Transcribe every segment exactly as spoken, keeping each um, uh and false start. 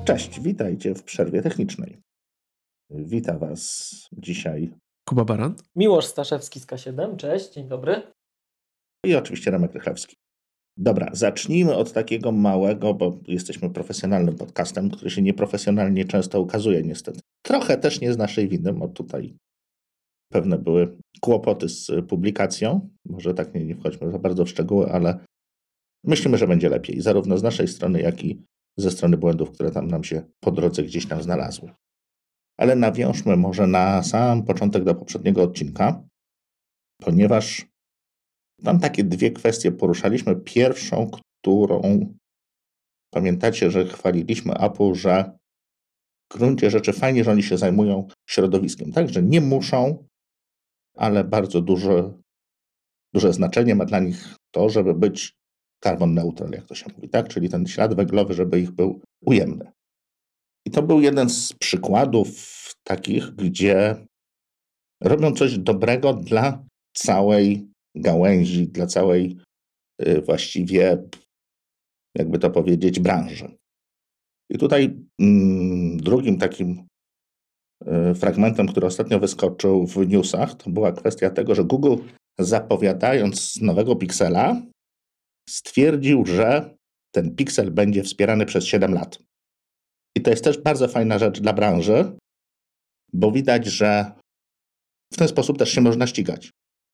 Cześć, witajcie w przerwie technicznej. Wita Was dzisiaj Kuba Baran. Miłosz Staszewski z K siedem, cześć, dzień dobry. i oczywiście Remek Rychlewski. Dobra, zacznijmy od takiego małego, bo jesteśmy profesjonalnym podcastem, który się nieprofesjonalnie często ukazuje niestety. Trochę też nie z naszej winy, bo tutaj pewne były kłopoty z publikacją. Może tak nie, nie wchodźmy za bardzo w szczegóły, ale myślimy, że będzie lepiej, zarówno z naszej strony, jak i ze strony błędów, które tam nam się po drodze gdzieś tam znalazły. Ale nawiążmy może na sam początek do poprzedniego odcinka, ponieważ tam takie dwie kwestie poruszaliśmy. Pierwszą, którą pamiętacie, że chwaliliśmy Apple, że w gruncie rzeczy fajnie, że oni się zajmują środowiskiem, tak? Że nie muszą, ale bardzo duże, duże znaczenie ma dla nich to, żeby być carbon neutral, jak to się mówi, tak? Czyli ten ślad węglowy, żeby ich był ujemny. I to był jeden z przykładów takich, gdzie robią coś dobrego dla całej gałęzi, dla całej y, właściwie, jakby to powiedzieć, branży. I tutaj mm, drugim takim y, fragmentem, który ostatnio wyskoczył w newsach, to była kwestia tego, że Google, zapowiadając nowego Pixela, stwierdził, że ten Pixel będzie wspierany przez siedem lat. I to jest też bardzo fajna rzecz dla branży, bo widać, że w ten sposób też się można ścigać.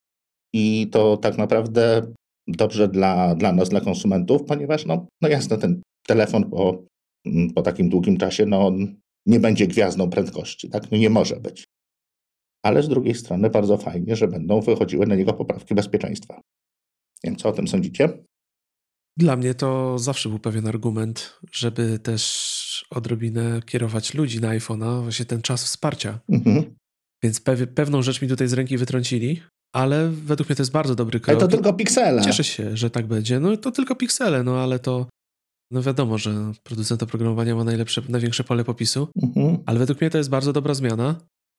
I to tak naprawdę dobrze dla, dla nas, dla konsumentów, ponieważ no, no jasne, ten telefon po, po takim długim czasie no, nie będzie gwiazdą prędkości, tak? No, nie może być. Ale z drugiej strony bardzo fajnie, że będą wychodziły na niego poprawki bezpieczeństwa. Więc co o tym sądzicie? Dla mnie to zawsze był pewien argument, żeby też odrobinę kierować ludzi na iPhone'a, właśnie ten czas wsparcia. Mhm. Więc pew- pewną rzecz mi tutaj z ręki wytrącili, ale według mnie to jest bardzo dobry krok. Ale to tylko piksele. Cieszę się, że tak będzie. No to tylko piksele, no ale to no wiadomo, że producent oprogramowania ma najlepsze, największe pole popisu, Mhm. ale według mnie to jest bardzo dobra zmiana.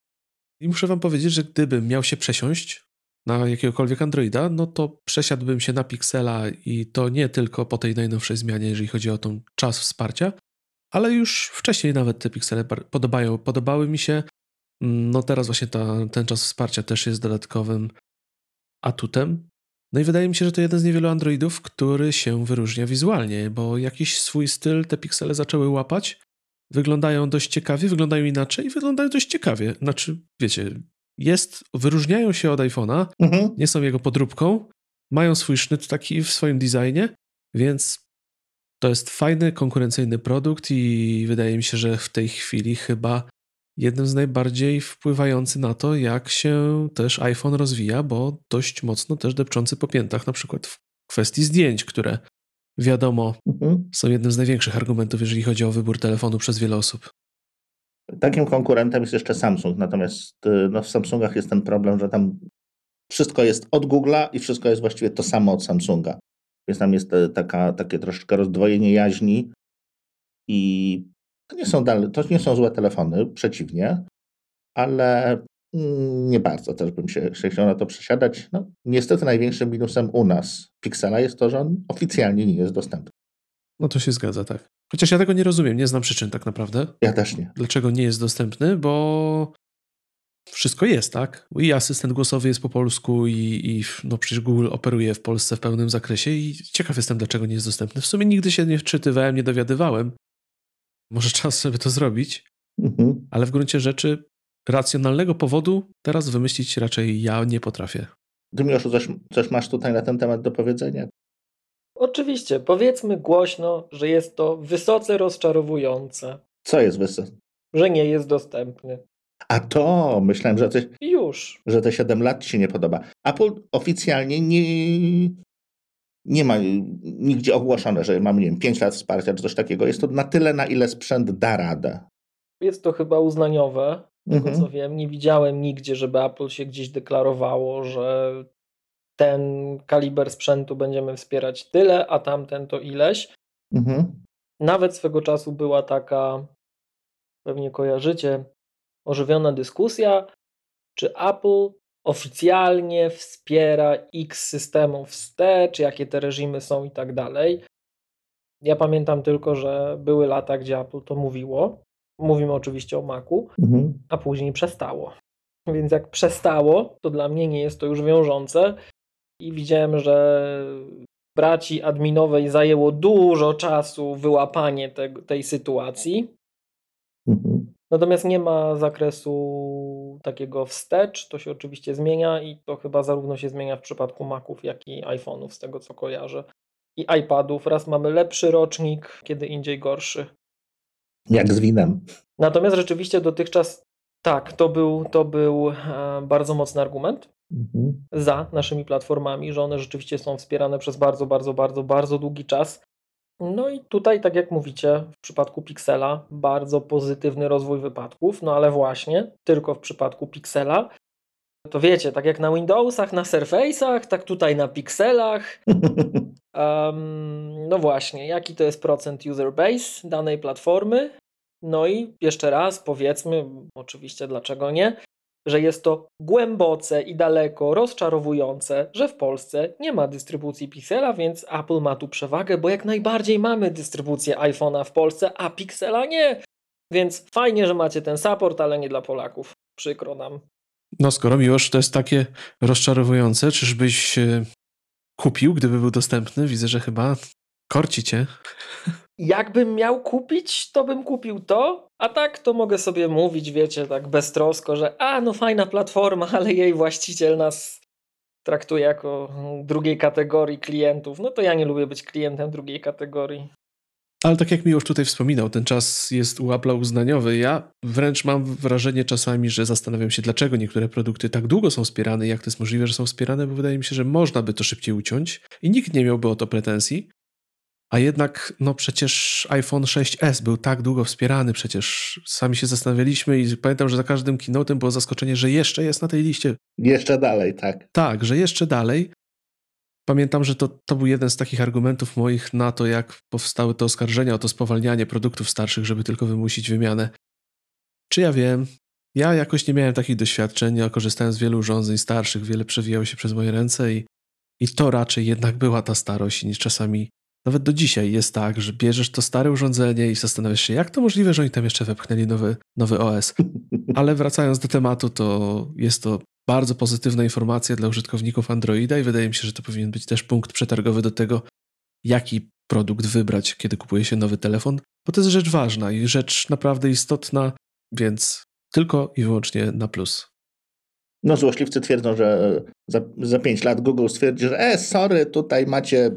I muszę wam powiedzieć, że gdybym miał się przesiąść na jakiegokolwiek Androida, no to przesiadłbym się na Pixela i to nie tylko po tej najnowszej zmianie, jeżeli chodzi o tą czas wsparcia, ale już wcześniej nawet te Pixele podobają, podobały mi się. No teraz właśnie ta, ten czas wsparcia też jest dodatkowym atutem. No i wydaje mi się, że to jeden z niewielu Androidów, który się wyróżnia wizualnie, bo jakiś swój styl te Pixele zaczęły łapać. Wyglądają dość ciekawie, wyglądają inaczej i wyglądają dość ciekawie. Znaczy, wiecie, jest, wyróżniają się od iPhone'a, Mhm. nie są jego podróbką, mają swój sznyt taki w swoim designie, więc to jest fajny, konkurencyjny produkt i wydaje mi się, że w tej chwili chyba jednym z najbardziej wpływający na to, jak się też iPhone rozwija, bo dość mocno też depczący po piętach, na przykład w kwestii zdjęć, które wiadomo Mhm. są jednym z największych argumentów, jeżeli chodzi o wybór telefonu przez wiele osób. Takim konkurentem jest jeszcze Samsung, natomiast y, no, w Samsungach jest ten problem, że tam wszystko jest od Google'a i wszystko jest właściwie to samo od Samsunga. Więc tam jest e, taka, takie troszeczkę rozdwojenie jaźni i to nie są, dalej, to nie są złe telefony, przeciwnie, ale mm, nie bardzo też bym się, się chciał na to przesiadać. No, niestety największym minusem u nas Pixela jest to, że on oficjalnie nie jest dostępny. No to się zgadza, tak. Chociaż ja tego nie rozumiem, nie znam przyczyn tak naprawdę. Ja też nie. Dlaczego nie jest dostępny, bo wszystko jest, tak? I asystent głosowy jest po polsku i, i no przecież Google operuje w Polsce w pełnym zakresie i ciekaw jestem, dlaczego nie jest dostępny. W sumie nigdy się nie wczytywałem, nie dowiadywałem. Może czas sobie to zrobić, Mhm. ale w gruncie rzeczy racjonalnego powodu teraz wymyślić raczej ja nie potrafię. Ty, Miłoszu, coś, coś masz tutaj na ten temat do powiedzenia? Oczywiście, powiedzmy głośno, że jest to wysoce rozczarowujące, Co jest wysokie? że nie jest dostępny. A to, myślałem, że, coś, I już. że te siedem lat ci się nie podoba. Apple oficjalnie nie, nie ma nigdzie ogłoszone, że mamy, nie wiem, pięć lat wsparcia czy coś takiego. Jest to na tyle, na ile sprzęt da radę. Jest to chyba uznaniowe, z tego Mhm. co wiem. Nie widziałem nigdzie, żeby Apple się gdzieś deklarowało, że ten kaliber sprzętu będziemy wspierać tyle, a tamten to ileś. Mhm. Nawet swego czasu była taka, pewnie kojarzycie, ożywiona dyskusja, czy Apple oficjalnie wspiera X systemów wstecz, jakie te reżimy są i tak dalej. Ja pamiętam tylko, że były lata, gdzie Apple to mówiło. Mówimy oczywiście o Macu, Mhm. a później przestało. Więc jak przestało, to dla mnie nie jest to już wiążące i widziałem, że braci adminowej zajęło dużo czasu wyłapanie te, tej sytuacji. Mhm. Natomiast nie ma zakresu takiego wstecz, to się oczywiście zmienia i to chyba zarówno się zmienia w przypadku Maców, jak i iPhone'ów, z tego co kojarzę. I iPadów. Raz mamy lepszy rocznik, kiedy indziej gorszy. Jak z winem. Natomiast rzeczywiście dotychczas tak, to był, to był e, bardzo mocny argument Mhm. za naszymi platformami, że one rzeczywiście są wspierane przez bardzo, bardzo, bardzo, bardzo długi czas. No i tutaj, tak jak mówicie, w przypadku Pixela bardzo pozytywny rozwój wypadków, no ale właśnie tylko w przypadku Pixela, to wiecie, tak jak na Windowsach, na Surface'ach, tak tutaj na Pixelach. Um, no właśnie, jaki to jest procent user base danej platformy? No i jeszcze raz powiedzmy, oczywiście dlaczego nie, że jest to głęboce i daleko rozczarowujące, że w Polsce nie ma dystrybucji Pixela, więc Apple ma tu przewagę, bo jak najbardziej mamy dystrybucję iPhone'a w Polsce, a Pixela nie. Więc fajnie, że macie ten support, ale nie dla Polaków. Przykro nam. No skoro Miłosz to jest takie rozczarowujące, czyżbyś e, kupił, gdyby był dostępny? Widzę, że chyba korci cię. Jakbym miał kupić, to bym kupił to, a tak to mogę sobie mówić, wiecie, tak beztrosko, że a no fajna platforma, ale jej właściciel nas traktuje jako drugiej kategorii klientów. No to ja nie lubię być klientem drugiej kategorii. Ale tak jak Miłosz tutaj wspominał, ten czas jest u Apple'a uznaniowy. Ja wręcz mam wrażenie czasami, że zastanawiam się, dlaczego niektóre produkty tak długo są wspierane i jak to jest możliwe, że są wspierane, bo wydaje mi się, że można by to szybciej uciąć i nikt nie miałby o to pretensji. A jednak, no przecież iPhone sześć es był tak długo wspierany, przecież sami się zastanawialiśmy i pamiętam, że za każdym keynote'em było zaskoczenie, że jeszcze jest na tej liście. Jeszcze dalej, tak. Tak, że jeszcze dalej. Pamiętam, że to, to był jeden z takich argumentów moich na to, jak powstały te oskarżenia o to spowalnianie produktów starszych, żeby tylko wymusić wymianę. Czy ja wiem? Ja jakoś nie miałem takich doświadczeń, ja korzystałem z wielu urządzeń starszych, wiele przewijało się przez moje ręce i, i to raczej jednak była ta starość niż czasami, nawet do dzisiaj jest tak, że bierzesz to stare urządzenie i zastanawiasz się, jak to możliwe, że oni tam jeszcze wepchnęli nowy, nowy O S. Ale wracając do tematu, to jest to bardzo pozytywna informacja dla użytkowników Androida i wydaje mi się, że to powinien być też punkt przetargowy do tego, jaki produkt wybrać, kiedy kupuje się nowy telefon, bo to jest rzecz ważna i rzecz naprawdę istotna, więc tylko i wyłącznie na plus. No złośliwcy twierdzą, że za, za pięć lat Google stwierdzi, że e, sorry, tutaj macie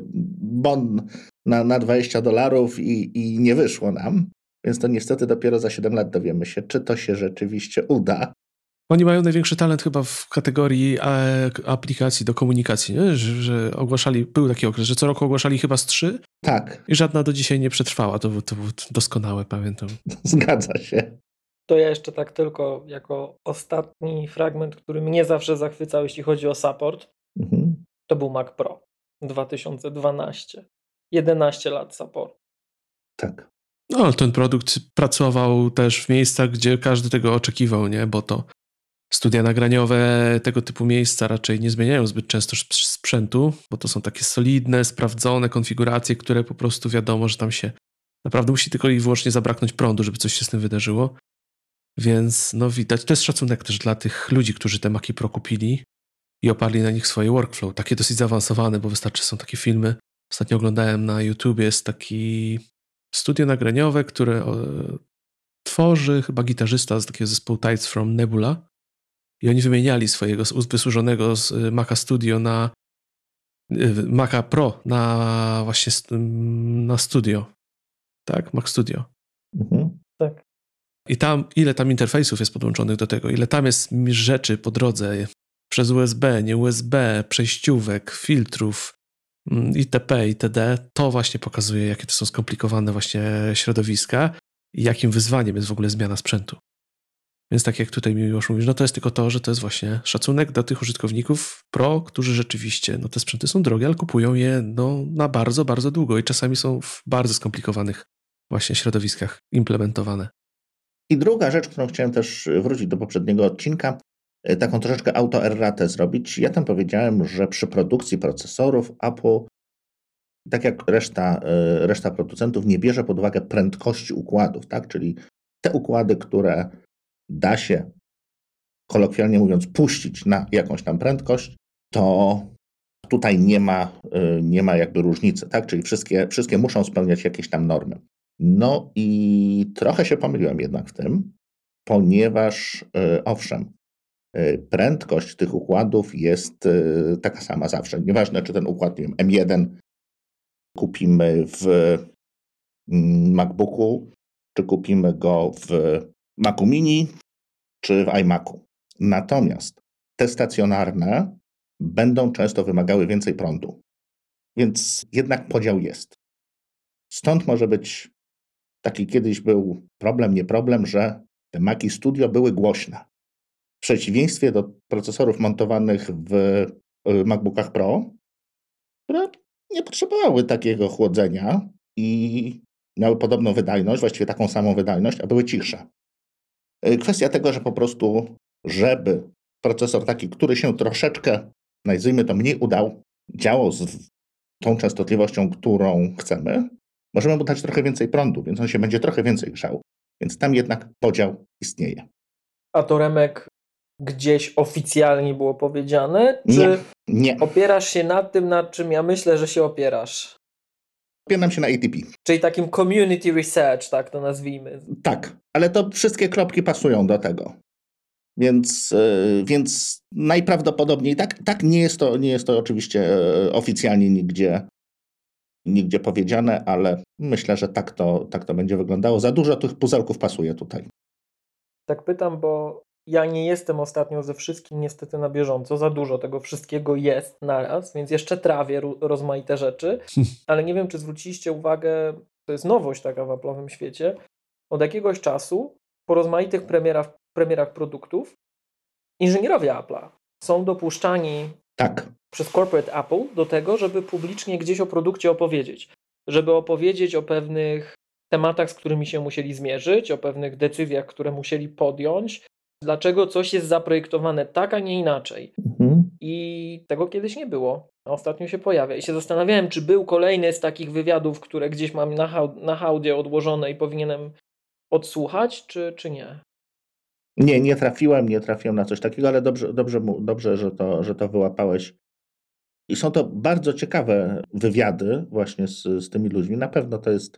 bon na, na dwadzieścia dolarów i, i nie wyszło nam. Więc to niestety dopiero za siedem lat dowiemy się, czy to się rzeczywiście uda. Oni mają największy talent chyba w kategorii e, aplikacji do komunikacji, nie? Że, że ogłaszali, był taki okres, że co roku ogłaszali chyba z trzy Tak. i żadna do dzisiaj nie przetrwała. To, to było doskonałe, pamiętam. Zgadza się. To ja jeszcze tak tylko jako ostatni fragment, który mnie zawsze zachwycał, jeśli chodzi o support, Mhm. to był Mac Pro dwa tysiące dwanaście. jedenaście lat support. Tak. No, ale ten produkt pracował też w miejscach, gdzie każdy tego oczekiwał, nie? Bo to studia nagraniowe, tego typu miejsca raczej nie zmieniają zbyt często sprzętu, bo to są takie solidne, sprawdzone konfiguracje, które po prostu wiadomo, że tam się naprawdę musi tylko i wyłącznie zabraknąć prądu, żeby coś się z tym wydarzyło. Więc no widać, to jest szacunek też dla tych ludzi, którzy te Maci Pro kupili i oparli na nich swoje workflow. Takie dosyć zaawansowane, bo wystarczy, są takie filmy. Ostatnio oglądałem na YouTubie, jest taki studio nagraniowe, które e, tworzy chyba gitarzysta z takiego zespołu Tides from Nebula i oni wymieniali swojego wysłużonego z Maca Studio na Maca Pro na właśnie na Studio. Tak? Mac Studio. Mhm. Tak. I tam, ile tam interfejsów jest podłączonych do tego, ile tam jest rzeczy po drodze przez U S B, nie U S B, przejściówek, filtrów, itp., itd., to właśnie pokazuje, jakie to są skomplikowane właśnie środowiska i jakim wyzwaniem jest w ogóle zmiana sprzętu. Więc tak jak tutaj mi już mówisz, no to jest tylko to, że to jest właśnie szacunek dla tych użytkowników Pro, którzy rzeczywiście, no te sprzęty są drogie, ale kupują je no, na bardzo, bardzo długo i czasami są w bardzo skomplikowanych właśnie środowiskach implementowane. I druga rzecz, którą chciałem też wrócić do poprzedniego odcinka, taką troszeczkę autoerratę zrobić. Ja tam powiedziałem, że przy produkcji procesorów Apple tak jak reszta, reszta producentów, nie bierze pod uwagę prędkości układów, tak? Czyli te układy, które da się, kolokwialnie mówiąc, puścić na jakąś tam prędkość, to tutaj nie ma, nie ma jakby różnicy, tak? Czyli wszystkie, wszystkie muszą spełniać jakieś tam normy. No i trochę się pomyliłem jednak w tym, ponieważ owszem, prędkość tych układów jest taka sama zawsze. Nieważne, czy ten układ, nie wiem, M jeden kupimy w MacBooku, czy kupimy go w Macu Mini, czy w iMacu. Natomiast te stacjonarne będą często wymagały więcej prądu. Więc jednak podział jest. Stąd może być taki kiedyś był problem, nie problem, że te Maci Studio były głośne. W przeciwieństwie do procesorów montowanych w MacBookach Pro, które nie potrzebowały takiego chłodzenia i miały podobną wydajność, właściwie taką samą wydajność, a były cichsze. Kwestia tego, że po prostu, żeby procesor taki, który się troszeczkę, nazwijmy to, mniej udał, działał z tą częstotliwością, którą chcemy, możemy mu dać trochę więcej prądu, więc on się będzie trochę więcej grzał. Więc tam jednak podział istnieje. A to, Remek, gdzieś oficjalnie było powiedziane? Czy nie, nie. opierasz się na tym, nad czym ja myślę, że się opierasz? Opieram się na A T P. Czyli takim community research, tak to nazwijmy. Tak, ale to wszystkie kropki pasują do tego. Więc, yy, więc najprawdopodobniej tak, tak nie jest to, nie jest to oczywiście yy, oficjalnie nigdzie, nigdzie powiedziane, ale myślę, że tak to, tak to będzie wyglądało. Za dużo tych puzelków pasuje tutaj. Tak pytam, bo ja nie jestem ostatnio ze wszystkim niestety na bieżąco. Za dużo tego wszystkiego jest naraz, więc jeszcze trawię rozmaite rzeczy, ale nie wiem, czy zwróciliście uwagę, to jest nowość taka w Apple'owym świecie, od jakiegoś czasu po rozmaitych premierach, premierach produktów inżynierowie Apple'a są dopuszczani tak. przez corporate Apple do tego, żeby publicznie gdzieś o produkcie opowiedzieć. Żeby opowiedzieć o pewnych tematach, z którymi się musieli zmierzyć, o pewnych decyzjach, które musieli podjąć, dlaczego coś jest zaprojektowane tak, a nie inaczej. Mhm. I tego kiedyś nie było, a ostatnio się pojawia. I się zastanawiałem, czy był kolejny z takich wywiadów, które gdzieś mam na, hał- na hałdzie odłożone i powinienem odsłuchać, czy, czy nie? Nie, nie trafiłem, nie trafiłem na coś takiego, ale dobrze, dobrze, dobrze że, to, że to wyłapałeś. I są to bardzo ciekawe wywiady właśnie z, z tymi ludźmi. Na pewno to jest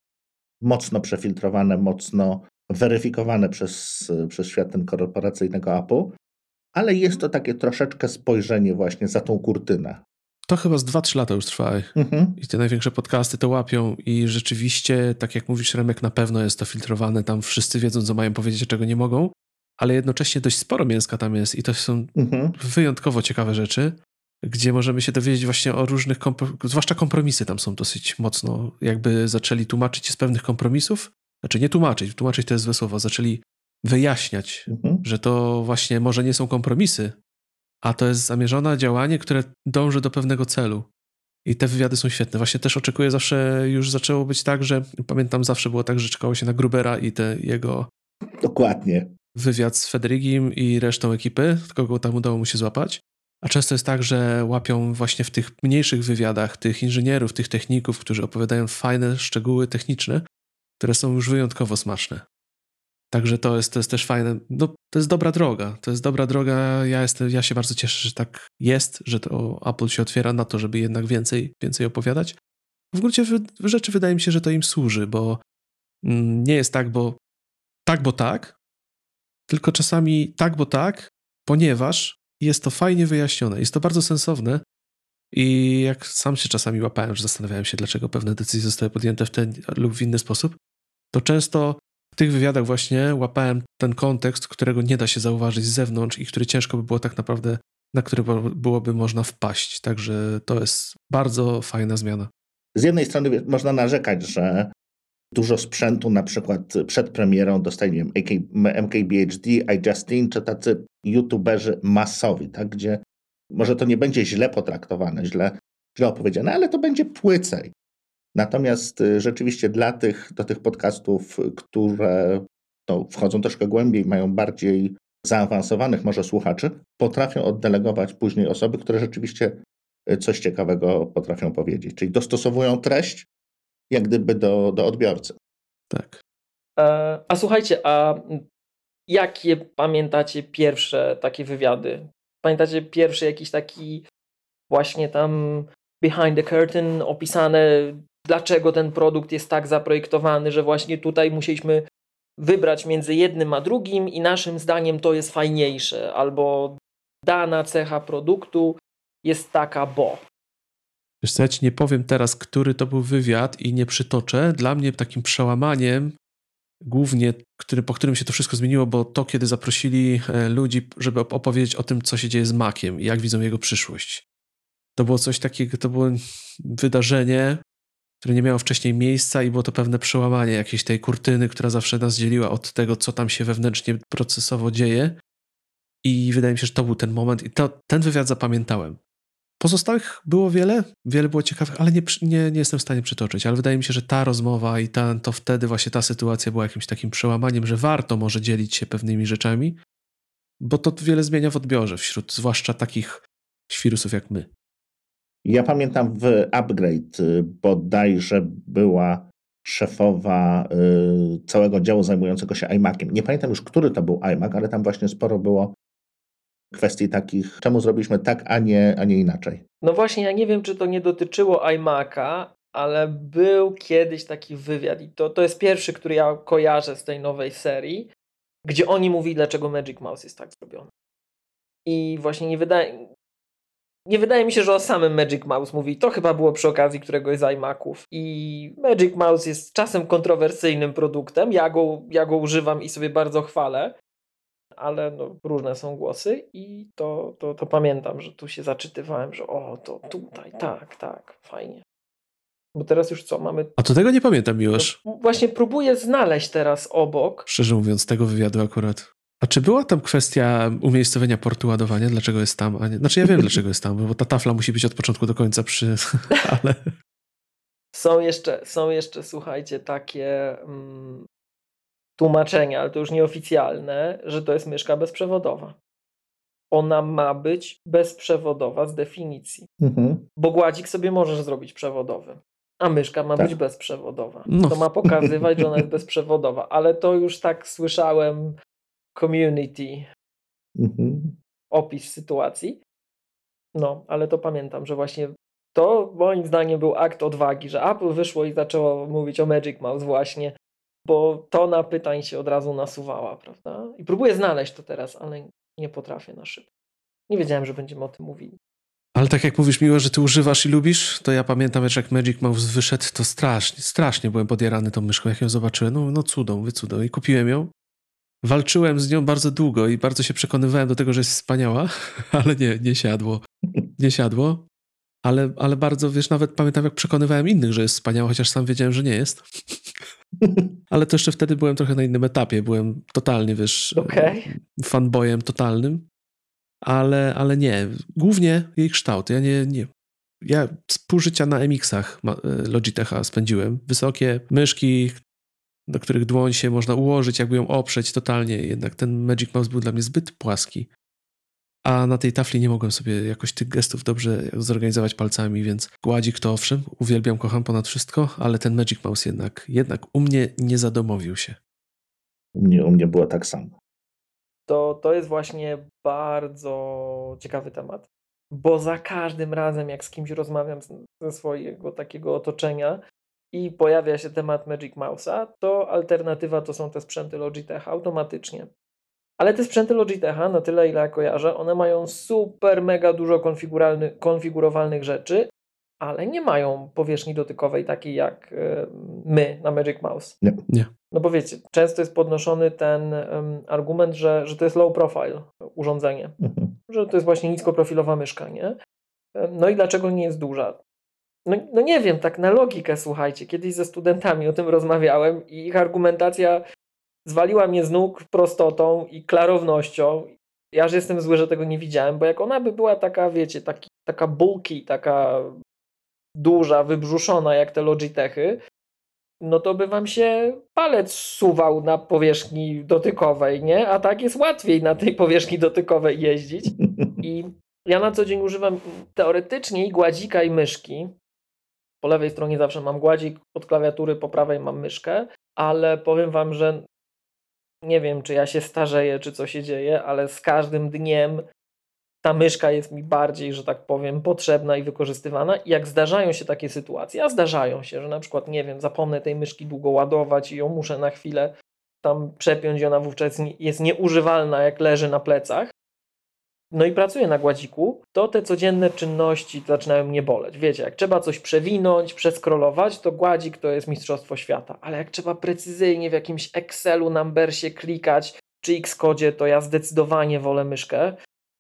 mocno przefiltrowane, mocno weryfikowane przez, przez świat ten korporacyjnego Apple, ale jest to takie troszeczkę spojrzenie właśnie za tą kurtynę. To chyba z dwa trzy lata już trwa Mhm. i te największe podcasty to łapią i rzeczywiście, tak jak mówisz, Remek, na pewno jest to filtrowane, tam wszyscy wiedzą, co mają powiedzieć, a czego nie mogą, ale jednocześnie dość sporo mięska tam jest i to są Mhm. wyjątkowo ciekawe rzeczy, gdzie możemy się dowiedzieć właśnie o różnych, kompro- zwłaszcza kompromisy tam są dosyć mocno, jakby zaczęli tłumaczyć z pewnych kompromisów, znaczy nie tłumaczyć, tłumaczyć to jest złe słowo, zaczęli wyjaśniać, Mhm. że to właśnie może nie są kompromisy, a to jest zamierzone działanie, które dąży do pewnego celu. I te wywiady są świetne. Właśnie też oczekuję zawsze, już zaczęło być tak, że pamiętam zawsze było tak, że czekało się na Grubera i te jego Dokładnie. wywiad z Federigim i resztą ekipy, kogo tam udało mu się złapać. A często jest tak, że łapią właśnie w tych mniejszych wywiadach tych inżynierów, tych techników, którzy opowiadają fajne szczegóły techniczne, które są już wyjątkowo smaczne. Także to jest, to jest też fajne. No, to jest dobra droga. To jest dobra droga. Ja, jestem, ja się bardzo cieszę, że tak jest, że to Apple się otwiera na to, żeby jednak więcej, więcej opowiadać. W gruncie rzeczy wydaje mi się, że to im służy, bo mm, nie jest tak, bo tak, bo tak, tylko czasami tak, bo tak, ponieważ jest to fajnie wyjaśnione. Jest to bardzo sensowne i jak sam się czasami łapałem, że zastanawiałem się, dlaczego pewne decyzje zostały podjęte w ten lub w inny sposób, to często w tych wywiadach właśnie łapałem ten kontekst, którego nie da się zauważyć z zewnątrz i który ciężko by było tak naprawdę, na który byłoby można wpaść. Także to jest bardzo fajna zmiana. Z jednej strony można narzekać, że dużo sprzętu na przykład przed premierą dostaje, nie wiem, M K B H D, iJustine, czy tacy youtuberzy masowi, tak, gdzie może to nie będzie źle potraktowane, źle, źle opowiedziane, ale to będzie płycej. Natomiast rzeczywiście dla tych, do tych podcastów, które no, wchodzą troszkę głębiej, mają bardziej zaawansowanych może słuchaczy, potrafią oddelegować później osoby, które rzeczywiście coś ciekawego potrafią powiedzieć. Czyli dostosowują treść jak gdyby do, do odbiorcy. Tak. A, a słuchajcie, a jakie pamiętacie pierwsze takie wywiady? Pamiętacie pierwszy jakiś taki właśnie tam behind the curtain opisane, dlaczego ten produkt jest tak zaprojektowany, że właśnie tutaj musieliśmy wybrać między jednym a drugim i naszym zdaniem to jest fajniejsze, albo dana cecha produktu jest taka, bo. Wiesz co, ja ci nie powiem teraz, który to był wywiad i nie przytoczę. Dla mnie takim przełamaniem, głównie który, po którym się to wszystko zmieniło, bo to, kiedy zaprosili ludzi, żeby opowiedzieć o tym, co się dzieje z Maciem i jak widzą jego przyszłość. To było coś takiego, to było wydarzenie, które nie miało wcześniej miejsca i było to pewne przełamanie jakiejś tej kurtyny, która zawsze nas dzieliła od tego, co tam się wewnętrznie procesowo dzieje. I wydaje mi się, że to był ten moment i to, ten wywiad zapamiętałem. Pozostałych było wiele, wiele było ciekawych, ale nie, nie, nie jestem w stanie przytoczyć, ale wydaje mi się, że ta rozmowa i ta, to wtedy właśnie ta sytuacja była jakimś takim przełamaniem, że warto może dzielić się pewnymi rzeczami, bo to wiele zmienia w odbiorze wśród zwłaszcza takich świrusów jak my. Ja pamiętam w Upgrade bodajże była szefowa y, całego działu zajmującego się iMaciem. Nie pamiętam już, który to był iMac, ale tam właśnie sporo było kwestii takich, czemu zrobiliśmy tak, a nie, a nie inaczej. No właśnie, ja nie wiem, czy to nie dotyczyło iMac'a, ale był kiedyś taki wywiad i to, to jest pierwszy, który ja kojarzę z tej nowej serii, gdzie oni mówili, dlaczego Magic Mouse jest tak zrobiony. I właśnie nie wydaje, nie wydaje mi się, że o samym Magic Mouse mówi. To chyba było przy okazji któregoś z iMaców. I Magic Mouse jest czasem kontrowersyjnym produktem. Ja go, ja go używam i sobie bardzo chwalę. Ale no, różne są głosy i to, to, to pamiętam, że tu się zaczytywałem, że o, to tutaj, tak, tak, fajnie. Bo teraz już co, mamy... A to tego nie pamiętam, Miłosz. No, właśnie próbuję znaleźć teraz obok. Szczerze mówiąc, tego wywiadu akurat. A czy była tam kwestia umiejscowienia portu ładowania? Dlaczego jest tam, a nie... Znaczy ja wiem, dlaczego jest tam, bo ta tafla musi być od początku do końca przy... ale... Są jeszcze, są jeszcze, słuchajcie, takie... Mm... tłumaczenia, ale to już nieoficjalne, że to jest myszka bezprzewodowa. Ona ma być bezprzewodowa z definicji. Mhm. Bo gładzik sobie możesz zrobić przewodowy, a myszka ma tak być bezprzewodowa. No. To ma pokazywać, że ona jest bezprzewodowa, ale to już tak słyszałem community, mhm. opis sytuacji. No, ale to pamiętam, że właśnie to moim zdaniem był akt odwagi, że Apple wyszło i zaczęło mówić o Magic Mouse właśnie, bo tona pytań się od razu nasuwała, prawda? I próbuję znaleźć to teraz, ale nie potrafię na szybko. Nie wiedziałem, że będziemy o tym mówili. Ale tak jak mówisz, Miło, że ty używasz i lubisz, to ja pamiętam, jak Magic Mouse wyszedł, to strasznie, strasznie byłem podjarany tą myszką, jak ją zobaczyłem. No, no cudą, wycudą. I kupiłem ją. Walczyłem z nią bardzo długo i bardzo się przekonywałem do tego, że jest wspaniała, ale nie, nie siadło. Nie siadło. Ale, ale bardzo, wiesz, nawet pamiętam, jak przekonywałem innych, że jest wspaniała, chociaż sam wiedziałem, że nie jest. Ale to jeszcze wtedy byłem trochę na innym etapie. Byłem totalnie, wiesz, okay. fanboyem totalnym. Ale, ale nie. Głównie jej kształt. Ja nie, nie. Ja z pół życia na M X-ach Logitecha spędziłem. Wysokie myszki, do których dłoń się można ułożyć, jakby ją oprzeć totalnie. Jednak ten Magic Mouse był dla mnie zbyt płaski. A na tej tafli nie mogłem sobie jakoś tych gestów dobrze zorganizować palcami, więc gładzik to owszem, uwielbiam, kocham ponad wszystko, ale ten Magic Mouse jednak, jednak u mnie nie zadomowił się. U mnie, u mnie było tak samo. To, to jest właśnie bardzo ciekawy temat, bo za każdym razem, jak z kimś rozmawiam ze swojego takiego otoczenia i pojawia się temat Magic Mouse'a, to alternatywa to są te sprzęty Logitecha automatycznie. Ale te sprzęty Logitecha, na tyle ile ja kojarzę, one mają super mega dużo konfigurowalnych rzeczy, ale nie mają powierzchni dotykowej takiej jak my na Magic Mouse. Nie. nie. No bo wiecie, często jest podnoszony ten um, argument, że, że to jest low profile urządzenie, mhm. że to jest właśnie niskoprofilowa myszka, nie? No i dlaczego nie jest duża? No, no nie wiem, tak na logikę, słuchajcie, kiedyś ze studentami o tym rozmawiałem i ich argumentacja zwaliła mnie z nóg prostotą i klarownością. Ja już jestem zły, że tego nie widziałem, bo jak ona by była taka, wiecie, taki, taka bulky, taka duża, wybrzuszona jak te Logitechy, no to by wam się palec suwał na powierzchni dotykowej, nie? A tak jest łatwiej na tej powierzchni dotykowej jeździć. I Ja na co dzień używam teoretycznie i gładzika, i myszki. Po lewej stronie zawsze mam gładzik od klawiatury, po prawej mam myszkę, ale powiem wam, że nie wiem, czy ja się starzeję, czy co się dzieje, ale z każdym dniem ta myszka jest mi bardziej, że tak powiem, potrzebna i wykorzystywana. I jak zdarzają się takie sytuacje, a zdarzają się, że na przykład, nie wiem, zapomnę tej myszki długo ładować i ją muszę na chwilę tam przepiąć i ona wówczas jest nieużywalna, jak leży na plecach, no i pracuję na gładziku, to te codzienne czynności zaczynają mnie boleć. Wiecie, jak trzeba coś przewinąć, przeskrolować, to gładzik to jest mistrzostwo świata. Ale jak trzeba precyzyjnie w jakimś Excelu, Numbersie klikać, czy Xcodzie, to ja zdecydowanie wolę myszkę.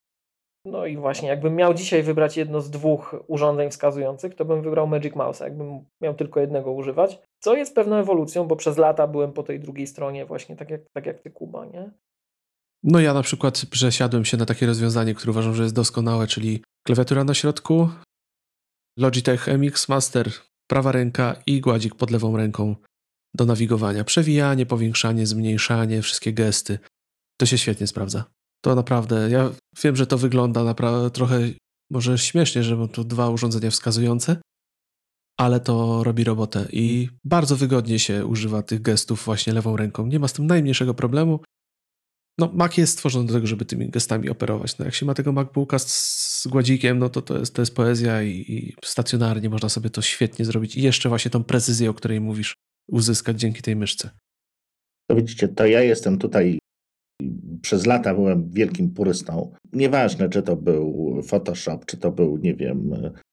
No i właśnie, jakbym miał dzisiaj wybrać jedno z dwóch urządzeń wskazujących, to bym wybrał Magic Mouse'a, jakbym miał tylko jednego używać. Co jest pewną ewolucją, bo przez lata byłem po tej drugiej stronie właśnie, tak jak, tak jak ty, Kuba, nie? No ja na przykład przesiadłem się na takie rozwiązanie, które uważam, że jest doskonałe, czyli klawiatura na środku, Logitech M X Master, prawa ręka i gładzik pod lewą ręką do nawigowania. Przewijanie, powiększanie, zmniejszanie, wszystkie gesty. To się świetnie sprawdza. To naprawdę, ja wiem, że to wygląda naprawdę trochę może śmiesznie, że mam tu dwa urządzenia wskazujące, ale to robi robotę i bardzo wygodnie się używa tych gestów właśnie lewą ręką. Nie ma z tym najmniejszego problemu. No, Mac jest stworzony do tego, żeby tymi gestami operować. No, jak się ma tego MacBooka z, z gładzikiem, no to to jest, to jest poezja i, i stacjonarnie można sobie to świetnie zrobić i jeszcze właśnie tą precyzję, o której mówisz, uzyskać dzięki tej myszce. To widzicie, to ja jestem tutaj, przez lata byłem wielkim purystą. Nieważne, czy to był Photoshop, czy to był, nie wiem,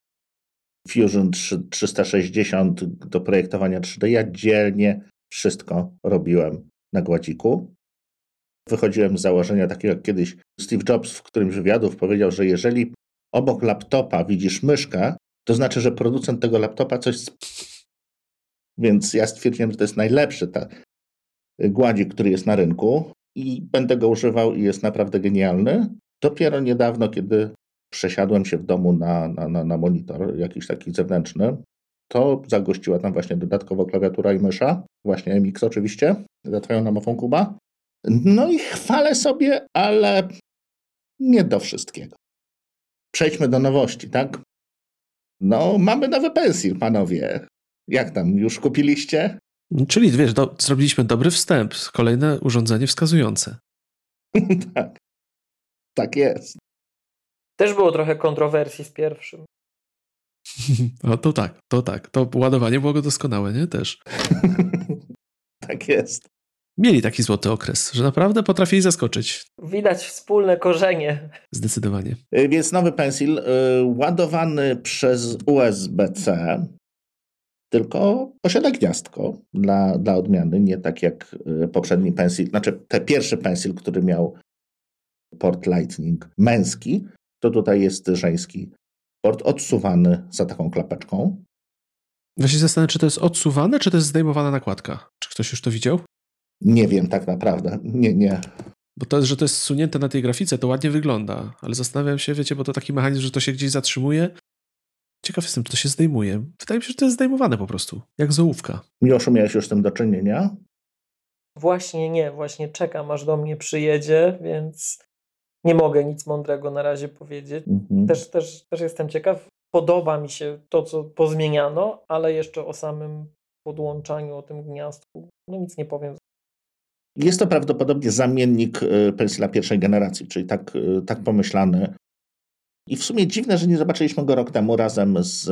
Fusion trzysta sześćdziesiąt do projektowania trzy D. Ja dzielnie wszystko robiłem na gładziku. Wychodziłem z założenia takiego, jak kiedyś Steve Jobs w którymś z wywiadów powiedział, że jeżeli obok laptopa widzisz myszkę, to znaczy, że producent tego laptopa coś... Sp... Więc ja stwierdziłem, że to jest najlepszy ta gładzik, który jest na rynku i będę go używał i jest naprawdę genialny. Dopiero niedawno, kiedy przesiadłem się w domu na, na, na, na monitor jakiś taki zewnętrzny, to zagościła tam właśnie dodatkowo klawiatura i mysza, właśnie M X oczywiście, za twoją namową, Kuba. No i chwalę sobie, ale nie do wszystkiego. Przejdźmy do nowości, tak? No, mamy nowy pensil, panowie. Jak tam, już kupiliście? Czyli wiesz, do, zrobiliśmy dobry wstęp, kolejne urządzenie wskazujące. Tak, tak jest. Też było trochę kontrowersji z pierwszym. No to tak, to tak. To ładowanie było doskonałe, nie? Też. Tak jest. Mieli taki złoty okres, że naprawdę potrafili zaskoczyć. Widać wspólne korzenie. Zdecydowanie. Więc nowy pensil y, ładowany przez U S B C, tylko posiada gniazdko dla, dla odmiany, nie tak jak y, poprzedni pensil, znaczy ten pierwszy pensil, który miał port Lightning męski, to tutaj jest żeński port odsuwany za taką klapeczką. Właśnie zastanawiam, czy to jest odsuwane, czy to jest zdejmowana nakładka? Czy ktoś już to widział? Nie wiem tak naprawdę, nie, nie. Bo to, że to jest zsunięte na tej grafice, to ładnie wygląda, ale zastanawiam się, wiecie, bo to taki mechanizm, że to się gdzieś zatrzymuje. Ciekaw jestem, czy to się zdejmuje. Wydaje mi się, że to jest zdejmowane po prostu, jak z ołówka. Miłoszu, miałeś już z tym do czynienia? Właśnie nie, właśnie czekam, aż do mnie przyjedzie, więc nie mogę nic mądrego na razie powiedzieć. Mhm. Też, też, też jestem ciekaw. Podoba mi się to, co pozmieniano, ale jeszcze o samym podłączaniu, o tym gniazdku, no nic nie powiem. Jest to prawdopodobnie zamiennik pensila pierwszej generacji, czyli tak, tak pomyślany. I w sumie dziwne, że nie zobaczyliśmy go rok temu razem z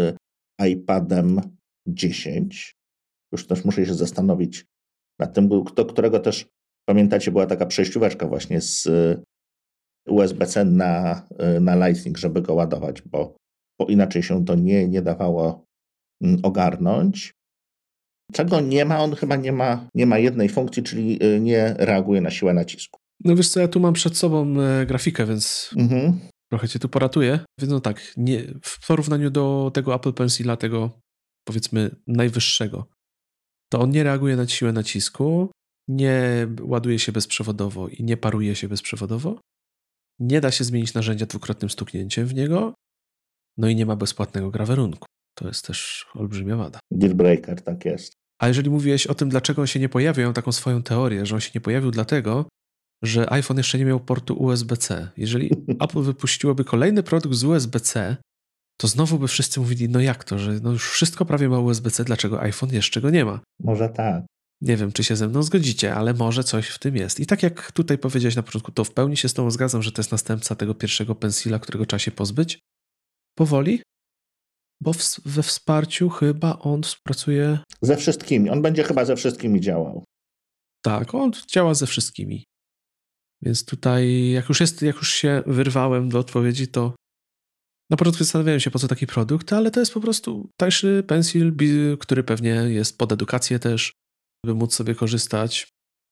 iPadem dziesięć. Już też muszę się zastanowić nad tym, do którego też, pamiętacie, była taka przejścióweczka właśnie z U S B C na, na Lightning, żeby go ładować, bo, bo inaczej się to nie, nie dawało ogarnąć. Czego nie ma? On chyba nie ma, nie ma jednej funkcji, czyli nie reaguje na siłę nacisku. No wiesz co, ja tu mam przed sobą e, grafikę, więc Mhm. trochę cię tu poratuję. Więc no tak, nie, w porównaniu do tego Apple Pencila, tego powiedzmy najwyższego, to on nie reaguje na siłę nacisku, nie ładuje się bezprzewodowo i nie paruje się bezprzewodowo. Nie da się zmienić narzędzia dwukrotnym stuknięciem w niego, no i nie ma bezpłatnego grawerunku. To jest też olbrzymia wada. Deal breaker, tak jest. A jeżeli mówiłeś o tym, dlaczego on się nie pojawił, ja mam taką swoją teorię, że on się nie pojawił dlatego, że iPhone jeszcze nie miał portu U S B C. Jeżeli Apple wypuściłoby kolejny produkt z U S B C, to znowu by wszyscy mówili, no jak to, że no już wszystko prawie ma U S B C, dlaczego iPhone jeszcze go nie ma? Może tak. Nie wiem, czy się ze mną zgodzicie, ale może coś w tym jest. I tak jak tutaj powiedziałeś na początku, to w pełni się z tobą zgadzam, że to jest następca tego pierwszego Pencila, którego trzeba się pozbyć. Powoli, bo w, we wsparciu chyba on współpracuje... Ze wszystkimi. On będzie chyba ze wszystkimi działał. Tak, on działa ze wszystkimi. Więc tutaj, jak już, jest, jak już się wyrwałem do odpowiedzi, to na początku zastanawiałem się, po co taki produkt, ale to jest po prostu tańszy Pencil, który pewnie jest pod edukację też, by móc sobie korzystać,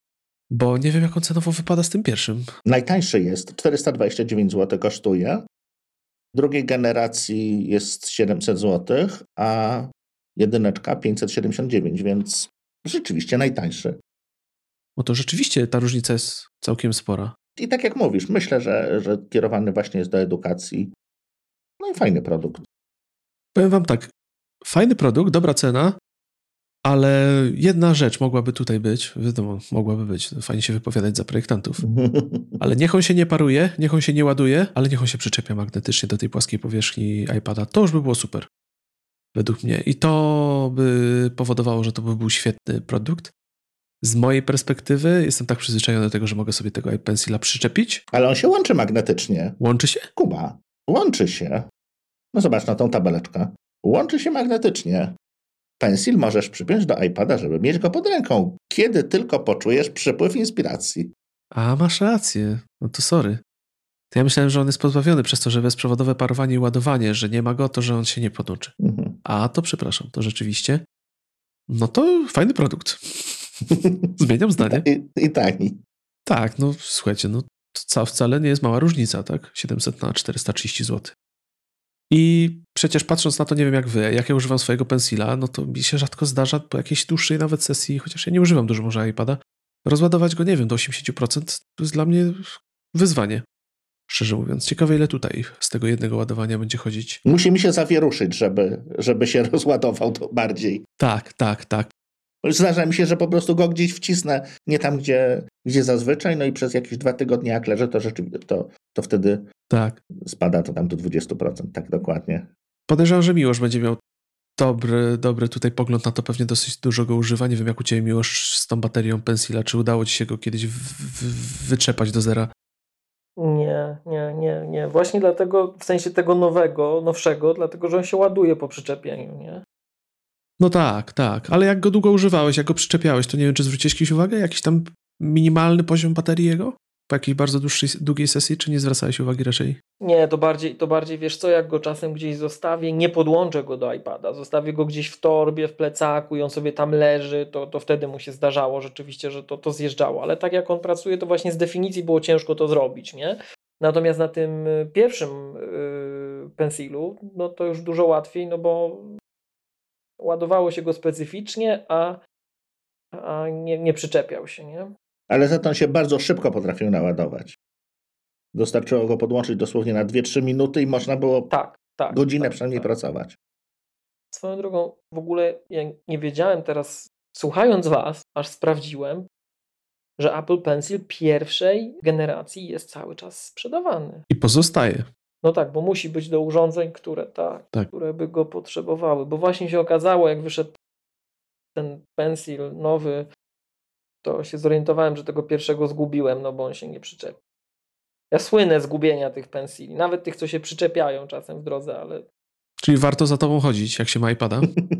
bo nie wiem, jak on cenowo wypada z tym pierwszym. Najtańszy jest, czterysta dwadzieścia dziewięć złotych kosztuje. Drugiej generacji jest siedemset złotych, a jedyneczka pięćset siedemdziesiąt dziewięć, więc rzeczywiście najtańszy. No to rzeczywiście ta różnica jest całkiem spora. I tak jak mówisz, myślę, że, że kierowany właśnie jest do edukacji. No i fajny produkt. Powiem wam tak, fajny produkt, dobra cena, ale jedna rzecz mogłaby tutaj być, wiadomo, mogłaby być, fajnie się wypowiadać za projektantów, ale niech on się nie paruje, niech on się nie ładuje, ale niech on się przyczepia magnetycznie do tej płaskiej powierzchni iPada. To już by było super, według mnie. I to by powodowało, że to by był świetny produkt. Z mojej perspektywy jestem tak przyzwyczajony do tego, że mogę sobie tego iPencila przyczepić. Ale on się łączy magnetycznie. Łączy się? Kuba, łączy się. No zobacz na tą tabeleczkę. Łączy się magnetycznie. Pencil możesz przypiąć do iPada, żeby mieć go pod ręką, kiedy tylko poczujesz przypływ inspiracji. A, masz rację. No to sorry. To ja myślałem, że on jest pozbawiony przez to, że bezprzewodowe parowanie i ładowanie, że nie ma go, to że on się nie podłączy. Mhm. A, to przepraszam, to rzeczywiście. No to fajny produkt. Zmieniam zdanie. I, i tani. Tak, no słuchajcie, no to wcale nie jest mała różnica, tak? siedemset na czterysta trzydzieści złotych. I przecież patrząc na to, nie wiem jak wy, jak ja używam swojego Pencila, no to mi się rzadko zdarza po jakiejś dłuższej nawet sesji, chociaż ja nie używam dużo może iPada, rozładować go, nie wiem, do osiemdziesiąt procent to jest dla mnie wyzwanie. Szczerze mówiąc. Ciekawe, ile tutaj z tego jednego ładowania będzie chodzić. Musi mi się zawieruszyć, żeby, żeby się rozładował to bardziej. Tak, tak, tak. Zdarza mi się, że po prostu go gdzieś wcisnę, nie tam, gdzie, gdzie zazwyczaj, no i przez jakieś dwa tygodnie jak leżę, to rzeczywiście to, to wtedy tak. Spada to tam do dwadzieścia procent, tak dokładnie. Podejrzewam, że Miłosz będzie miał dobry, dobry tutaj pogląd na to, pewnie dosyć dużo go używa. Nie wiem, jak u ciebie, Miłosz, z tą baterią Pencila, czy udało ci się go kiedyś w, w, wytrzepać do zera? Nie, nie, nie, nie. Właśnie dlatego, w sensie tego nowego, nowszego, dlatego, że on się ładuje po przyczepieniu, nie? No tak, tak, ale jak go długo używałeś, jak go przyczepiałeś, to nie wiem, czy zwróciłeś jakąś uwagę? Jakiś tam minimalny poziom baterii jego? Po jakiejś bardzo dłuższej, długiej sesji, czy nie zwracałeś uwagi raczej? Nie, to bardziej, to bardziej, wiesz co, jak go czasem gdzieś zostawię, nie podłączę go do iPada, zostawię go gdzieś w torbie, w plecaku i on sobie tam leży, to, to wtedy mu się zdarzało rzeczywiście, że to, to zjeżdżało, ale tak jak on pracuje, to właśnie z definicji było ciężko to zrobić, nie? Natomiast na tym pierwszym yy, Pencilu, no to już dużo łatwiej, no bo ładowało się go specyficznie, a, a nie, nie przyczepiał się, nie? Ale za to on się bardzo szybko potrafił naładować. Dostarczyło go podłączyć dosłownie na dwie trzy minuty i można było tak, tak, godzinę tak, przynajmniej tak. pracować. Swoją drogą, w ogóle ja nie wiedziałem teraz, słuchając was, aż sprawdziłem, że Apple Pencil pierwszej generacji jest cały czas sprzedawany. I pozostaje. No tak, bo musi być do urządzeń, które tak, tak. które by go potrzebowały. Bo właśnie się okazało, jak wyszedł ten Pencil nowy, to się zorientowałem, że tego pierwszego zgubiłem, no bo on się nie przyczepi. Ja słynę z gubienia tych Pencili, nawet tych, co się przyczepiają czasem w drodze, ale... Czyli warto za tobą chodzić, jak się ma iPada?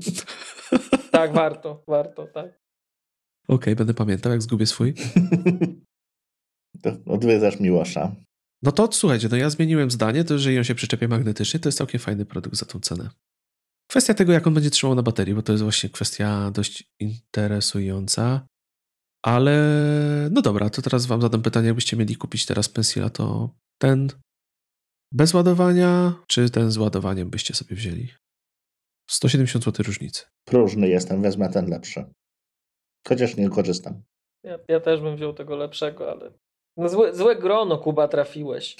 Tak, warto, warto, tak. Okej, okay, będę pamiętał, jak zgubię swój. To odwiedzasz Miłosza. No to słuchajcie, no ja zmieniłem zdanie, to jeżeli on się przyczepia magnetycznie, to jest całkiem fajny produkt za tą cenę. Kwestia tego, jak on będzie trzymał na baterii, bo to jest właśnie kwestia dość interesująca. Ale no dobra, to teraz wam zadam pytanie, jakbyście mieli kupić teraz Pencila, to ten bez ładowania, czy ten z ładowaniem byście sobie wzięli? sto siedemdziesiąt złotych różnicy. Próżny jestem, wezmę ten lepszy. Chociaż nie korzystam. Ja, ja też bym wziął tego lepszego, ale... No złe, złe grono, Kuba, trafiłeś.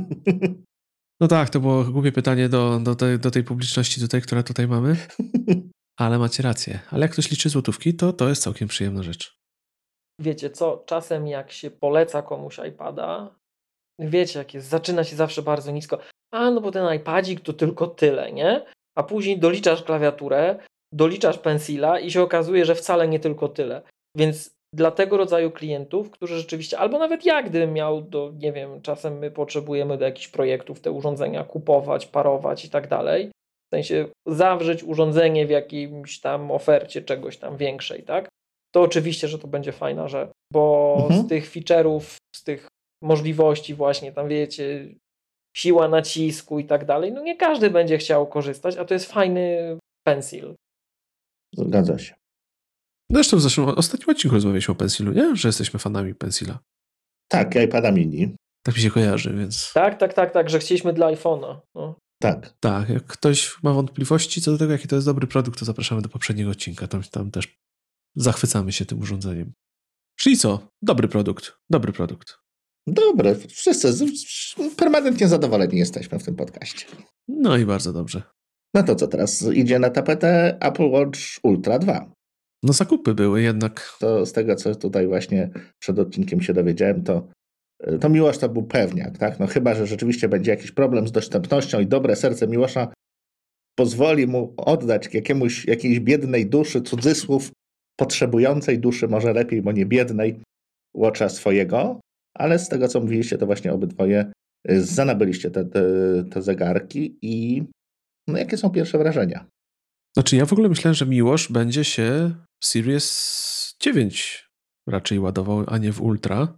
No tak, to było głupie pytanie do, do, tej, do tej publiczności tutaj, która tutaj mamy. Ale macie rację. Ale jak ktoś liczy złotówki, to to jest całkiem przyjemna rzecz. wiecie co, czasem jak się poleca komuś iPada, wiecie jak jest, zaczyna się zawsze bardzo nisko, a no bo ten iPadzik to tylko tyle, nie? A później doliczasz klawiaturę, doliczasz pensila i się okazuje, że wcale nie tylko tyle. Więc dla tego rodzaju klientów, którzy rzeczywiście, albo nawet ja, gdybym miał do, nie wiem, czasem my potrzebujemy do jakichś projektów te urządzenia kupować, parować i tak dalej, w sensie zawrzeć urządzenie w jakimś tam ofercie czegoś tam większej, tak? To oczywiście, że to będzie fajna rzecz, bo Mhm. z tych feature'ów, z tych możliwości właśnie tam wiecie, siła nacisku i tak dalej, no nie każdy będzie chciał korzystać, a to jest fajny pensil. Zgadza się. Zresztą w zeszłym ostatnim odcinku rozmawialiśmy o pensilu, nie? Że jesteśmy fanami pensila. Tak, iPada mini. Tak mi się kojarzy, więc... Tak, tak, tak, tak, że chcieliśmy dla iPhone'a. No. Tak. Tak, jak ktoś ma wątpliwości co do tego, jaki to jest dobry produkt, to zapraszamy do poprzedniego odcinka. Tam, tam też zachwycamy się tym urządzeniem. Czyli co? Dobry produkt. Dobry produkt. Dobre. Wszyscy z- z- permanentnie zadowoleni jesteśmy w tym podcaście. No i bardzo dobrze. No to co teraz? Idzie na tapetę Apple Watch Ultra dwa. No zakupy były jednak. To z tego, co tutaj właśnie przed odcinkiem się dowiedziałem, to, to Miłosz to był pewniak, tak? No chyba, że rzeczywiście będzie jakiś problem z dostępnością i dobre serce Miłosza pozwoli mu oddać jakiemuś, jakiejś biednej duszy, cudzysłów, potrzebującej duszy, może lepiej, bo nie biednej, Watcha swojego, ale z tego, co mówiliście, to właśnie obydwoje y, zanabyliście te, te, te zegarki i no jakie są pierwsze wrażenia? Znaczy ja w ogóle myślałem, że Miłosz będzie się w Series dziewięć raczej ładował, a nie w Ultra.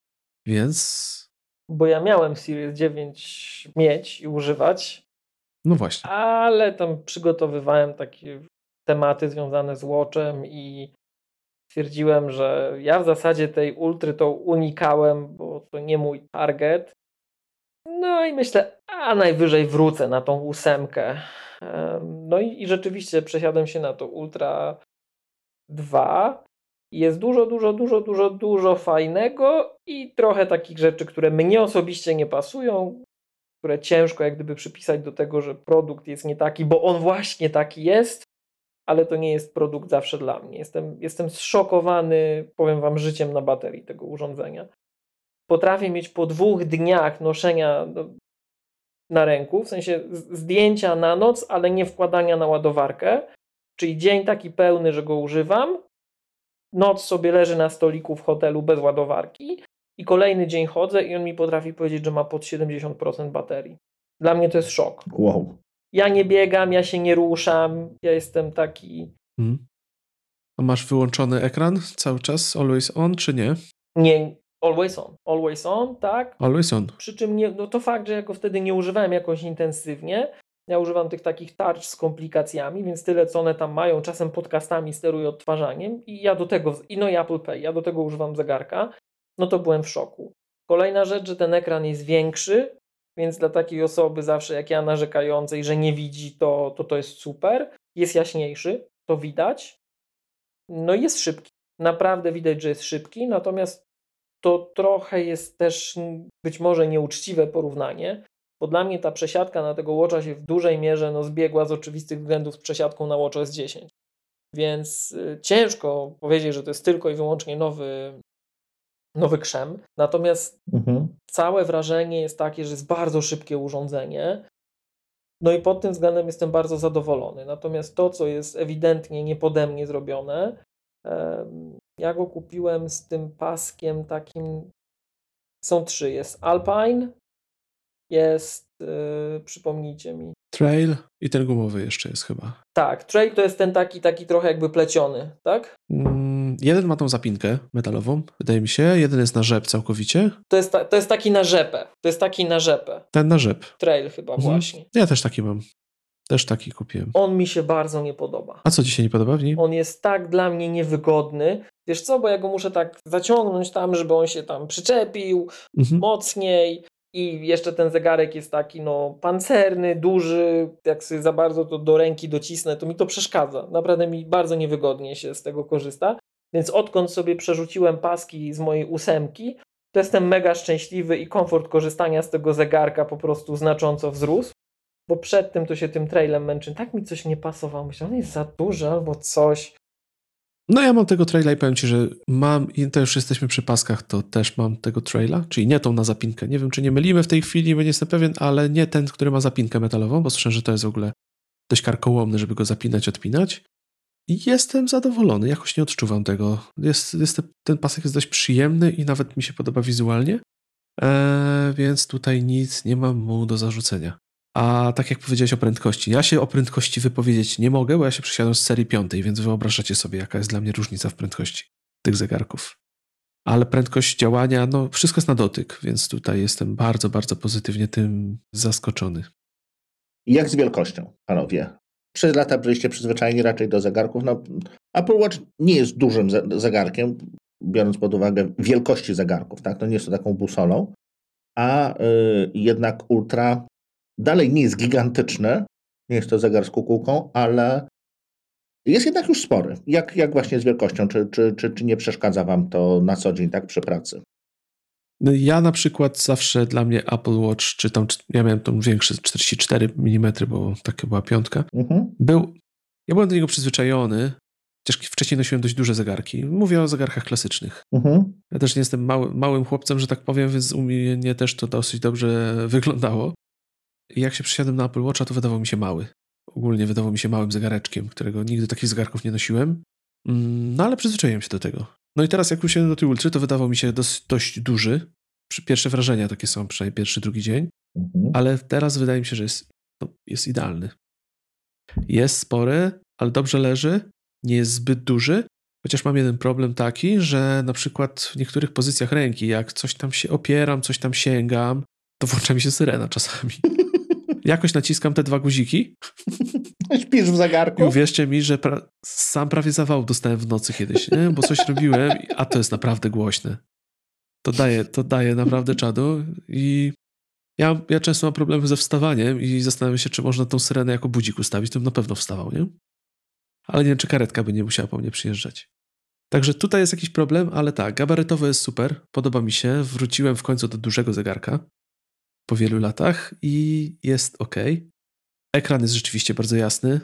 Więc Bo ja miałem Series dziewięć mieć i używać, no właśnie. ale tam przygotowywałem takie tematy związane z Watchem i stwierdziłem, że ja w zasadzie tej Ultry to unikałem, bo to nie mój target. No i myślę, a najwyżej wrócę na tą ósemkę. Em, No i, i rzeczywiście przesiadłem się na to Ultra dwa. Jest dużo, dużo, dużo, dużo, dużo fajnego i trochę takich rzeczy, które mnie osobiście nie pasują, które ciężko jak gdyby przypisać do tego, że produkt jest nie taki, bo on właśnie taki jest, ale to nie jest produkt zawsze dla mnie. Jestem, jestem zszokowany, powiem wam, życiem na baterii tego urządzenia. Potrafię mieć po dwóch dniach noszenia do, na ręku, w sensie z- zdjęcia na noc, ale nie wkładania na ładowarkę, czyli dzień taki pełny, że go używam, noc sobie leży na stoliku w hotelu bez ładowarki i kolejny dzień chodzę i on mi potrafi powiedzieć, że ma pod siedemdziesiąt procent baterii. Dla mnie to jest szok. Wow. Ja nie biegam, ja się nie ruszam, ja jestem taki... Mhm. A masz wyłączony ekran cały czas, always on, czy nie? Nie, always on. Always on, tak. Always on. Przy czym nie, no to fakt, że ja go wtedy nie używałem jakoś intensywnie. Ja używam tych takich tarcz z komplikacjami, więc tyle co one tam mają, czasem podcastami steruję odtwarzaniem i ja do tego, i no i Apple Pay, ja do tego używam zegarka, no to byłem w szoku. Kolejna rzecz, że ten ekran jest większy, więc dla takiej osoby zawsze jak ja narzekającej, że nie widzi, to to, to jest super. Jest jaśniejszy, to widać. No i jest szybki. Naprawdę widać, że jest szybki, natomiast to trochę jest też być może nieuczciwe porównanie, bo dla mnie ta przesiadka na tego Watcha się w dużej mierze no, zbiegła z oczywistych względów z przesiadką na Watch O S dziesięć. Więc y, ciężko powiedzieć, że to jest tylko i wyłącznie nowy, nowy krzem. Natomiast Mhm. całe wrażenie jest takie, że jest bardzo szybkie urządzenie. No i pod tym względem jestem bardzo zadowolony. Natomiast to, co jest ewidentnie nie pode mnie zrobione, em, ja go kupiłem z tym paskiem takim, są trzy, jest Alpine, jest, yy, przypomnijcie mi, Trail i ten gumowy jeszcze jest chyba. tak, Trail to jest ten taki, taki trochę jakby pleciony, tak? Mm, jeden ma tą zapinkę metalową, wydaje mi się. Jeden jest na rzep całkowicie. To jest, ta, to jest taki na rzepę, to jest taki na rzepę, Ten na rzep. Trail chyba Mhm. właśnie. Ja też taki mam. Też taki kupiłem. On mi się bardzo nie podoba. A co ci się nie podoba w nim? On jest tak dla mnie niewygodny. Wiesz co, bo ja go muszę tak zaciągnąć tam, żeby on się tam przyczepił Mhm. mocniej i jeszcze ten zegarek jest taki no pancerny, duży, jak sobie za bardzo to do ręki docisnę, to mi to przeszkadza. Naprawdę mi bardzo niewygodnie się z tego korzysta. Więc odkąd sobie przerzuciłem paski z mojej ósemki, to jestem mega szczęśliwy i komfort korzystania z tego zegarka po prostu znacząco wzrósł. Bo przed tym to się tym trailem męczy. Tak mi coś nie pasowało. Myślę, on jest za duży albo coś. No ja mam tego traila i powiem Ci, że mam, i to już jesteśmy przy paskach, to też mam tego traila, czyli nie tą na zapinkę. Nie wiem, czy nie mylimy w tej chwili, bo nie jestem pewien, ale nie ten, który ma zapinkę metalową, bo słyszę, że to jest w ogóle dość karkołomny, żeby go zapinać, odpinać. I jestem zadowolony, jakoś nie odczuwam tego. Jest, jest, ten pasek jest dość przyjemny i nawet mi się podoba wizualnie, eee, więc tutaj nic nie mam mu do zarzucenia. A tak jak powiedziałeś o prędkości, ja się o prędkości wypowiedzieć nie mogę, bo ja się przesiadłem z serii piątej, więc wyobrażacie sobie, jaka jest dla mnie różnica w prędkości tych zegarków. Ale prędkość działania, no wszystko jest na dotyk, więc tutaj jestem bardzo, bardzo pozytywnie tym zaskoczony. Jak z wielkością, panowie? Przez lata byliście przyzwyczajeni raczej do zegarków. No, Apple Watch nie jest dużym zegarkiem, biorąc pod uwagę wielkości zegarków, tak? No nie jest to taką busolą, a y, jednak Ultra dalej nie jest gigantyczny, nie jest to zegar z kukułką, ale jest jednak już spory. Jak, jak właśnie z wielkością? Czy, czy, czy, czy nie przeszkadza wam to na co dzień, tak, przy pracy? No ja na przykład zawsze dla mnie Apple Watch, czy tam, ja miałem tą większy czterdzieści cztery milimetry, bo taka była piątka, Mhm. był, ja byłem do niego przyzwyczajony, chociaż wcześniej nosiłem dość duże zegarki. Mówię o zegarkach klasycznych. Mhm. Ja też nie jestem mały, małym chłopcem, że tak powiem, więc u mnie też to dosyć dobrze wyglądało. I jak się przesiadłem na Apple Watcha, to wydawał mi się mały. Ogólnie wydawał mi się małym zegareczkiem, którego nigdy takich zegarków nie nosiłem. No ale przyzwyczaiłem się do tego. No i teraz jak usiadłem do tej Ultry, to wydawał mi się dosyć, dość duży. Pierwsze wrażenia takie są, przynajmniej pierwszy, drugi dzień. Mhm. Ale teraz wydaje mi się, że jest, no, jest idealny. Jest spory, ale dobrze leży. Nie jest zbyt duży. Chociaż mam jeden problem taki, że na przykład w niektórych pozycjach ręki, jak coś tam się opieram, coś tam sięgam, to włącza mi się syrena czasami. Jakoś naciskam te dwa guziki. Śpisz w zegarku? I uwierzcie mi, że pra- sam prawie zawał dostałem w nocy kiedyś, nie? Bo coś robiłem, a to jest naprawdę głośne. To daje, to daje naprawdę czadu i ja, ja często mam problemy ze wstawaniem i zastanawiam się, czy można tą syrenę jako budzik ustawić, to bym na pewno wstawał, nie? Ale nie wiem, czy karetka by nie musiała po mnie przyjeżdżać. Także tutaj jest jakiś problem, ale tak, gabarytowo jest super, podoba mi się, wróciłem w końcu do dużego zegarka po wielu latach i jest ok. Ekran jest rzeczywiście bardzo jasny.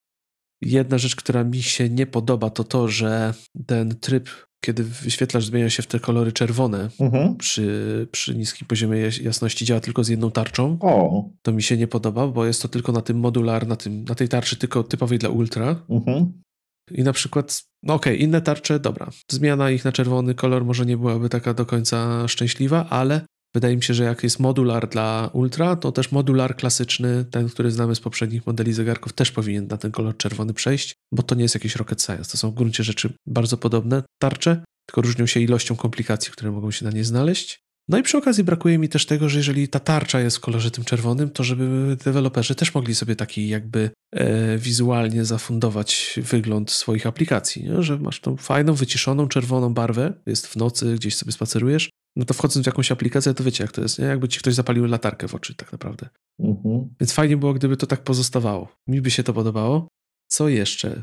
Jedna rzecz, która mi się nie podoba, to to, że ten tryb, kiedy wyświetlacz zmienia się w te kolory czerwone Mhm. przy, przy niskim poziomie jasności, działa tylko z jedną tarczą. O. To mi się nie podoba, bo jest to tylko na tym modular, na, tym, na tej tarczy tylko typowej dla Ultra. Mhm. I na przykład, no okej, okay, inne tarcze, dobra, zmiana ich na czerwony kolor może nie byłaby taka do końca szczęśliwa, ale wydaje mi się, że jak jest modular dla Ultra, to też modular klasyczny, ten, który znamy z poprzednich modeli zegarków, też powinien na ten kolor czerwony przejść, bo to nie jest jakiś rocket science. To są w gruncie rzeczy bardzo podobne tarcze, tylko różnią się ilością komplikacji, które mogą się na nie znaleźć. No i przy okazji brakuje mi też tego, że jeżeli ta tarcza jest w kolorze tym czerwonym, to żeby deweloperzy też mogli sobie taki jakby e, wizualnie zafundować wygląd swoich aplikacji, nie? Że masz tą fajną, wyciszoną, czerwoną barwę, jest w nocy, gdzieś sobie spacerujesz, no to wchodząc w jakąś aplikację, to wiecie jak to jest, nie? Jakby ci ktoś zapalił latarkę w oczy tak naprawdę. Mhm. Więc fajnie było, gdyby to tak pozostawało. Mi by się to podobało. Co jeszcze?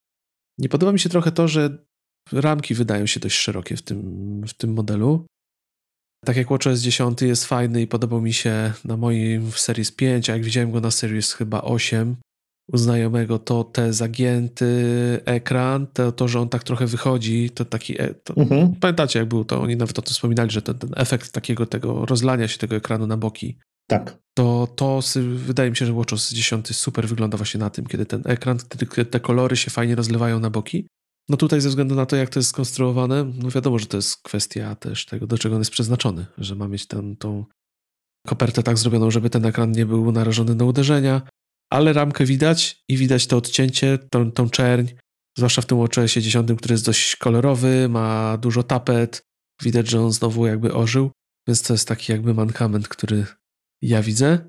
Nie podoba mi się trochę to, że ramki wydają się dość szerokie w tym, w tym modelu. Tak jak WatchOS dziesięć jest fajny i podobał mi się na moim w Series pięć, a jak widziałem go na Series chyba osiem u znajomego, to te zagięty ekran, to, to że on tak trochę wychodzi, to taki... To, Mhm. Pamiętacie jak było to? Oni nawet o tym wspominali, że ten, ten efekt takiego tego rozlania się tego ekranu na boki, Tak. to, to wydaje mi się, że WatchOS dziesięć super wygląda właśnie na tym, kiedy ten ekran, kiedy te kolory się fajnie rozlewają na boki. No tutaj ze względu na to, jak to jest skonstruowane, no wiadomo, że to jest kwestia też tego, do czego on jest przeznaczony, że ma mieć tam tą kopertę tak zrobioną, żeby ten ekran nie był narażony na uderzenia, ale ramkę widać i widać to odcięcie, tą, tą czerń, zwłaszcza w tym WatchOSie dziesięć, który jest dość kolorowy, ma dużo tapet, widać, że on znowu jakby ożył, więc to jest taki jakby mankament, który ja widzę.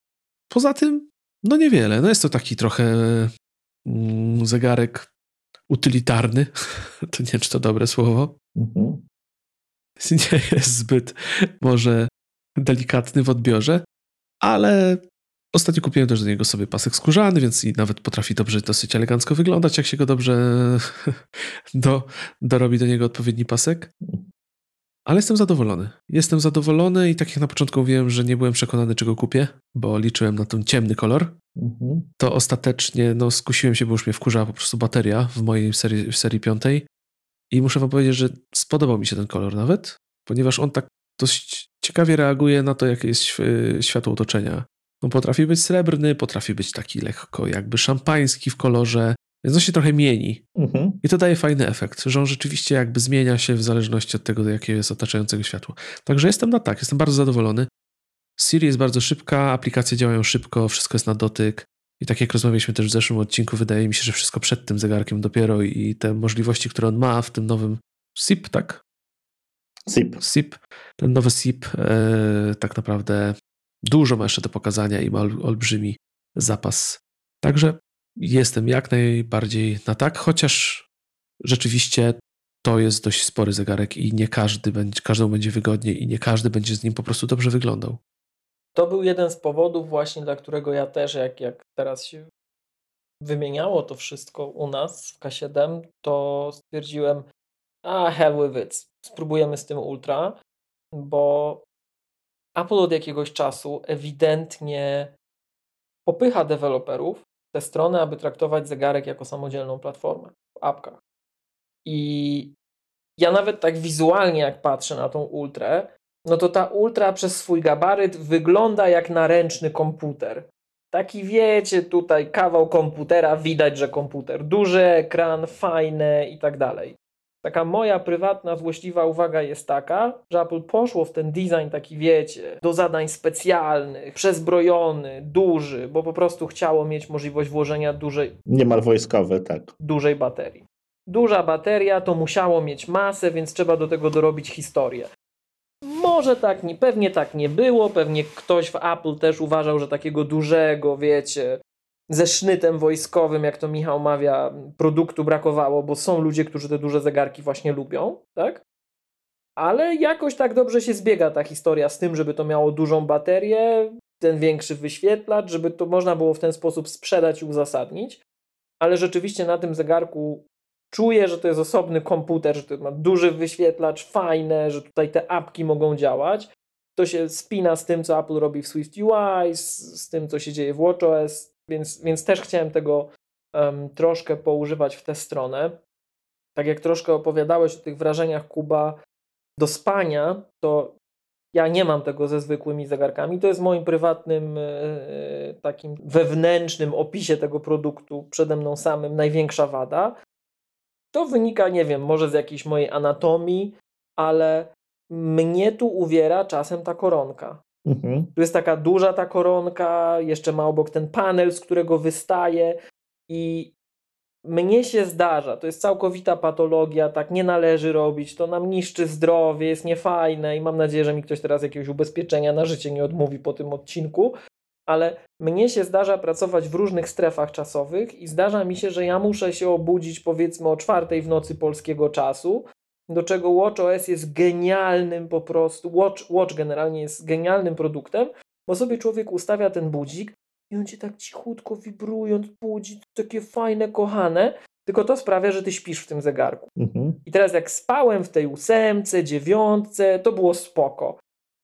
Poza tym, no niewiele, no jest to taki trochę mm, zegarek utylitarny, to nie wiem, czy to dobre słowo. Mhm. Nie jest zbyt może delikatny w odbiorze, ale ostatnio kupiłem też do niego sobie pasek skórzany, więc i nawet potrafi dobrze, dosyć elegancko wyglądać, jak się go dobrze do, dorobi do niego odpowiedni pasek. Ale jestem zadowolony. Jestem zadowolony i tak jak na początku mówiłem, że nie byłem przekonany, czego kupię, bo liczyłem na ten ciemny kolor, mhm. to ostatecznie no, skusiłem się, bo już mnie wkurza po prostu bateria w mojej serii, w serii piątej i muszę wam powiedzieć, że spodobał mi się ten kolor nawet, ponieważ on tak dość ciekawie reaguje na to, jakie jest światło otoczenia. On potrafi być srebrny, potrafi być taki lekko jakby szampański w kolorze, więc on się trochę mieni. Mhm. I to daje fajny efekt, że on rzeczywiście jakby zmienia się w zależności od tego, jakie jest otaczającego światło. Także jestem na tak, jestem bardzo zadowolony. Siri jest bardzo szybka, aplikacje działają szybko, wszystko jest na dotyk. I tak jak rozmawialiśmy też w zeszłym odcinku, wydaje mi się, że wszystko przed tym zegarkiem dopiero i te możliwości, które on ma w tym nowym S I P, tak? S I P. S I P. Ten nowy S I P e, tak naprawdę dużo ma jeszcze do pokazania i ma ol, olbrzymi zapas. Także jestem jak najbardziej na tak, chociaż rzeczywiście to jest dość spory zegarek i nie każdy będzie, każdemu będzie wygodniej i nie każdy będzie z nim po prostu dobrze wyglądał. To był jeden z powodów właśnie, dla którego ja też, jak, jak teraz się wymieniało to wszystko u nas w K siedem, to stwierdziłem, a hell with it, spróbujemy z tym Ultra, bo Apple od jakiegoś czasu ewidentnie popycha deweloperów w tę stronę, aby traktować zegarek jako samodzielną platformę w apkach. I ja nawet tak wizualnie jak patrzę na tą Ultrę, no to ta Ultra przez swój gabaryt wygląda jak naręczny komputer. Taki wiecie, tutaj kawał komputera, widać, że komputer. Duży ekran, fajne i tak dalej. Taka moja prywatna, złośliwa uwaga jest taka, że Apple poszło w ten design taki, wiecie, do zadań specjalnych, przezbrojony, duży, bo po prostu chciało mieć możliwość włożenia dużej... Niemal wojskowy, tak. Dużej baterii. Duża bateria to musiało mieć masę, więc trzeba do tego dorobić historię. Może tak, nie, pewnie tak nie było, pewnie ktoś w Apple też uważał, że takiego dużego, wiecie, ze sznytem wojskowym, jak to Michał mawia, produktu brakowało, bo są ludzie, którzy te duże zegarki właśnie lubią, tak? Ale jakoś tak dobrze się zbiega ta historia z tym, żeby to miało dużą baterię, ten większy wyświetlacz, żeby to można było w ten sposób sprzedać i uzasadnić. Ale rzeczywiście na tym zegarku czuję, że to jest osobny komputer, że to ma duży wyświetlacz, fajne, że tutaj te apki mogą działać. To się spina z tym, co Apple robi w SwiftUI, z, z tym, co się dzieje w watchOS, więc, więc też chciałem tego um, troszkę poużywać w tę stronę. Tak jak troszkę opowiadałeś o tych wrażeniach, Kuba, do spania, to ja nie mam tego ze zwykłymi zegarkami. To jest w moim prywatnym, yy, takim wewnętrznym opisie tego produktu przede mną samym największa wada. To wynika, nie wiem, może z jakiejś mojej anatomii, ale mnie tu uwiera czasem ta koronka. Mhm. Tu jest taka duża ta koronka, jeszcze ma obok ten panel, z którego wystaje i mnie się zdarza, to jest całkowita patologia, tak nie należy robić, to nam niszczy zdrowie, jest niefajne i mam nadzieję, że mi ktoś teraz jakiegoś ubezpieczenia na życie nie odmówi po tym odcinku, ale mnie się zdarza pracować w różnych strefach czasowych i zdarza mi się, że ja muszę się obudzić powiedzmy o czwartej w nocy polskiego czasu, do czego watchOS jest genialnym po prostu, Watch, Watch generalnie jest genialnym produktem, bo sobie człowiek ustawia ten budzik i on cię tak cichutko wibrując budzi, takie fajne, kochane, tylko to sprawia, że ty śpisz w tym zegarku. Mhm. I teraz jak spałem w tej ósemce, dziewiątce, to było spoko.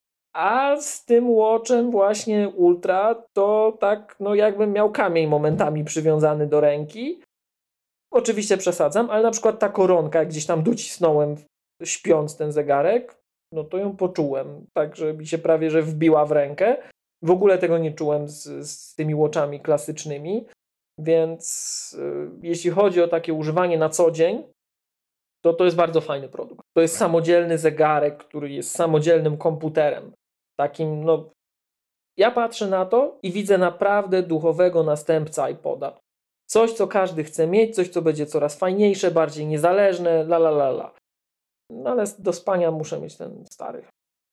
A z tym Watchem właśnie Ultra to tak, no jakbym miał kamień momentami przywiązany do ręki. Oczywiście przesadzam, ale na przykład ta koronka, jak gdzieś tam docisnąłem śpiąc ten zegarek, no to ją poczułem, tak, że mi się prawie że wbiła w rękę. W ogóle tego nie czułem z, z tymi watchami klasycznymi, więc y, jeśli chodzi o takie używanie na co dzień, to to jest bardzo fajny produkt. To jest samodzielny zegarek, który jest samodzielnym komputerem. Takim, no, ja patrzę na to i widzę naprawdę duchowego następcę iPoda. Coś, co każdy chce mieć, coś, co będzie coraz fajniejsze, bardziej niezależne, la la la la. No ale do spania muszę mieć ten stary.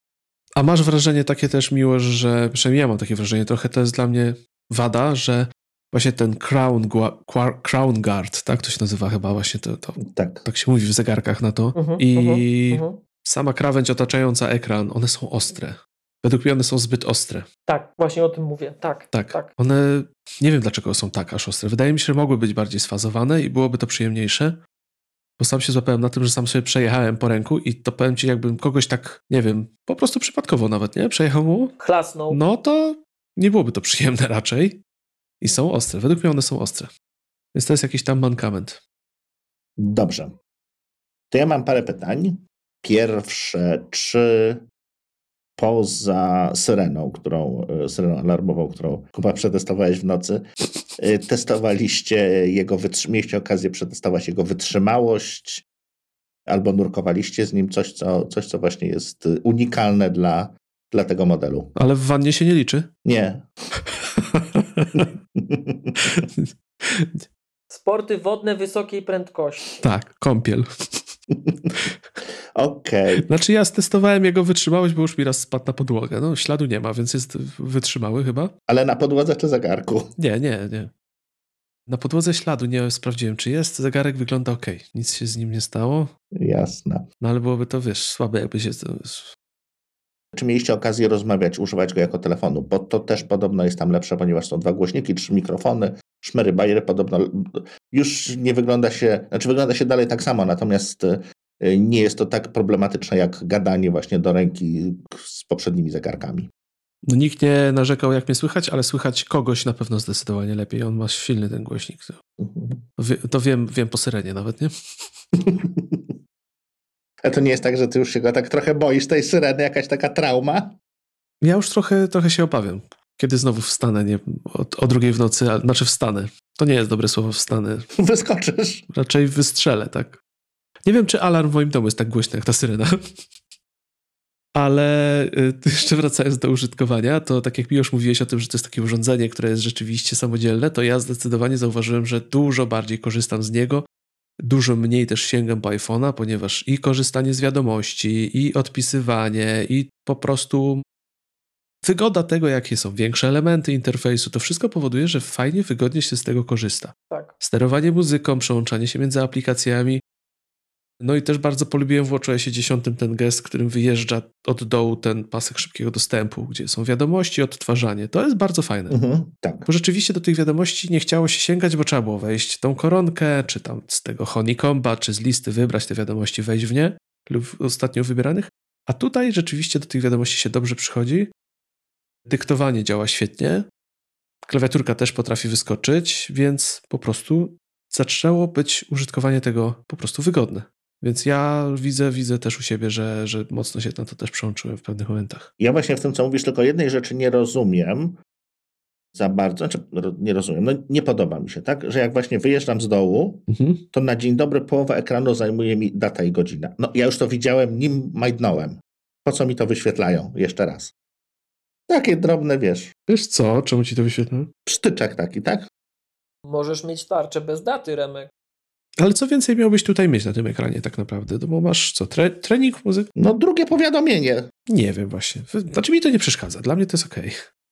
A masz wrażenie takie też, Miłosz, że, przynajmniej ja mam takie wrażenie, trochę to jest dla mnie wada, że właśnie ten Crown, crown Guard, tak to się nazywa chyba właśnie, to, to tak. tak się mówi w zegarkach na to uh-huh, i uh-huh, uh-huh. sama krawędź otaczająca ekran, one są ostre. Według mnie one są zbyt ostre. Tak, właśnie o tym mówię, tak, tak. tak. One, nie wiem dlaczego są tak aż ostre. Wydaje mi się, że mogły być bardziej sfazowane i byłoby to przyjemniejsze. Bo sam się złapałem na tym, że sam sobie przejechałem po ręku i to powiem ci, jakbym kogoś tak, nie wiem, po prostu przypadkowo nawet, nie? Przejechał mu. Chlasnął. No to nie byłoby to przyjemne raczej. I są ostre. Według mnie one są ostre. Więc to jest jakiś tam mankament. Dobrze. To ja mam parę pytań. Pierwsze, czy poza syreną, którą, syreną alarmową, którą Kuba przetestowałeś w nocy, testowaliście jego, mieliście okazję przetestować jego wytrzymałość, albo nurkowaliście z nim coś, co, coś, co właśnie jest unikalne dla, dla tego modelu. Ale w wannie się nie liczy? Nie. Sporty wodne wysokiej prędkości. Tak, kąpiel. Okej. Okay. Znaczy ja stestowałem jego wytrzymałość, bo już mi raz spadł na podłogę. No śladu nie ma, więc jest wytrzymały chyba. Ale na podłodze czy zegarku? Nie, nie, nie. Na podłodze śladu nie sprawdziłem, czy jest. Zegarek wygląda ok. Nic się z nim nie stało. Jasne. No ale byłoby to, wiesz, słabe jakby się... Czy mieliście okazję rozmawiać, używać go jako telefonu? Bo to też podobno jest tam lepsze, ponieważ są dwa głośniki, trzy mikrofony, szmery, bajery, podobno już nie wygląda się, znaczy wygląda się dalej tak samo, natomiast nie jest to tak problematyczne jak gadanie właśnie do ręki z poprzednimi zegarkami. No nikt nie narzekał, jak mnie słychać, ale słychać kogoś na pewno zdecydowanie lepiej. On ma silny ten głośnik. Mhm. To, to wiem, wiem po syrenie nawet, nie? A to nie jest tak, że ty już się go tak trochę boisz tej syreny, jakaś taka trauma? Ja już trochę, trochę się obawiam. Kiedy znowu wstanę, nie, o, o drugiej w nocy, a, znaczy wstanę. To nie jest dobre słowo, wstanę. Wyskoczysz. Raczej wystrzelę, tak. Nie wiem, czy alarm w moim domu jest tak głośny jak ta syrena. Ale y, jeszcze wracając do użytkowania, to tak jak mi już mówiłeś o tym, że to jest takie urządzenie, które jest rzeczywiście samodzielne, to ja zdecydowanie zauważyłem, że dużo bardziej korzystam z niego. Dużo mniej też sięgam po iPhone'a, ponieważ i korzystanie z wiadomości, i odpisywanie, i po prostu wygoda tego, jakie są większe elementy interfejsu, to wszystko powoduje, że fajnie, wygodnie się z tego korzysta. Tak. Sterowanie muzyką, przełączanie się między aplikacjami. No i też bardzo polubiłem w WatchOSie dziesięć ten gest, którym wyjeżdża od dołu ten pasek szybkiego dostępu, gdzie są wiadomości, odtwarzanie. To jest bardzo fajne. Mhm, tak. Bo rzeczywiście do tych wiadomości nie chciało się sięgać, bo trzeba było wejść w tą koronkę, czy tam z tego honeycomba, czy z listy wybrać te wiadomości, wejść w nie, lub ostatnio wybieranych. A tutaj rzeczywiście do tych wiadomości się dobrze przychodzi. Dyktowanie działa świetnie. Klawiaturka też potrafi wyskoczyć, więc po prostu zaczęło być użytkowanie tego po prostu wygodne. Więc ja widzę, widzę też u siebie, że, że mocno się na to też przełączyłem w pewnych momentach. Ja właśnie w tym, co mówisz, tylko jednej rzeczy nie rozumiem za bardzo, znaczy nie rozumiem, no nie podoba mi się, tak? Że jak właśnie wyjeżdżam z dołu, mhm. to na dzień dobry połowa ekranu zajmuje mi data i godzina. No ja już to widziałem, nim majdnąłem. Po co mi to wyświetlają? Jeszcze raz. Takie drobne, wiesz. Wiesz co? Czemu ci to wyświetla? Psztyczek taki, tak? Możesz mieć tarczę bez daty, Remek. Ale co więcej miałbyś tutaj mieć na tym ekranie tak naprawdę? No bo masz co, tre- trening, muzykę? No drugie powiadomienie. Nie wiem właśnie. Znaczy mi to nie przeszkadza. Dla mnie to jest okej.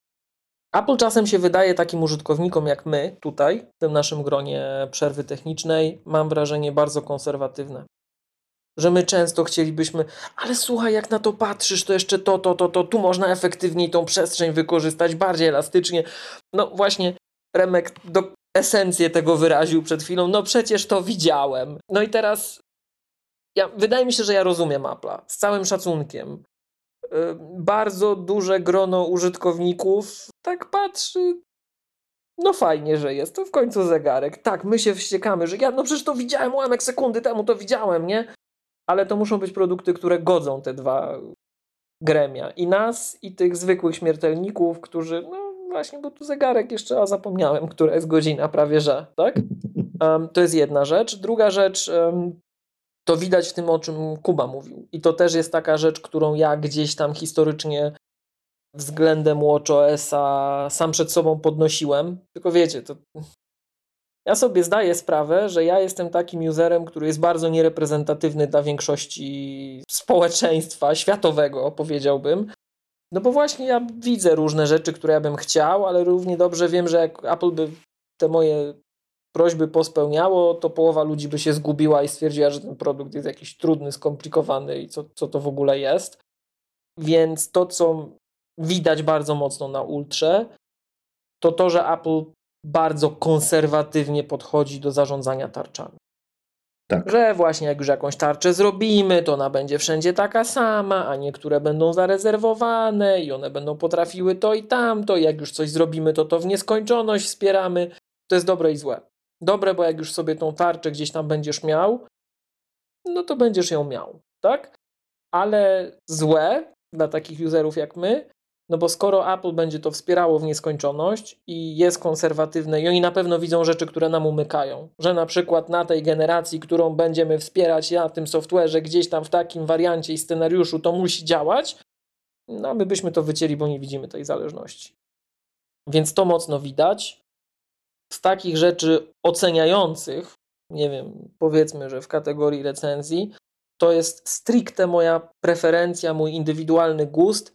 Okay. Apple czasem się wydaje takim użytkownikom jak my tutaj, w tym naszym gronie przerwy technicznej, mam wrażenie bardzo konserwatywne. Że my często chcielibyśmy, ale słuchaj, jak na to patrzysz, to jeszcze to, to, to, to, tu można efektywniej tą przestrzeń wykorzystać, bardziej elastycznie. No właśnie, Remek do esencję tego wyraził przed chwilą, no przecież to widziałem. No i teraz, ja, wydaje mi się, że ja rozumiem Apple'a, z całym szacunkiem. Yy, bardzo duże grono użytkowników tak patrzy, no fajnie, że jest, to w końcu zegarek. Tak, my się wściekamy, że ja, no przecież to widziałem, ułamek sekundy temu to widziałem, nie? Ale to muszą być produkty, które godzą te dwa gremia. I nas, i tych zwykłych śmiertelników, którzy, no właśnie, bo tu zegarek jeszcze, a zapomniałem, która jest godzina prawie, że, tak? Um, to jest jedna rzecz. Druga rzecz, um, to widać w tym, o czym Kuba mówił. I to też jest taka rzecz, którą ja gdzieś tam historycznie względem WatchOS-a sam przed sobą podnosiłem. Tylko wiecie, to... Ja sobie zdaję sprawę, że ja jestem takim userem, który jest bardzo niereprezentatywny dla większości społeczeństwa światowego, powiedziałbym. No bo właśnie ja widzę różne rzeczy, które ja bym chciał, ale równie dobrze wiem, że jak Apple by te moje prośby pospełniało, to połowa ludzi by się zgubiła i stwierdziła, że ten produkt jest jakiś trudny, skomplikowany i co, co to w ogóle jest. Więc to, co widać bardzo mocno na Ultrze, to to, że Apple bardzo konserwatywnie podchodzi do zarządzania tarczami. Tak. Że właśnie jak już jakąś tarczę zrobimy, to ona będzie wszędzie taka sama, a niektóre będą zarezerwowane i one będą potrafiły to i tamto. I jak już coś zrobimy, to to w nieskończoność wspieramy. To jest dobre i złe. Dobre, bo jak już sobie tą tarczę gdzieś tam będziesz miał, no to będziesz ją miał, tak? Ale złe dla takich userów jak my, no bo skoro Apple będzie to wspierało w nieskończoność i jest konserwatywne i oni na pewno widzą rzeczy, które nam umykają, że na przykład na tej generacji, którą będziemy wspierać na tym software'ze gdzieś tam w takim wariancie i scenariuszu to musi działać, no my byśmy to wycięli, bo nie widzimy tej zależności. Więc to mocno widać. Z takich rzeczy oceniających, nie wiem, powiedzmy, że w kategorii recenzji, to jest stricte moja preferencja, mój indywidualny gust.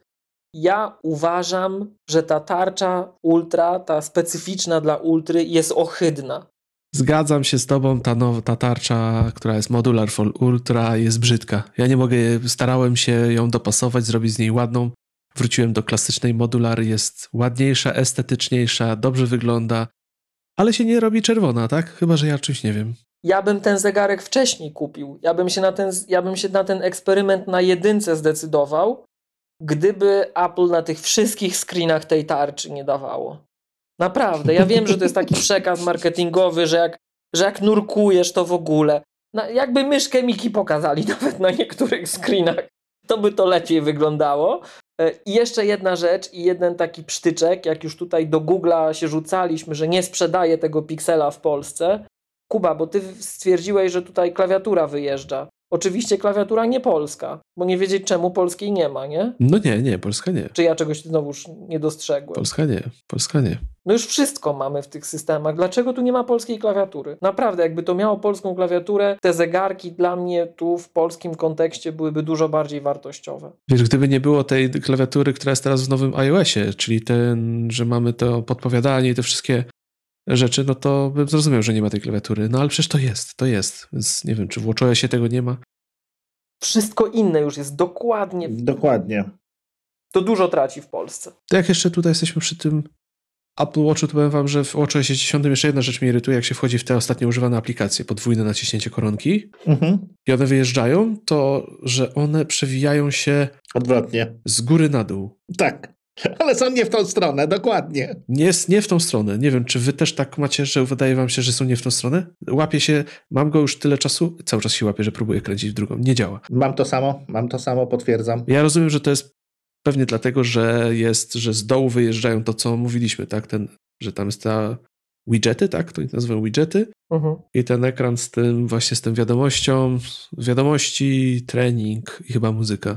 Ja uważam, że ta tarcza ultra, ta specyficzna dla ultry jest ohydna. Zgadzam się z tobą, ta, now, ta tarcza, która jest Modular for Ultra, jest brzydka. Ja nie mogę, starałem się ją dopasować, zrobić z niej ładną. Wróciłem do klasycznej Modular, jest ładniejsza, estetyczniejsza, dobrze wygląda, ale się nie robi czerwona, tak? Chyba że ja czymś nie wiem. Ja bym ten zegarek wcześniej kupił. Ja bym się na ten, ja bym się na ten eksperyment na jedynce zdecydował, gdyby Apple na tych wszystkich screenach tej tarczy nie dawało. Naprawdę. Ja wiem, że to jest taki przekaz marketingowy, że jak, że jak nurkujesz, to w ogóle. Na, jakby myszkę Miki pokazali nawet na niektórych screenach, to by to lepiej wyglądało. I jeszcze jedna rzecz i jeden taki psztyczek, jak już tutaj do Google'a się rzucaliśmy, że nie sprzedaje tego Pixela w Polsce. Kuba, bo ty stwierdziłeś, że tutaj klawiatura wyjeżdża. Oczywiście klawiatura nie polska, bo nie wiedzieć czemu polskiej nie ma, nie? No nie, nie, Polska nie. Czy ja czegoś znowuż nie dostrzegłem? Polska nie, Polska nie. No już wszystko mamy w tych systemach. Dlaczego tu nie ma polskiej klawiatury? Naprawdę, jakby to miało polską klawiaturę, te zegarki dla mnie tu w polskim kontekście byłyby dużo bardziej wartościowe. Wiesz, gdyby nie było tej klawiatury, która jest teraz w nowym iOSie, czyli ten, że mamy to podpowiadanie i te wszystkie rzeczy, no to bym zrozumiał, że nie ma tej klawiatury. No ale przecież to jest, to jest. Więc nie wiem, czy w WatchOSie tego nie ma. Wszystko inne już jest dokładnie. Dokładnie. To dużo traci w Polsce. To jak jeszcze tutaj jesteśmy przy tym Apple Watchu, to powiem wam, że w WatchOSie dziesięć jeszcze jedna rzecz mnie irytuje, jak się wchodzi w te ostatnio używane aplikacje, podwójne naciśnięcie koronki Mhm. i one wyjeżdżają, to że one przewijają się Odwrotnie. z góry na dół. Tak. Ale są nie w tą stronę, dokładnie. Nie, nie w tą stronę. Nie wiem, czy wy też tak macie, że wydaje wam się, że są nie w tą stronę? Łapie się, mam go już tyle czasu, cały czas się łapie, że próbuję kręcić w drugą. Nie działa. Mam to samo, mam to samo, potwierdzam. Ja rozumiem, że to jest pewnie dlatego, że jest, że z dołu wyjeżdżają to, co mówiliśmy, tak? Ten, że tam jest ta widgety, tak? To nazywam widgety. Mhm. I ten ekran z tym, właśnie z tym wiadomością, wiadomości, trening i chyba muzyka.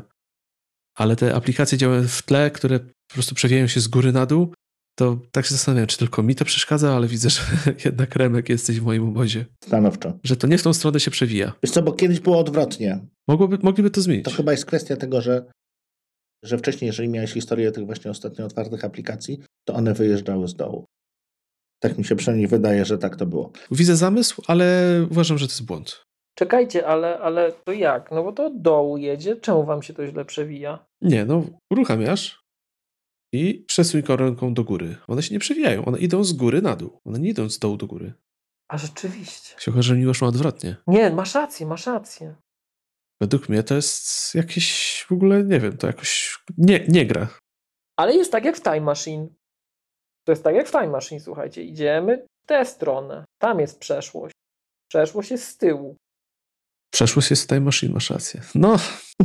Ale te aplikacje działają w tle, które po prostu przewijają się z góry na dół, to tak się zastanawiam, czy tylko mi to przeszkadza, ale widzę, że jednak Remek jesteś w moim obozie. Stanowczo. Że to nie w tą stronę się przewija. Wiesz co, bo kiedyś było odwrotnie. Mogłoby, mogliby to zmienić. To chyba jest kwestia tego, że, że wcześniej, jeżeli miałeś historię tych właśnie ostatnio otwartych aplikacji, to one wyjeżdżały z dołu. Tak mi się przynajmniej wydaje, że tak to było. Widzę zamysł, ale uważam, że to jest błąd. Czekajcie, ale, ale to jak? No bo to od dołu jedzie. Czemu wam się to źle przewija? Nie, no uruchamiasz i przesuń koronką do góry. One się nie przewijają, one idą z góry na dół. One nie idą z dołu do góry. A rzeczywiście. Się okaże, że Miłosz ma odwrotnie. Nie, masz rację, masz rację. Według mnie to jest jakieś, w ogóle nie wiem, to jakoś nie, nie gra. Ale jest tak jak w Time Machine. To jest tak jak w Time Machine, słuchajcie. Idziemy w tę stronę. Tam jest przeszłość. Przeszłość jest z tyłu. Przeszłość jest Time Machine, masz rację. No,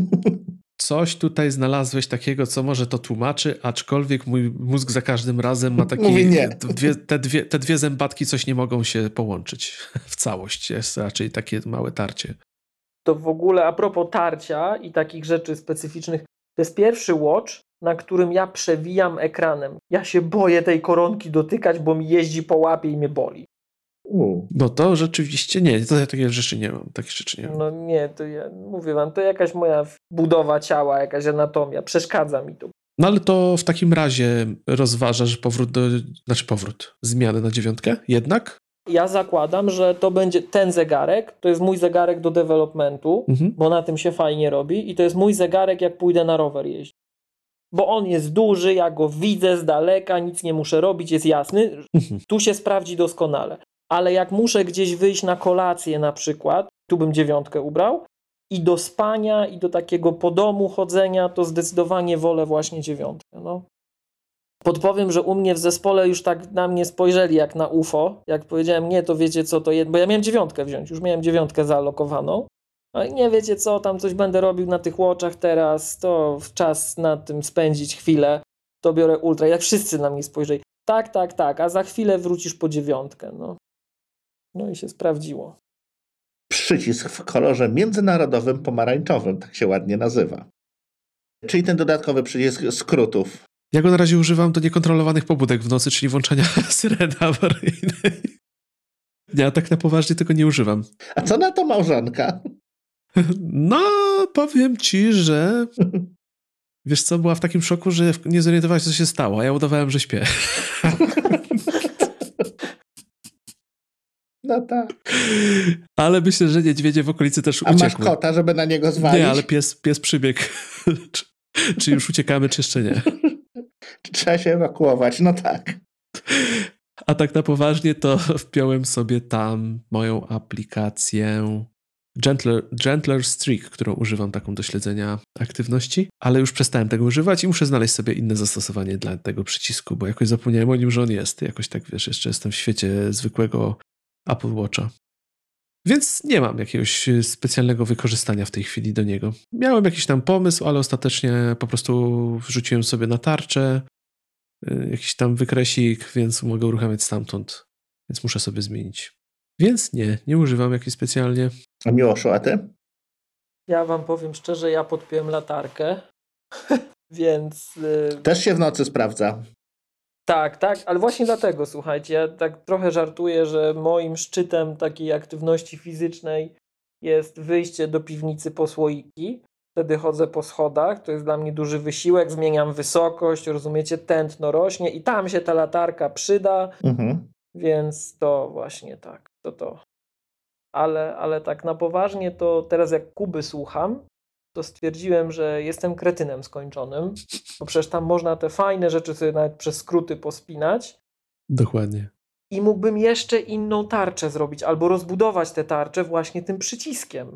coś tutaj znalazłeś takiego, co może to tłumaczy, aczkolwiek mój mózg za każdym razem ma takie... Mówi nie. Dwie, te, dwie, te dwie zębatki coś nie mogą się połączyć w całość. Jest raczej takie małe tarcie. To w ogóle a propos tarcia i takich rzeczy specyficznych, to jest pierwszy watch, na którym ja przewijam ekranem. Ja się boję tej koronki dotykać, bo mi jeździ po łapie i mnie boli. U. No to rzeczywiście nie, to ja takie rzeczy nie mam. Takich rzeczy nie mam. No nie, to ja mówię wam, to jakaś moja budowa ciała, jakaś anatomia, przeszkadza mi to. No ale to w takim razie rozważasz powrót do, znaczy powrót, zmiany na dziewiątkę jednak? Ja zakładam, że to będzie ten zegarek, to jest mój zegarek do developmentu, Mhm. bo na tym się fajnie robi i to jest mój zegarek, jak pójdę na rower jeździć. Bo on jest duży, ja go widzę z daleka, nic nie muszę robić, jest jasny, Mhm. tu się sprawdzi doskonale. Ale jak muszę gdzieś wyjść na kolację na przykład, tu bym dziewiątkę ubrał. I do spania, i do takiego po domu chodzenia, to zdecydowanie wolę właśnie dziewiątkę. No. Podpowiem, że u mnie w zespole już tak na mnie spojrzeli jak na U F O. Jak powiedziałem nie, to wiecie co to jest, bo ja miałem dziewiątkę wziąć, już miałem dziewiątkę zaalokowaną. Ale nie wiecie co, tam coś będę robił na tych watchach teraz, to czas na tym spędzić chwilę, to biorę ultra. Jak wszyscy na mnie spojrzeli, tak, tak, tak, a za chwilę wrócisz po dziewiątkę. No, no i się sprawdziło. Przycisk w kolorze międzynarodowym pomarańczowym, tak się ładnie nazywa. Czyli ten dodatkowy przycisk skrótów. Ja go na razie używam do niekontrolowanych pobudek w nocy, czyli włączania syreny awaryjnej. Ja tak na poważnie tego nie używam. A co na to małżonka? No, powiem ci, że wiesz co, była w takim szoku, że nie zorientowała się, co się stało, a ja udawałem, że śpię. No tak. Ale myślę, że niedźwiedzie w okolicy też A uciekły. masz kota, żeby na niego zwalić? Nie, ale pies, pies przybiegł. czy, czy już uciekamy, czy jeszcze nie? Trzeba się ewakuować, no tak. A tak na poważnie to wpiąłem sobie tam moją aplikację Gentler, Gentler Streak, którą używam taką do śledzenia aktywności, ale już przestałem tego używać i muszę znaleźć sobie inne zastosowanie dla tego przycisku, bo jakoś zapomniałem o nim, że on jest. Jakoś tak, wiesz, jeszcze jestem w świecie zwykłego Apple Watcha. Więc nie mam jakiegoś specjalnego wykorzystania w tej chwili do niego. Miałem jakiś tam pomysł, ale ostatecznie po prostu wrzuciłem sobie na tarczę jakiś tam wykresik, więc mogę uruchamiać stamtąd. Więc muszę sobie zmienić. Więc nie, nie używam jakiejś specjalnie. A Miłoszu, a ty? Ja wam powiem szczerze, ja podpiąłem latarkę, więc... Yy... Też się w nocy sprawdza. Tak, tak, ale właśnie dlatego, słuchajcie, ja tak trochę żartuję, że moim szczytem takiej aktywności fizycznej jest wyjście do piwnicy po słoiki. Wtedy chodzę po schodach, to jest dla mnie duży wysiłek, zmieniam wysokość, rozumiecie, tętno rośnie i tam się ta latarka przyda, Mhm. więc to właśnie tak, to to. Ale, ale tak na poważnie to teraz jak Kuby słucham, to stwierdziłem, że jestem kretynem skończonym, bo przecież tam można te fajne rzeczy sobie nawet przez skróty pospinać. Dokładnie. I mógłbym jeszcze inną tarczę zrobić, albo rozbudować tę tarczę właśnie tym przyciskiem.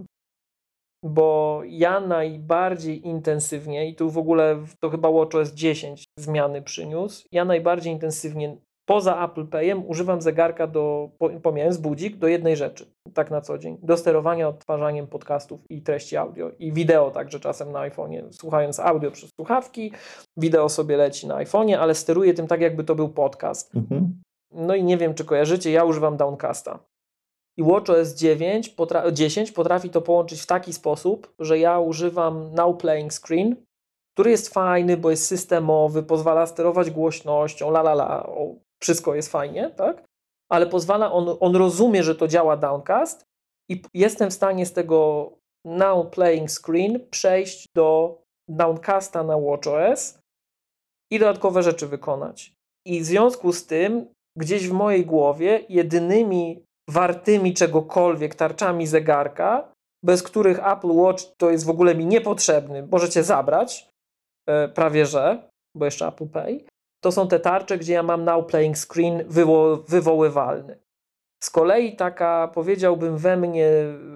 Bo ja najbardziej intensywnie, i tu w ogóle to chyba WatchOS dziesięć zmiany przyniósł, ja najbardziej intensywnie poza Apple Payem używam zegarka do, pomijając budzik, do jednej rzeczy, tak na co dzień, do sterowania odtwarzaniem podcastów i treści audio i wideo także czasem na iPhone'ie, słuchając audio przez słuchawki, wideo sobie leci na iPhone'ie, ale steruję tym tak jakby to był podcast. Mhm. No i nie wiem czy kojarzycie, ja używam Downcasta. I WatchOS dziewięć, potra- dziesięć potrafi to połączyć w taki sposób, że ja używam Now Playing Screen, który jest fajny, bo jest systemowy, pozwala sterować głośnością, la la la, o, wszystko jest fajnie, tak? Ale pozwala, on, on rozumie, że to działa Downcast i jestem w stanie z tego Now Playing Screen przejść do Downcasta na WatchOS i dodatkowe rzeczy wykonać. I w związku z tym gdzieś w mojej głowie jedynymi wartymi czegokolwiek tarczami zegarka, bez których Apple Watch to jest w ogóle mi niepotrzebny, możecie zabrać, e, prawie że, bo jeszcze Apple Pay, to są te tarcze, gdzie ja mam Now Playing Screen wywo- wywoływalny. Z kolei taka, powiedziałbym, we mnie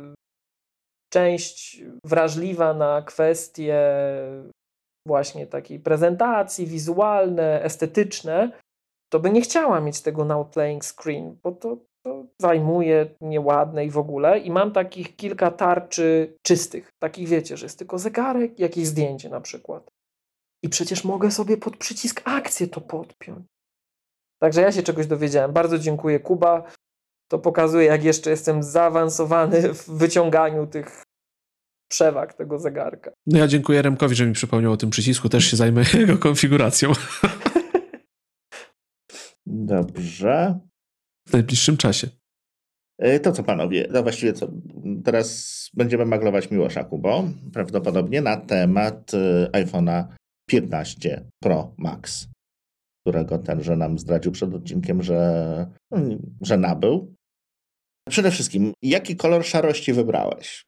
część wrażliwa na kwestie właśnie takiej prezentacji, wizualne, estetyczne, to by nie chciała mieć tego Now Playing Screen, bo to to zajmuje nieładne i w ogóle. I mam takich kilka tarczy czystych. Takich wiecie, że jest tylko zegarek, jakieś zdjęcie na przykład. I przecież mogę sobie pod przycisk akcję to podpiąć. Także ja się czegoś dowiedziałem. Bardzo dziękuję, Kuba. To pokazuje, jak jeszcze jestem zaawansowany w wyciąganiu tych przewag tego zegarka. No ja dziękuję Remkowi, że mi przypomniał o tym przycisku. Też się zajmę jego konfiguracją. Dobrze. W najbliższym czasie. To co panowie, no właściwie co, teraz będziemy maglować Miłosza Kubo, prawdopodobnie na temat iPhone'a piętnaście Pro Max, którego tenże nam zdradził przed odcinkiem, że, że nabył. Przede wszystkim, jaki kolor szarości wybrałeś?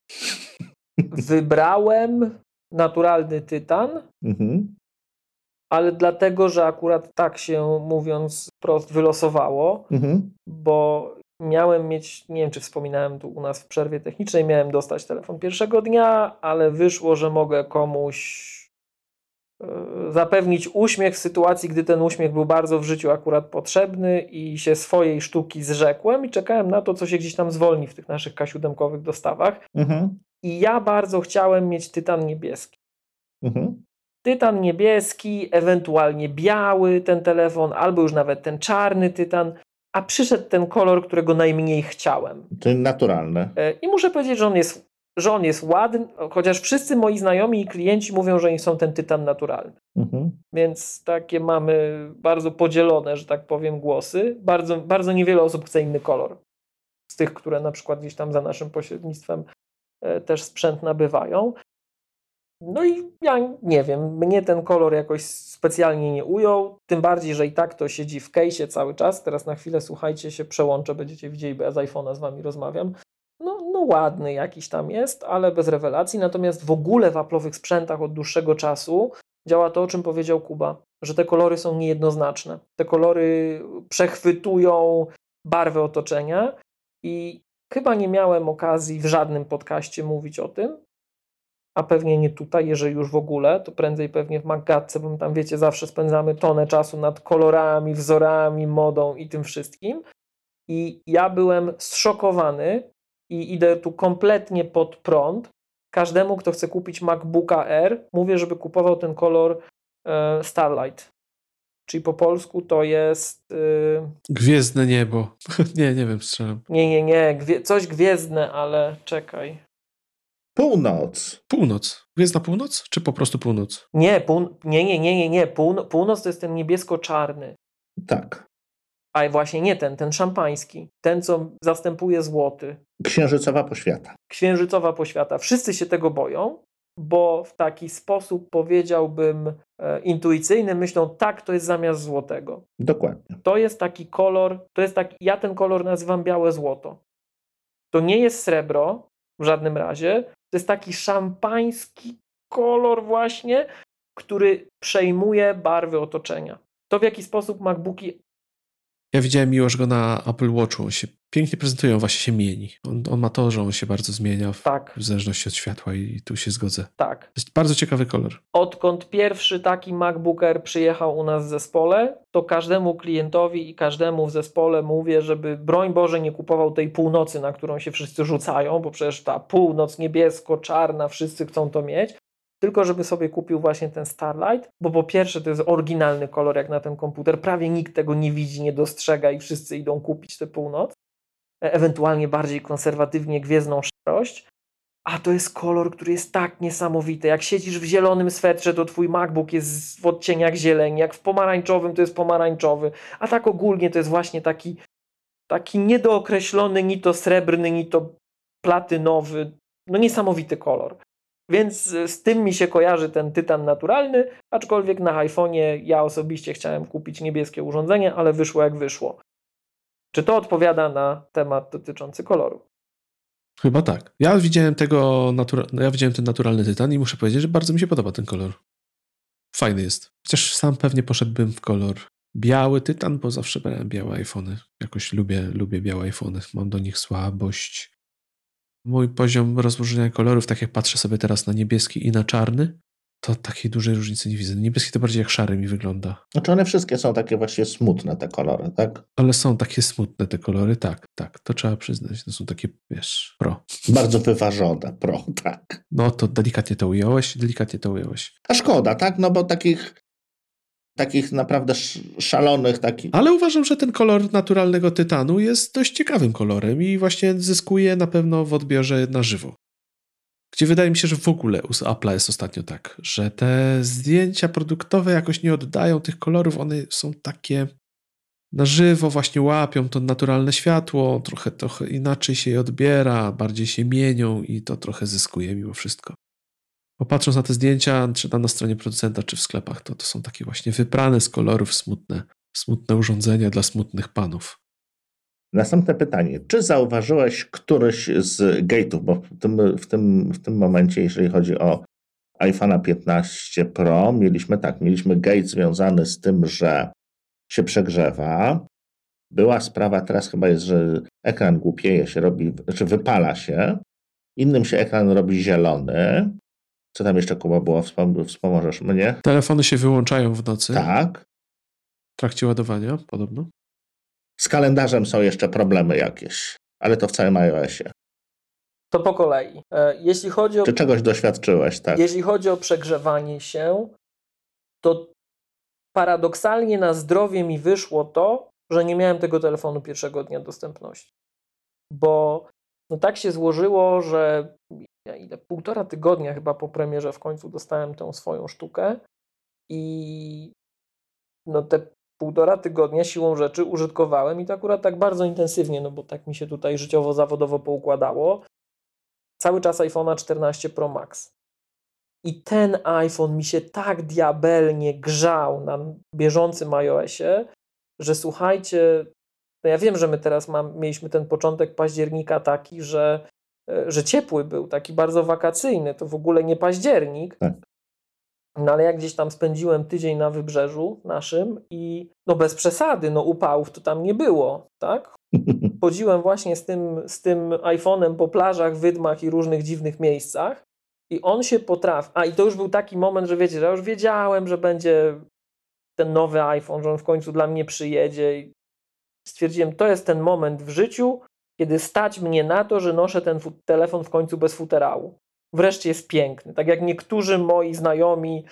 Wybrałem naturalny tytan, Mhm. ale dlatego, że akurat tak się mówiąc wprost wylosowało, Mhm. bo miałem mieć, nie wiem czy wspominałem tu u nas w przerwie technicznej, miałem dostać telefon pierwszego dnia, ale wyszło, że mogę komuś zapewnić uśmiech w sytuacji, gdy ten uśmiech był bardzo w życiu akurat potrzebny i się swojej sztuki zrzekłem i czekałem na to, co się gdzieś tam zwolni w tych naszych K siedem dostawach. Mhm. I ja bardzo chciałem mieć tytan niebieski. Mhm. Tytan niebieski, ewentualnie biały ten telefon, albo już nawet ten czarny tytan, a przyszedł ten kolor, którego najmniej chciałem. Czyli naturalny. I muszę powiedzieć, że on jest, że on jest ładny, chociaż wszyscy moi znajomi i klienci mówią, że oni są ten tytan naturalny. Mhm. Więc takie mamy bardzo podzielone, że tak powiem, głosy. Bardzo, bardzo niewiele osób chce inny kolor. Z tych, które na przykład gdzieś tam za naszym pośrednictwem też sprzęt nabywają. No i ja nie wiem, mnie ten kolor jakoś specjalnie nie ujął, tym bardziej, że i tak to siedzi w case'ie cały czas. Teraz na chwilę, słuchajcie, się przełączę, będziecie widzieli, bo ja z iPhone'a z wami rozmawiam. No, no ładny jakiś tam jest, ale bez rewelacji. Natomiast w ogóle w Apple'owych sprzętach od dłuższego czasu działa to, o czym powiedział Kuba, że te kolory są niejednoznaczne. Te kolory przechwytują barwę otoczenia i chyba nie miałem okazji w żadnym podcaście mówić o tym, a pewnie nie tutaj, jeżeli już w ogóle, to prędzej pewnie w Maggatce, bo my tam, wiecie, zawsze spędzamy tonę czasu nad kolorami, wzorami, modą i tym wszystkim. I ja byłem zszokowany i idę tu kompletnie pod prąd. Każdemu, kto chce kupić MacBooka Air, mówię, żeby kupował ten kolor e, Starlight. Czyli po polsku to jest... E... Gwiezdne niebo. nie, nie wiem, strzelam. Nie, nie, nie. Gwie... Coś gwiezdne, ale czekaj. Północ. Północ. Gwiezdna północ? Czy po prostu północ? Nie, pół... nie, nie, nie, nie, nie. Pół... Północ to jest ten niebiesko-czarny. Tak. A właśnie nie ten, ten szampański. Ten, co zastępuje złoty. Księżycowa poświata. Księżycowa poświata. Wszyscy się tego boją, bo w taki sposób, powiedziałbym, e, intuicyjny myślą, tak, to jest zamiast złotego. Dokładnie. To jest taki kolor, to jest taki, ja ten kolor nazywam białe złoto. To nie jest srebro w żadnym razie, to jest taki szampański kolor właśnie, który przejmuje barwy otoczenia. To w jaki sposób MacBooki... Ja widziałem miło, że go na Apple Watchu on się pięknie prezentuje, on właśnie się mieni. On, on ma to, że on się bardzo zmienia w, tak. w zależności od światła i tu się zgodzę. Tak. To jest bardzo ciekawy kolor. Odkąd pierwszy taki MacBook Air przyjechał u nas w zespole, to każdemu klientowi i każdemu w zespole mówię, żeby broń Boże nie kupował tej północy, na którą się wszyscy rzucają, bo przecież ta północ niebiesko-czarna, wszyscy chcą to mieć, tylko żeby sobie kupił właśnie ten Starlight, bo po pierwsze to jest oryginalny kolor jak na ten komputer, prawie nikt tego nie widzi, nie dostrzega i wszyscy idą kupić tę północ, ewentualnie bardziej konserwatywnie gwiezdną szarość, a to jest kolor, który jest tak niesamowity, jak siedzisz w zielonym swetrze, to twój MacBook jest w odcieniach zieleni, jak w pomarańczowym to jest pomarańczowy, a tak ogólnie to jest właśnie taki, taki niedookreślony, ni to srebrny, ni to platynowy, no niesamowity kolor. Więc z tym mi się kojarzy ten tytan naturalny, aczkolwiek na iPhone'ie ja osobiście chciałem kupić niebieskie urządzenie, ale wyszło jak wyszło. Czy to odpowiada na temat dotyczący koloru? Chyba tak. Ja widziałem tego, natura- ja widziałem ten naturalny tytan i muszę powiedzieć, że bardzo mi się podoba ten kolor. Fajny jest. Chociaż sam pewnie poszedłbym w kolor biały tytan, bo zawsze brałem białe iPhony. Jakoś lubię, lubię białe iPhony. Mam do nich słabość. Mój poziom rozłożenia kolorów, tak jak patrzę sobie teraz na niebieski i na czarny, to takiej dużej różnicy nie widzę. Niebieski to bardziej jak szary mi wygląda. Znaczy one wszystkie są takie właśnie smutne, te kolory, tak? Ale są takie smutne te kolory, tak, tak. To trzeba przyznać. To są takie, wiesz, pro. Bardzo wyważone, pro, tak. No to delikatnie to ująłeś, delikatnie to ująłeś. A szkoda, tak? No bo takich takich naprawdę szalonych, takich... Ale uważam, że ten kolor naturalnego tytanu jest dość ciekawym kolorem i właśnie zyskuje na pewno w odbiorze na żywo. Gdzie wydaje mi się, że w ogóle u Apple'a jest ostatnio tak, że te zdjęcia produktowe jakoś nie oddają tych kolorów, one są takie na żywo, właśnie łapią to naturalne światło, trochę, trochę inaczej się je odbiera, bardziej się mienią i to trochę zyskuje mimo wszystko. Popatrząc na te zdjęcia, czy tam na stronie producenta, czy w sklepach, to to są takie właśnie wyprane z kolorów smutne, smutne urządzenia dla smutnych panów. Następne pytanie. Czy zauważyłeś któryś z gate'ów, bo w tym, w tym, w tym momencie, jeżeli chodzi o iPhone'a piętnaście Pro, mieliśmy tak, mieliśmy gate związany z tym, że się przegrzewa. Była sprawa, teraz chyba jest, że ekran głupieje się robi, znaczy wypala się, innym się ekran robi zielony. Co tam jeszcze, Kuba, było? Wspom- wspomożesz mnie? Telefony się wyłączają w nocy. Tak. W trakcie ładowania, podobno. Z kalendarzem są jeszcze problemy jakieś, ale to w całym iOSie. To po kolei. Jeśli chodzi o, Czy czegoś doświadczyłeś, tak? jeśli chodzi o przegrzewanie się, to paradoksalnie na zdrowie mi wyszło to, że nie miałem tego telefonu pierwszego dnia dostępności. Bo no tak się złożyło, że ja ile, półtora tygodnia chyba po premierze w końcu dostałem tę swoją sztukę i no te półtora tygodnia siłą rzeczy użytkowałem i to akurat tak bardzo intensywnie, no bo tak mi się tutaj życiowo-zawodowo poukładało. Cały czas iPhone'a czternaście Pro Max. I ten iPhone mi się tak diabelnie grzał na bieżącym iOSie, że słuchajcie, no ja wiem, że my teraz mam, mieliśmy ten początek października taki, że, że ciepły był, taki bardzo wakacyjny, to w ogóle nie październik. Tak. No ale jak gdzieś tam spędziłem tydzień na wybrzeżu naszym i no bez przesady, no upałów to tam nie było, tak? Chodziłem właśnie z tym, z tym iPhone'em po plażach, wydmach i różnych dziwnych miejscach i on się potrafi, a i to już był taki moment, że wiecie, że ja już wiedziałem, że będzie ten nowy iPhone, że on w końcu dla mnie przyjedzie i stwierdziłem, to jest ten moment w życiu, kiedy stać mnie na to, że noszę ten fu- telefon w końcu bez futerału. Wreszcie jest piękny. Tak jak niektórzy moi znajomi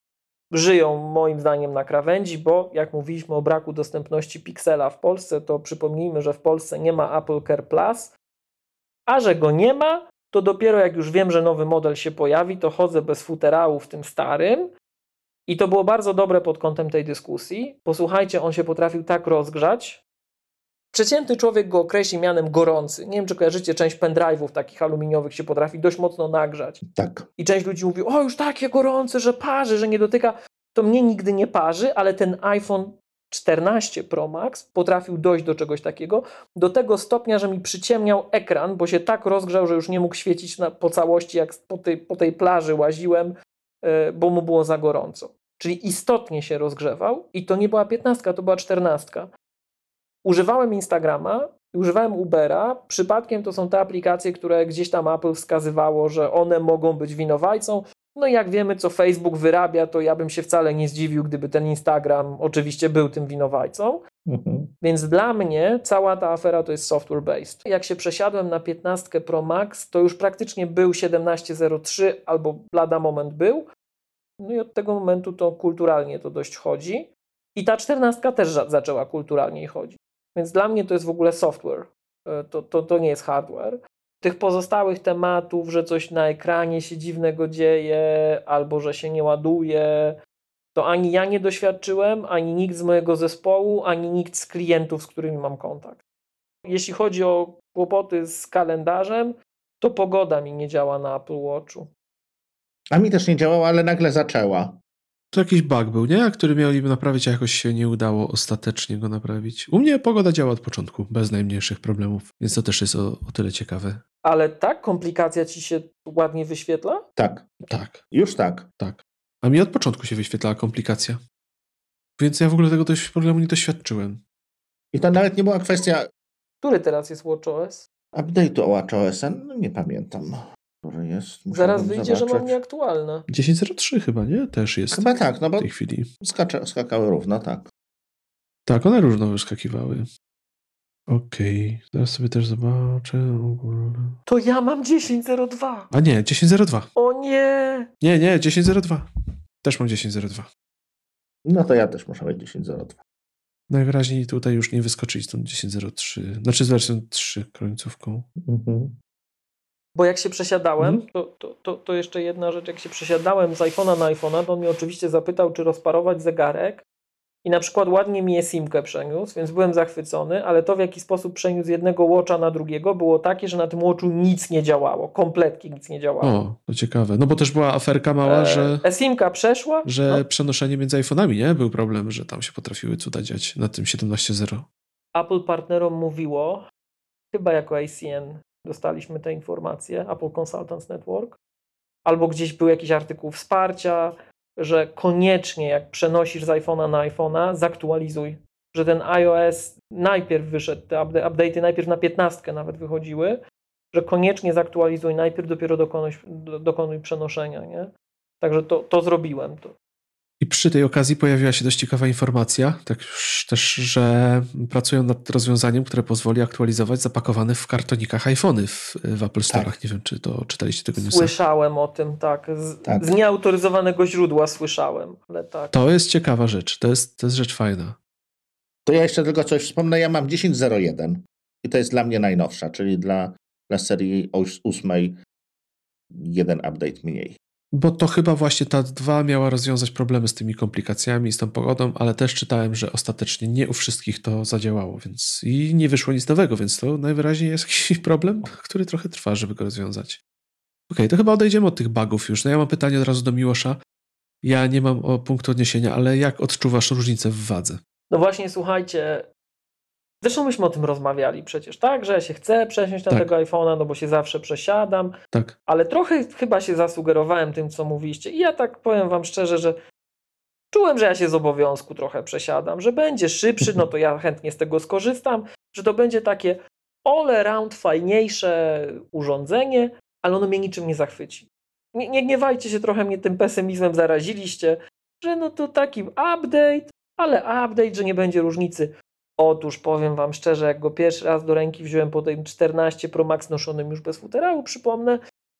żyją moim zdaniem na krawędzi, bo jak mówiliśmy o braku dostępności Pixela w Polsce, to przypomnijmy, że w Polsce nie ma Apple Care Plus, a że go nie ma, to dopiero jak już wiem, że nowy model się pojawi, to chodzę bez futerału w tym starym i to było bardzo dobre pod kątem tej dyskusji. Posłuchajcie, on się potrafił tak rozgrzać. Przeciętny człowiek go określi mianem gorący. Nie wiem, czy kojarzycie, część pendrive'ów takich aluminiowych się potrafi dość mocno nagrzać. Tak. I część ludzi mówi, o już takie gorące, że parzy, że nie dotyka. To mnie nigdy nie parzy, ale ten iPhone czternaście Pro Max potrafił dojść do czegoś takiego, do tego stopnia, że mi przyciemniał ekran, bo się tak rozgrzał, że już nie mógł świecić na, po całości, jak po tej, po tej plaży łaziłem, yy, bo mu było za gorąco. Czyli istotnie się rozgrzewał i to nie była piętnastka, to była czternastka. Używałem Instagrama, używałem Ubera. Przypadkiem to są te aplikacje, które gdzieś tam Apple wskazywało, że one mogą być winowajcą. No i jak wiemy, co Facebook wyrabia, to ja bym się wcale nie zdziwił, gdyby ten Instagram oczywiście był tym winowajcą. Mhm. Więc dla mnie cała ta afera to jest software-based. Jak się przesiadłem na piętnastkę Pro Max, to już praktycznie był siedemnaście zero trzy albo lada moment był. No i od tego momentu to kulturalnie to dość chodzi. I ta czternastka też za- zaczęła kulturalniej chodzić. Więc dla mnie to jest w ogóle software, to, to, to nie jest hardware. Tych pozostałych tematów, że coś na ekranie się dziwnego dzieje, albo że się nie ładuje, to ani ja nie doświadczyłem, ani nikt z mojego zespołu, ani nikt z klientów, z którymi mam kontakt. Jeśli chodzi o kłopoty z kalendarzem, to pogoda mi nie działa na Apple Watchu. A mi też nie działała, ale nagle zaczęła. To jakiś bug był, nie? Który mieli naprawić, a jakoś się nie udało ostatecznie go naprawić. U mnie pogoda działa od początku, bez najmniejszych problemów, więc to też jest o, o tyle ciekawe. Ale tak, komplikacja ci się ładnie wyświetla? Tak, Tak, już tak. tak. A mi od początku się wyświetlała komplikacja. Więc ja w ogóle tego dość problemu nie doświadczyłem. I to nawet nie była kwestia Który teraz jest WatchOS? update'u watchOS. No nie pamiętam, który jest. Zaraz Musiałbym wyjdzie, że mam zobaczyć. nieaktualne. dziesięć zero trzy chyba, nie? Też jest Chyba tak, no bo w tej chwili. skacze, skakały równo, tak. Tak, one różno wyskakiwały. Okej, teraz sobie też zobaczę ogólne. To ja mam dziesięć zero dwa. A nie, dziesięć zero dwa. O nie! Nie, nie, dziesięć zero dwa. Też mam dziesięć zero dwa. No to ja też muszę mieć dziesięć zero dwa. Najwyraźniej tutaj już nie wyskoczyć stąd dziesięć zero trzy. Znaczy z wersją trzy końcówką. Mhm. Bo jak się przesiadałem, Mhm. to, to, to, to jeszcze jedna rzecz, jak się przesiadałem z iPhone'a na iPhone'a, to on mnie oczywiście zapytał, czy rozparować zegarek i na przykład ładnie mi eSIM-kę przeniósł, więc byłem zachwycony, ale to w jaki sposób przeniósł z jednego Watcha na drugiego było takie, że na tym Watchu nic nie działało, kompletnie nic nie działało. O, to ciekawe. No bo też była aferka mała, E, że, eSIM-ka przeszła, że no, przenoszenie między iPhone'ami, nie? Był problem, że tam się potrafiły cuda dziać na tym siedemnaście zero. Apple partnerom mówiło, chyba jako A C N dostaliśmy te informacje, Apple Consultants Network, albo gdzieś był jakiś artykuł wsparcia, że koniecznie jak przenosisz z iPhone'a na iPhone'a, zaktualizuj że ten iOS najpierw wyszedł, te update'y najpierw na piętnastkę nawet wychodziły, że koniecznie zaktualizuj najpierw, dopiero dokonuj, dokonuj przenoszenia, nie? Także to, to zrobiłem. To. I przy tej okazji pojawiła się dość ciekawa informacja, tak już też, że pracują nad rozwiązaniem, które pozwoli aktualizować zapakowane w kartonikach iPhony w, w Apple Store'ach. Tak. Nie wiem, czy to czytaliście tego newsa. Słyszałem o tym, tak. Z, tak. z nieautoryzowanego źródła słyszałem, ale tak. To jest ciekawa rzecz, to jest, to jest rzecz fajna. To ja jeszcze tylko coś wspomnę, ja mam dziesięć zero jeden i to jest dla mnie najnowsza, czyli dla, dla serii ósmej jeden update mniej. Bo to chyba właśnie ta dwa miała rozwiązać problemy z tymi komplikacjami, z tą pogodą, ale też czytałem, że ostatecznie nie u wszystkich to zadziałało, więc i nie wyszło nic nowego, więc to najwyraźniej jest jakiś problem, który trochę trwa, żeby go rozwiązać. Okej, okay, to chyba odejdziemy od tych bugów już. No ja mam pytanie od razu do Miłosza. Ja nie mam o punktu odniesienia, ale jak odczuwasz różnicę w wadze? No właśnie, słuchajcie, zresztą myśmy o tym rozmawiali przecież, tak? Że ja się chcę przesiąść na tak. tego iPhone'a, no bo się zawsze przesiadam, tak. ale trochę chyba się zasugerowałem tym, co mówiliście i ja tak powiem wam szczerze, że czułem, że ja się z obowiązku trochę przesiadam, że będzie szybszy, no to ja chętnie z tego skorzystam, że to będzie takie all around fajniejsze urządzenie, ale ono mnie niczym nie zachwyci. Nie, nie gniewajcie się, trochę mnie tym pesymizmem zaraziliście, że no to taki update, ale update, że nie będzie różnicy. Otóż powiem wam szczerze, jak go pierwszy raz do ręki wziąłem po tym czternaście Pro Max noszonym już bez futerału, przypomnę,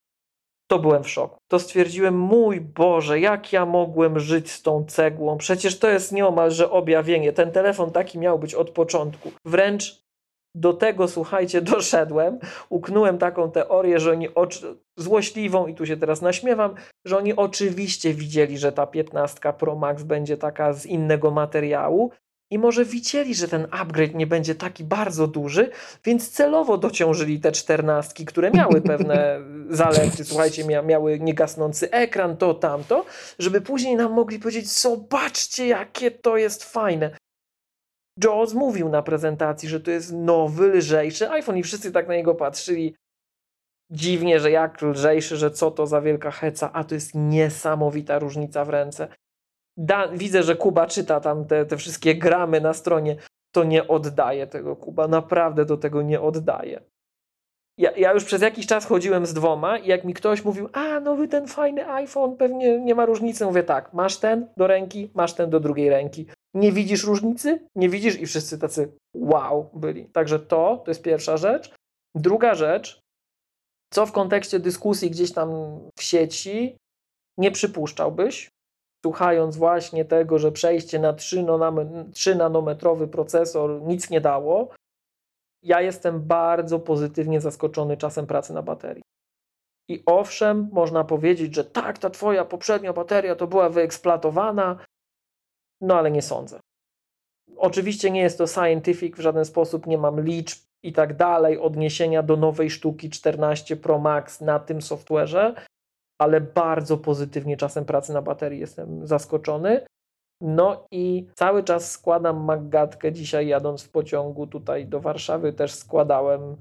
to byłem w szoku. To stwierdziłem, mój Boże, jak ja mogłem żyć z tą cegłą? Przecież to jest nieomalże objawienie. Ten telefon taki miał być od początku. Wręcz do tego, słuchajcie, doszedłem, uknąłem taką teorię, że oni oczy... złośliwą i tu się teraz naśmiewam, że oni oczywiście widzieli, że ta piętnastka Pro Max będzie taka z innego materiału i może widzieli, że ten upgrade nie będzie taki bardzo duży, więc celowo dociążyli te czternastki, które miały pewne zalety, słuchajcie, mia miały niegasnący ekran, to, tamto, żeby później nam mogli powiedzieć, zobaczcie, jakie to jest fajne. Jaws mówił na prezentacji, że to jest nowy, lżejszy iPhone i wszyscy tak na niego patrzyli dziwnie, że jak lżejszy, że co to za wielka heca, a to jest niesamowita różnica w ręce. Da, widzę, że Kuba czyta tam te, te wszystkie gramy na stronie, to nie oddaje tego Kuba, naprawdę do tego nie oddaje. Ja, ja już przez jakiś czas chodziłem z dwoma i jak mi ktoś mówił, a nowy ten fajny iPhone, pewnie nie ma różnicy, mówię tak, masz ten do ręki, masz ten do drugiej ręki. Nie widzisz różnicy? Nie widzisz? I wszyscy tacy wow byli. Także to, to jest pierwsza rzecz. Druga rzecz, co w kontekście dyskusji gdzieś tam w sieci nie przypuszczałbyś, słuchając właśnie tego, że przejście na trzy nanometrowy procesor nic nie dało, ja jestem bardzo pozytywnie zaskoczony czasem pracy na baterii. I owszem, można powiedzieć, że tak, ta twoja poprzednia bateria to była wyeksploatowana, no ale nie sądzę. Oczywiście nie jest to scientific, w żaden sposób nie mam liczb i tak dalej, odniesienia do nowej sztuki czternaście Pro Max na tym software'ze, ale bardzo pozytywnie czasem pracy na baterii jestem zaskoczony. No i cały czas składam Maggatkę. Dzisiaj jadąc w pociągu tutaj do Warszawy też składałem,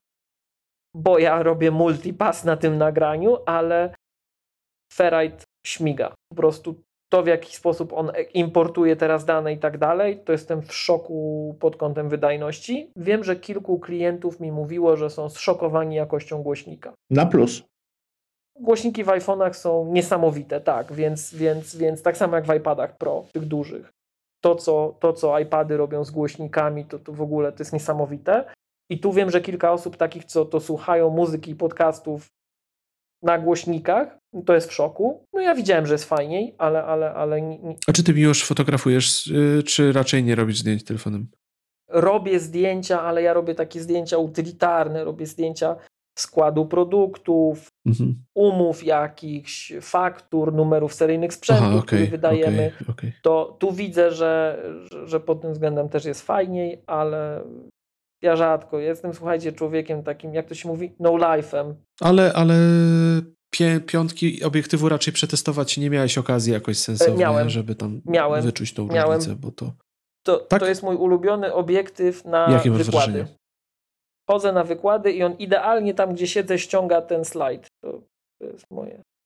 bo ja robię multipass na tym nagraniu, ale Ferrite śmiga. Po prostu to, w jaki sposób on importuje teraz dane i tak dalej, to jestem w szoku pod kątem wydajności. Wiem, że kilku klientów mi mówiło, że są zszokowani jakością głośnika. Na plus. Głośniki w iPhone'ach są niesamowite, tak, więc, więc, więc tak samo jak w iPadach Pro, tych dużych. To co, to, co iPady robią z głośnikami, to, to w ogóle to jest niesamowite. I tu wiem, że kilka osób takich, co to słuchają muzyki i podcastów na głośnikach, to jest w szoku. No ja widziałem, że jest fajniej, ale... ale, ale nie, nie. A czy ty już fotografujesz, czy raczej nie robisz zdjęć telefonem? Robię zdjęcia, ale ja robię takie zdjęcia utylitarne, robię zdjęcia składu produktów, mhm. umów jakichś, faktur, numerów seryjnych sprzętu, Aha, okay, który wydajemy. Okay, okay. To tu widzę, że, że, że pod tym względem też jest fajniej, ale ja rzadko jestem, słuchajcie, człowiekiem takim, jak to się mówi, no life'em. Ale, ale pię, piątki obiektywu raczej przetestować nie miałeś okazji jakoś sensownie, miałem, żeby tam miałem, wyczuć tą miałem. różnicę, bo to... To, tak? to jest mój ulubiony obiektyw na Jakie masz wykłady. Wrażenie? Chodzę na wykłady i on idealnie tam, gdzie siedzę, ściąga ten slajd. To, to jest moje.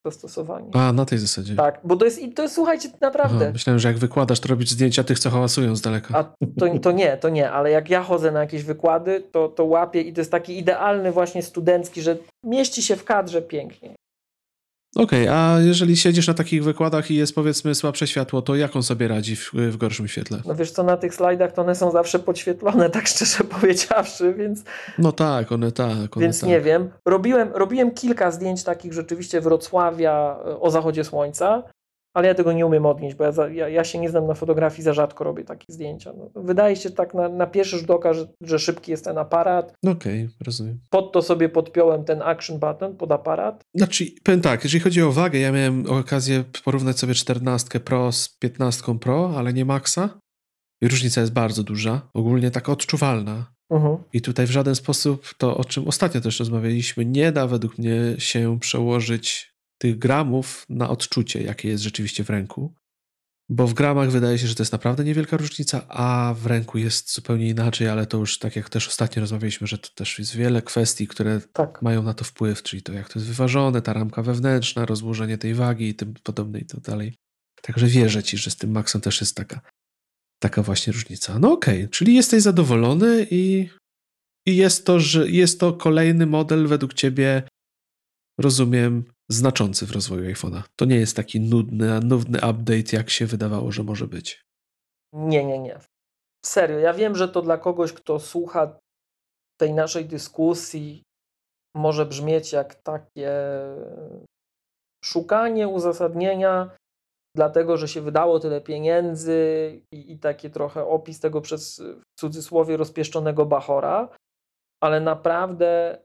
zastosowanie. A, na tej zasadzie. Tak, bo to jest, to jest słuchajcie, naprawdę. Aha, myślałem, że jak wykładasz, to robisz zdjęcia tych, co hałasują z daleka. A to, to nie, to nie, ale jak ja chodzę na jakieś wykłady, to, to łapię i to jest taki idealny właśnie studencki, że mieści się w kadrze pięknie. Okej, okay, a jeżeli siedzisz na takich wykładach i jest powiedzmy słabsze światło, to jak on sobie radzi w, w gorszym świetle? No wiesz co, na tych slajdach to one są zawsze podświetlone, tak szczerze powiedziawszy, więc... No tak, one tak. One więc tak. nie wiem. Robiłem, robiłem kilka zdjęć takich rzeczywiście Wrocławia o zachodzie słońca, ale ja tego nie umiem odnieść, bo ja, za, ja, ja się nie znam na fotografii, za rzadko robię takie zdjęcia. No, wydaje się tak na, na pierwszy rzut oka, że, że szybki jest ten aparat. Okej, okay, rozumiem. Pod to sobie podpiąłem ten action button pod aparat. Znaczy, powiem tak, jeżeli chodzi o wagę, ja miałem okazję porównać sobie czternastkę Pro z piętnastką Pro, ale nie Maxa. I różnica jest bardzo duża, ogólnie taka odczuwalna. Mhm. I tutaj w żaden sposób to, o czym ostatnio też rozmawialiśmy, nie da według mnie się przełożyć tych gramów na odczucie, jakie jest rzeczywiście w ręku. Bo w gramach wydaje się, że to jest naprawdę niewielka różnica, a w ręku jest zupełnie inaczej, ale to już tak jak też ostatnio rozmawialiśmy, że to też jest wiele kwestii, które tak. mają na to wpływ, czyli to jak to jest wyważone, ta ramka wewnętrzna, rozłożenie tej wagi i tym podobne i tak dalej. Także wierzę ci, że z tym Maxem też jest taka, taka właśnie różnica. No okej, okay, czyli jesteś zadowolony i, i jest to, że jest to kolejny model według ciebie, rozumiem, znaczący w rozwoju iPhone'a. To nie jest taki nudny, nudny update, jak się wydawało, że może być. Nie, nie, nie. Serio, ja wiem, że to dla kogoś, kto słucha tej naszej dyskusji, może brzmieć jak takie szukanie uzasadnienia, dlatego, że się wydało tyle pieniędzy i, i takie trochę opis tego przez, w cudzysłowie, rozpieszczonego bachora, ale naprawdę,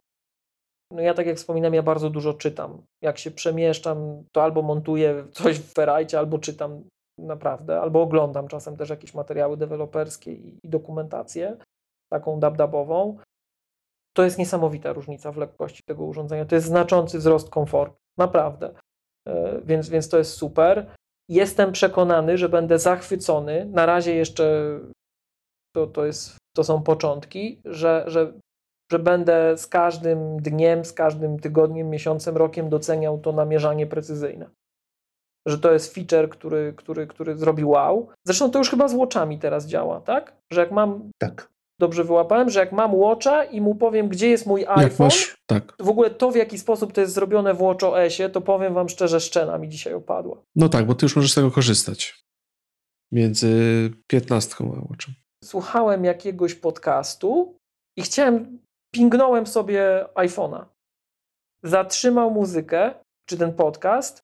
no ja tak jak wspominam, ja bardzo dużo czytam. Jak się przemieszczam, to albo montuję coś w Ferrite, albo czytam naprawdę, albo oglądam czasem też jakieś materiały deweloperskie i, i dokumentację, taką dab-dabową. To jest niesamowita różnica w lekkości tego urządzenia. To jest znaczący wzrost komfortu. Naprawdę. Yy, więc, więc to jest super. Jestem przekonany, że będę zachwycony. Na razie jeszcze to, to, jest, to są początki, że, że, że będę z każdym dniem, z każdym tygodniem, miesiącem, rokiem doceniał to namierzanie precyzyjne. Że to jest feature, który, który, który zrobi wow. Zresztą to już chyba z Watchami teraz działa, tak? Że jak mam... Tak. Dobrze wyłapałem, że jak mam Watcha i mu powiem, gdzie jest mój Jak iPhone, masz, tak. w ogóle to, w jaki sposób to jest zrobione w WatchOSie, to powiem wam szczerze, szczena mi dzisiaj opadła. No tak, bo ty już możesz z tego korzystać. Między piętnastką a Watchem. Słuchałem jakiegoś podcastu i chciałem, pingnąłem sobie iPhone'a. Zatrzymał muzykę, czy ten podcast,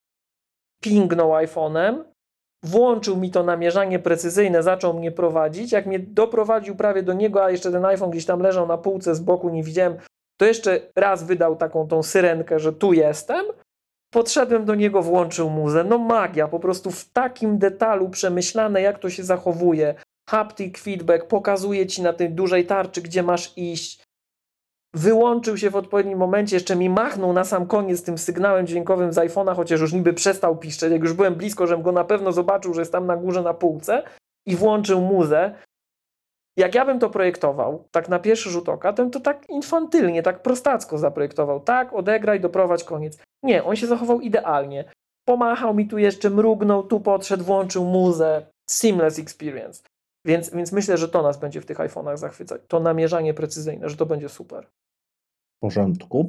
pingnął iPhone'em, włączył mi to namierzanie precyzyjne, zaczął mnie prowadzić. Jak mnie doprowadził prawie do niego, a jeszcze ten iPhone gdzieś tam leżał na półce z boku, nie widziałem, to jeszcze raz wydał taką tą syrenkę, że tu jestem. Podszedłem do niego, włączył muzę. No magia, po prostu w takim detalu przemyślane, jak to się zachowuje. Haptic feedback pokazuje ci na tej dużej tarczy, gdzie masz iść. Wyłączył się w odpowiednim momencie, jeszcze mi machnął na sam koniec tym sygnałem dźwiękowym z iPhone'a, chociaż już niby przestał piszczeć, jak już byłem blisko, żebym go na pewno zobaczył, że jest tam na górze na półce i włączył muzę. Jak ja bym to projektował, tak na pierwszy rzut oka, to bym to tak infantylnie, tak prostacko zaprojektował. Tak, odegraj, doprowadź, koniec. Nie, on się zachował idealnie. Pomachał mi tu jeszcze, mrugnął, tu podszedł, włączył muzę. Seamless experience. Więc, więc myślę, że to nas będzie w tych iPhone'ach zachwycać. To namierzanie precyzyjne, że to będzie super. W porządku.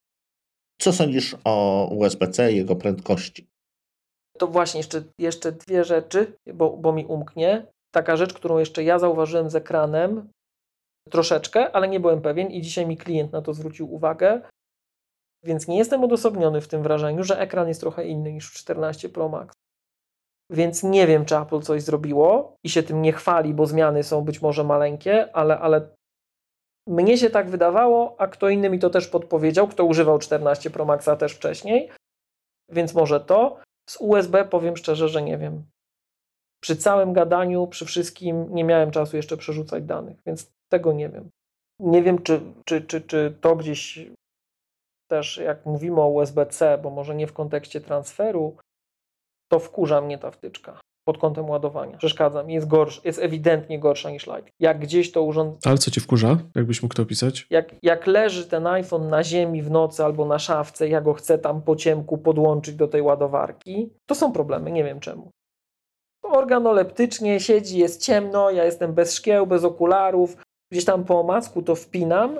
Co sądzisz o U S B C i jego prędkości? To właśnie jeszcze, jeszcze dwie rzeczy, bo, bo mi umknie. Taka rzecz, którą jeszcze ja zauważyłem z ekranem troszeczkę, ale nie byłem pewien i dzisiaj mi klient na to zwrócił uwagę, więc nie jestem odosobniony w tym wrażeniu, że ekran jest trochę inny niż w czternaście Pro Max. Więc nie wiem, czy Apple coś zrobiło i się tym nie chwali, bo zmiany są być może maleńkie, ale, ale mnie się tak wydawało, a kto inny mi to też podpowiedział, kto używał czternaście Pro Maxa też wcześniej, więc może to. Z U S B powiem szczerze, że nie wiem. Przy całym gadaniu, przy wszystkim nie miałem czasu jeszcze przerzucać danych, więc tego nie wiem. Nie wiem, czy, czy, czy, czy to gdzieś też, jak mówimy o U S B C, bo może nie w kontekście transferu, to wkurza mnie ta wtyczka. pod kątem ładowania. Przeszkadza mi, jest gorszy, jest ewidentnie gorsza niż Lightning. Jak gdzieś to urządzenie... Ale co cię wkurza? Jakbyś mógł to opisać? Jak, jak leży ten iPhone na ziemi w nocy albo na szafce, ja go chcę tam po ciemku podłączyć do tej ładowarki, to są problemy, nie wiem czemu. To organoleptycznie siedzi, jest ciemno, ja jestem bez szkieł, bez okularów, gdzieś tam po omacku to wpinam,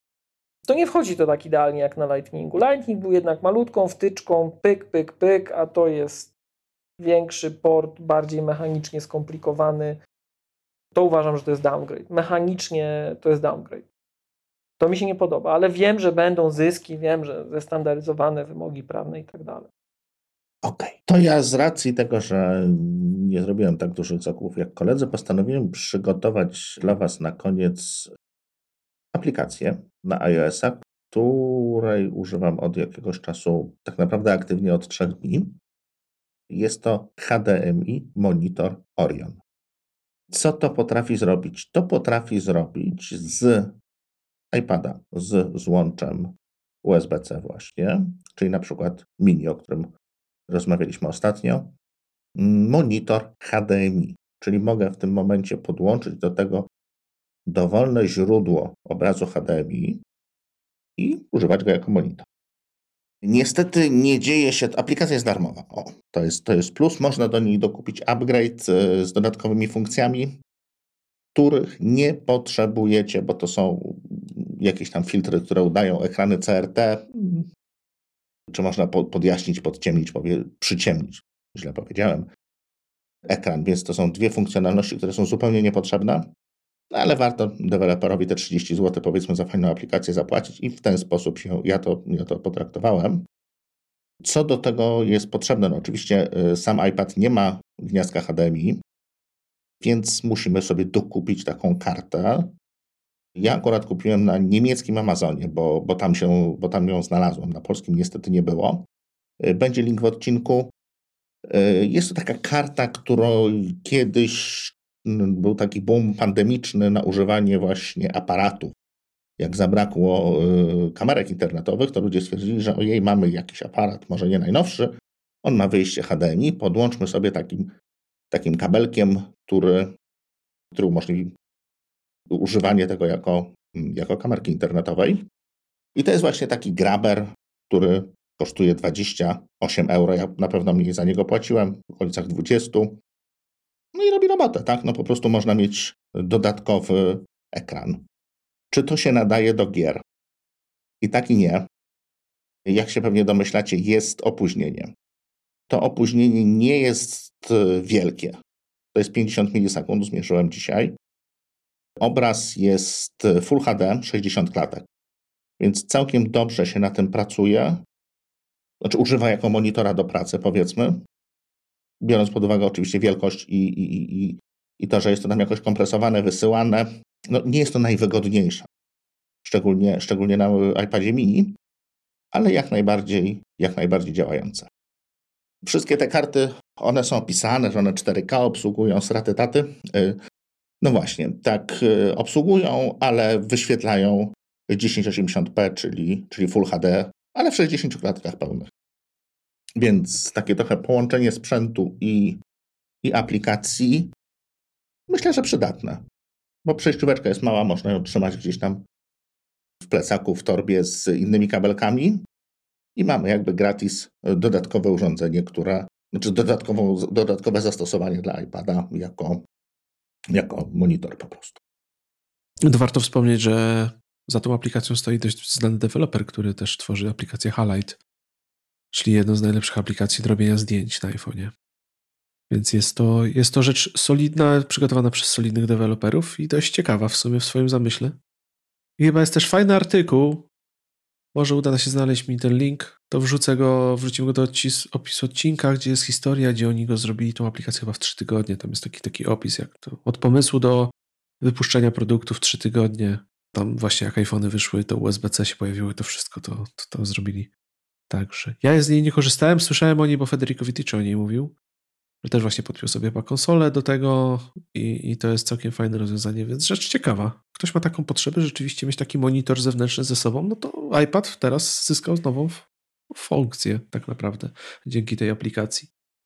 to nie wchodzi to tak idealnie jak na Lightningu. Lightning był jednak malutką wtyczką, pyk, pyk, pyk, a to jest większy port, bardziej mechanicznie skomplikowany. To uważam, że to jest downgrade. Mechanicznie to jest downgrade. To mi się nie podoba, ale wiem, że będą zyski, wiem, że zestandaryzowane wymogi prawne i tak dalej. Okej, okay. To ja z racji tego, że nie zrobiłem tak dużych zakupów jak koledzy, postanowiłem przygotować dla Was na koniec aplikację na iOS-a, której używam od jakiegoś czasu, tak naprawdę aktywnie od trzech dni. Jest to H D M I Monitor Orion. Co to potrafi zrobić? To potrafi zrobić z iPada, z złączem U S B C właśnie, czyli na przykład mini, o którym rozmawialiśmy ostatnio, monitor H D M I, czyli mogę w tym momencie podłączyć do tego dowolne źródło obrazu H D M I i używać go jako monitor. Niestety nie dzieje się, aplikacja jest darmowa. O, to jest, to jest plus, można do niej dokupić upgrade z dodatkowymi funkcjami, których nie potrzebujecie, bo to są jakieś tam filtry, które udają ekrany C R T, czy można podjaśnić, podciemnić, przyciemnić, źle powiedziałem, ekran, więc to są dwie funkcjonalności, które są zupełnie niepotrzebne, ale warto deweloperowi te trzydzieści złotych powiedzmy za fajną aplikację zapłacić i w ten sposób się ja to, ja to potraktowałem. Co do tego jest potrzebne? No oczywiście sam iPad nie ma gniazdka H D M I, więc musimy sobie dokupić taką kartę. Ja akurat kupiłem na niemieckim Amazonie, bo, bo, tam się, bo tam ją znalazłem. Na polskim niestety nie było. Będzie link w odcinku. Jest to taka karta, którą kiedyś był taki boom pandemiczny na używanie właśnie aparatów. Jak zabrakło kamerek internetowych, to ludzie stwierdzili, że ojej, mamy jakiś aparat, może nie najnowszy, on ma wyjście H D M I, podłączmy sobie takim, takim kabelkiem, który, który umożliwi używanie tego jako, jako kamerki internetowej. I to jest właśnie taki grabber, który kosztuje dwadzieścia osiem euro. Ja na pewno mniej za niego płaciłem, w okolicach dwadzieścia. No i robi robotę, tak? No po prostu można mieć dodatkowy ekran. Czy to się nadaje do gier? I tak i nie. Jak się pewnie domyślacie, jest opóźnienie. To opóźnienie nie jest wielkie. To jest pięćdziesiąt milisekund, zmierzyłem dzisiaj. Obraz jest Full H D, sześćdziesiąt klatek. Więc całkiem dobrze się na tym pracuje. Znaczy używa jako monitora do pracy, powiedzmy. Biorąc pod uwagę oczywiście wielkość i, i, i, i to, że jest to tam jakoś kompresowane, wysyłane. No, nie jest to najwygodniejsze. Szczególnie, szczególnie na iPadzie mini, ale jak najbardziej, jak najbardziej działające. Wszystkie te karty, one są opisane, że one cztery K obsługują, straty taty. No właśnie, tak obsługują, ale wyświetlają tysiąc osiemdziesiąt p, czyli, czyli Full H D, ale w sześćdziesięciu klatkach pełnych. Więc takie trochę połączenie sprzętu i, i aplikacji myślę, że przydatne. Bo przejścióweczka jest mała, można ją trzymać gdzieś tam w plecaku, w torbie z innymi kabelkami i mamy jakby gratis dodatkowe urządzenie, które, znaczy dodatkową, dodatkowe zastosowanie dla iPada jako, jako monitor po prostu. Warto wspomnieć, że za tą aplikacją stoi dość znany deweloper, który też tworzy aplikację Halite, czyli jedną z najlepszych aplikacji do robienia zdjęć na iPhone'ie. Więc jest to, jest to rzecz solidna, przygotowana przez solidnych deweloperów i dość ciekawa w sumie w swoim zamyśle. I chyba jest też fajny artykuł, może uda się znaleźć mi ten link, to wrzucę go, wrzucimy go do opisu odcinka, gdzie jest historia, gdzie oni go zrobili, tą aplikację chyba w trzy tygodnie, tam jest taki, taki opis, jak to od pomysłu do wypuszczenia produktu w trzy tygodnie, tam właśnie jak iPhony wyszły, to U S B C się pojawiły, to wszystko to, to, to zrobili. Także ja z niej nie korzystałem, słyszałem o niej, bo Federico Viticci o niej mówił, że też właśnie podpiął sobie chyba konsolę do tego i, i to jest całkiem fajne rozwiązanie, więc rzecz ciekawa. Ktoś ma taką potrzebę rzeczywiście mieć taki monitor zewnętrzny ze sobą, no to iPad teraz zyskał nową f- funkcję tak naprawdę dzięki tej aplikacji.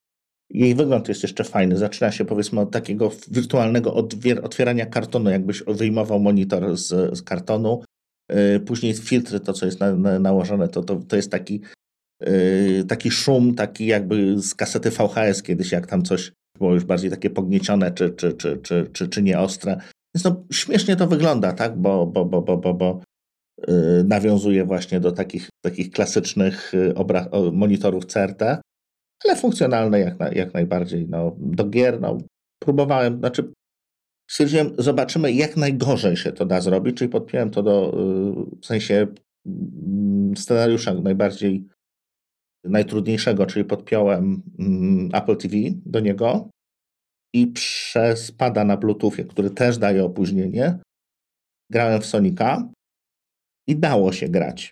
Jej wygląd jest jeszcze fajny. Zaczyna się powiedzmy od takiego wirtualnego odwier- otwierania kartonu, jakbyś wyjmował monitor z, z kartonu. Yy, później filtry, to co jest na, na, nałożone, to, to, to jest taki, yy, taki szum, taki jakby z kasety V H S kiedyś, jak tam coś było już bardziej takie pogniecione czy, czy, czy, czy, czy, czy nieostre. Więc no, śmiesznie to wygląda, tak? Bo, bo, bo, bo, bo, bo yy, nawiązuje właśnie do takich, takich klasycznych obra- monitorów C R T. Ale funkcjonalne jak, na, jak najbardziej. No, do gier no, próbowałem, znaczy stwierdziłem, zobaczymy jak najgorzej się to da zrobić, czyli podpiąłem to do, w sensie scenariusza najbardziej najtrudniejszego, czyli podpiąłem Apple T V do niego i przez pada na Bluetoothie, który też daje opóźnienie, grałem w Sonika i dało się grać.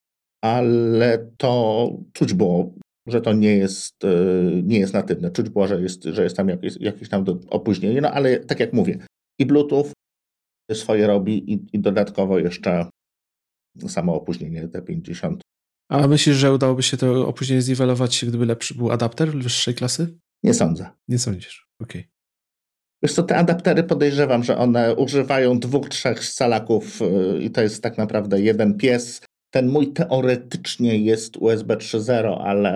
Ale to czuć było, że to nie jest, nie jest natywne. Czuć było, że jest, że jest tam jakieś, jakieś tam opóźnienie, no ale tak jak mówię, i Bluetooth swoje robi i, i dodatkowo jeszcze samo opóźnienie T pięćdziesiąt. A myślisz, że udałoby się to opóźnienie zniwelować, gdyby lepszy był adapter wyższej klasy? Nie sądzę. Nie sądzisz, okej. Okay. Wiesz co, te adaptery podejrzewam, że one używają dwóch, trzech scalaków i to jest tak naprawdę jeden pies. Ten mój teoretycznie jest U S B trzy zero, ale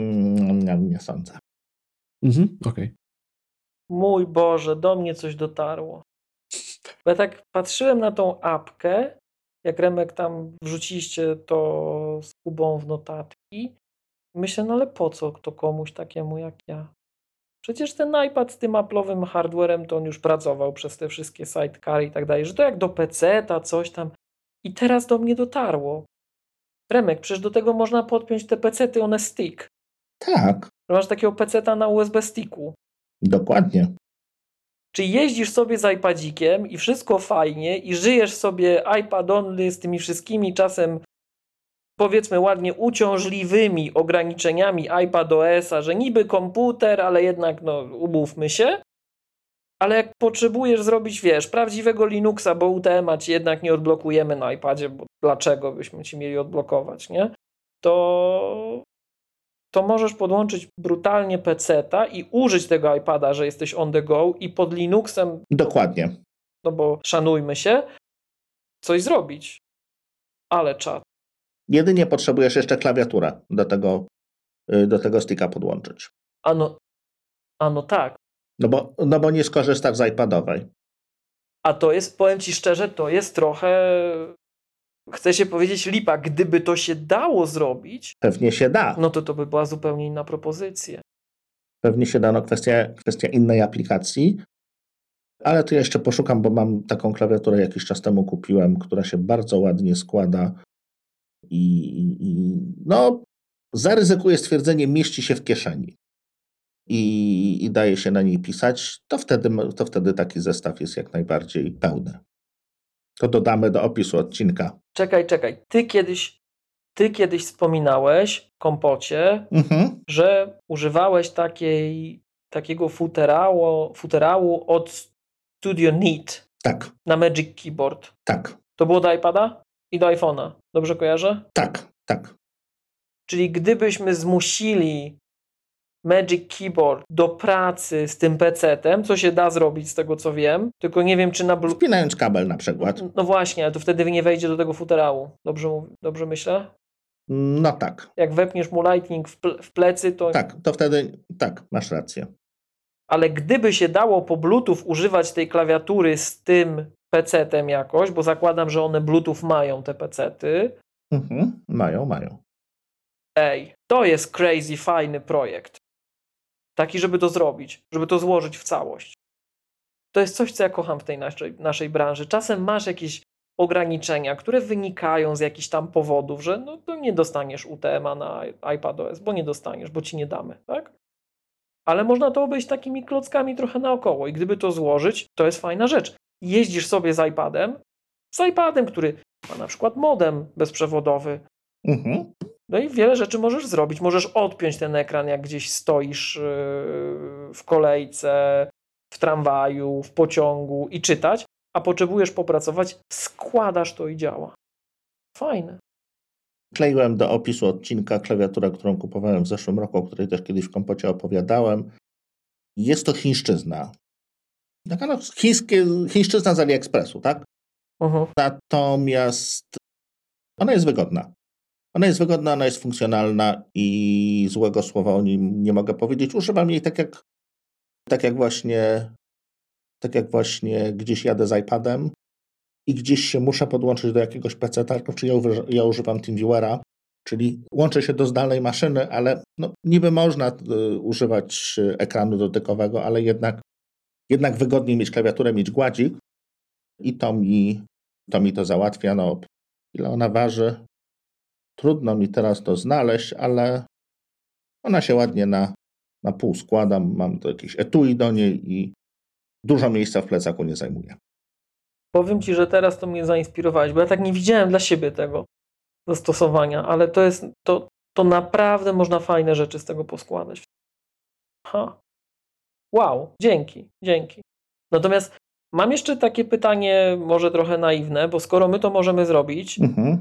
mm, nie sądzę. Mhm, okej. Okay. Mój Boże, do mnie coś dotarło. Bo ja tak patrzyłem na tą apkę, jak Remek tam wrzuciliście to z Kubą w notatki. Myślę, no ale po co to komuś takiemu jak ja? Przecież ten iPad z tym Apple'owym hardwarem to on już pracował przez te wszystkie sidecary i tak dalej, że to jak do peceta, coś tam. I teraz do mnie dotarło. Remek, przecież do tego można podpiąć te pecety, one stick. Tak. Masz takiego peceta na U S B sticku. Dokładnie. Czy jeździsz sobie z iPadzikiem i wszystko fajnie i żyjesz sobie iPad only z tymi wszystkimi czasem powiedzmy ładnie uciążliwymi ograniczeniami iPadOS-a, że niby komputer, ale jednak no umówmy się. Ale jak potrzebujesz zrobić, wiesz, prawdziwego Linuxa, bo U T M-a ci jednak nie odblokujemy na iPadzie, bo dlaczego byśmy ci mieli odblokować, nie? To, to możesz podłączyć brutalnie peceta i użyć tego iPada, że jesteś on the go i pod Linuxem, Dokładnie. no bo szanujmy się, coś zrobić. Ale czad. Jedynie potrzebujesz jeszcze klawiaturę do tego, do tego sticka podłączyć. Ano, ano tak. No bo, no bo nie skorzystasz z iPadowej. A to jest, powiem ci szczerze, to jest trochę, chcę się powiedzieć, lipa. Gdyby to się dało zrobić, Pewnie się da. no to to by była zupełnie inna propozycja. Pewnie się da, no kwestia, kwestia innej aplikacji. Ale to ja jeszcze poszukam, bo mam taką klawiaturę jakiś czas temu kupiłem, która się bardzo ładnie składa i, i no zaryzykuję stwierdzenie, mieści się w kieszeni i, i daje się na niej pisać, to wtedy, to wtedy taki zestaw jest jak najbardziej pełny. To dodamy do opisu odcinka. Czekaj, czekaj. Ty kiedyś, ty kiedyś wspominałeś, Kompocie, Mhm. że używałeś takiej, takiego futerału, futerału od Studio Neat Tak. na Magic Keyboard. Tak. To było do iPada i do iPhone'a. Dobrze kojarzę? Tak, tak. Czyli gdybyśmy zmusili Magic Keyboard do pracy z tym pecetem, co się da zrobić z tego co wiem, tylko nie wiem czy na Blu- Wpinając kabel na przykład. No właśnie, ale to wtedy nie wejdzie do tego futerału. Dobrze, mów- dobrze myślę? No tak. Jak wepniesz mu Lightning w, ple- w plecy, to... Tak, to wtedy tak, masz rację. Ale gdyby się dało po Bluetooth używać tej klawiatury z tym pecetem jakoś, bo zakładam, że one Bluetooth mają te pecety. Mhm. Mają, mają. Ej, to jest crazy fajny projekt. Taki, żeby to zrobić, żeby to złożyć w całość. To jest coś, co ja kocham w tej naszej, naszej branży. Czasem masz jakieś ograniczenia, które wynikają z jakichś tam powodów, że no to nie dostaniesz U T M-a na iPadOS, bo nie dostaniesz, bo ci nie damy, tak? Ale można to obejść takimi klockami trochę naokoło i gdyby to złożyć, to jest fajna rzecz. Jeździsz sobie z iPadem, z iPadem, który ma na przykład modem bezprzewodowy, Mhm. no i wiele rzeczy możesz zrobić. Możesz odpiąć ten ekran, jak gdzieś stoisz w kolejce, w tramwaju, w pociągu i czytać, a potrzebujesz popracować, składasz to i działa. Fajne. Kleiłem do opisu odcinka klawiaturę, którą kupowałem w zeszłym roku, o której też kiedyś w Kompocie opowiadałem. jest to chińszczyzna. Taka no, chińskie, chińszczyzna z AliExpressu, tak? Mhm. Natomiast ona jest wygodna. Ona jest wygodna, ona jest funkcjonalna i złego słowa o nim nie mogę powiedzieć. Używam jej tak jak, tak jak właśnie tak jak właśnie gdzieś jadę z iPadem i gdzieś się muszę podłączyć do jakiegoś peceta, czy ja, ja używam TeamViewera, czyli łączę się do zdalnej maszyny, ale no, niby można y, używać ekranu dotykowego, ale jednak, jednak wygodniej mieć klawiaturę, mieć gładzik i to mi to, mi to załatwia. No, ile ona waży? Trudno mi teraz to znaleźć, ale ona się ładnie na, na pół składa. Mam to jakieś etui do niej i dużo miejsca w plecaku nie zajmuje. Powiem Ci, że teraz to mnie zainspirowałeś, bo ja tak nie widziałem dla siebie tego zastosowania, ale to jest, to, to naprawdę można fajne rzeczy z tego poskładać. Ha. Wow, dzięki, dzięki. Natomiast mam jeszcze takie pytanie, może trochę naiwne, bo skoro my to możemy zrobić, Mhm.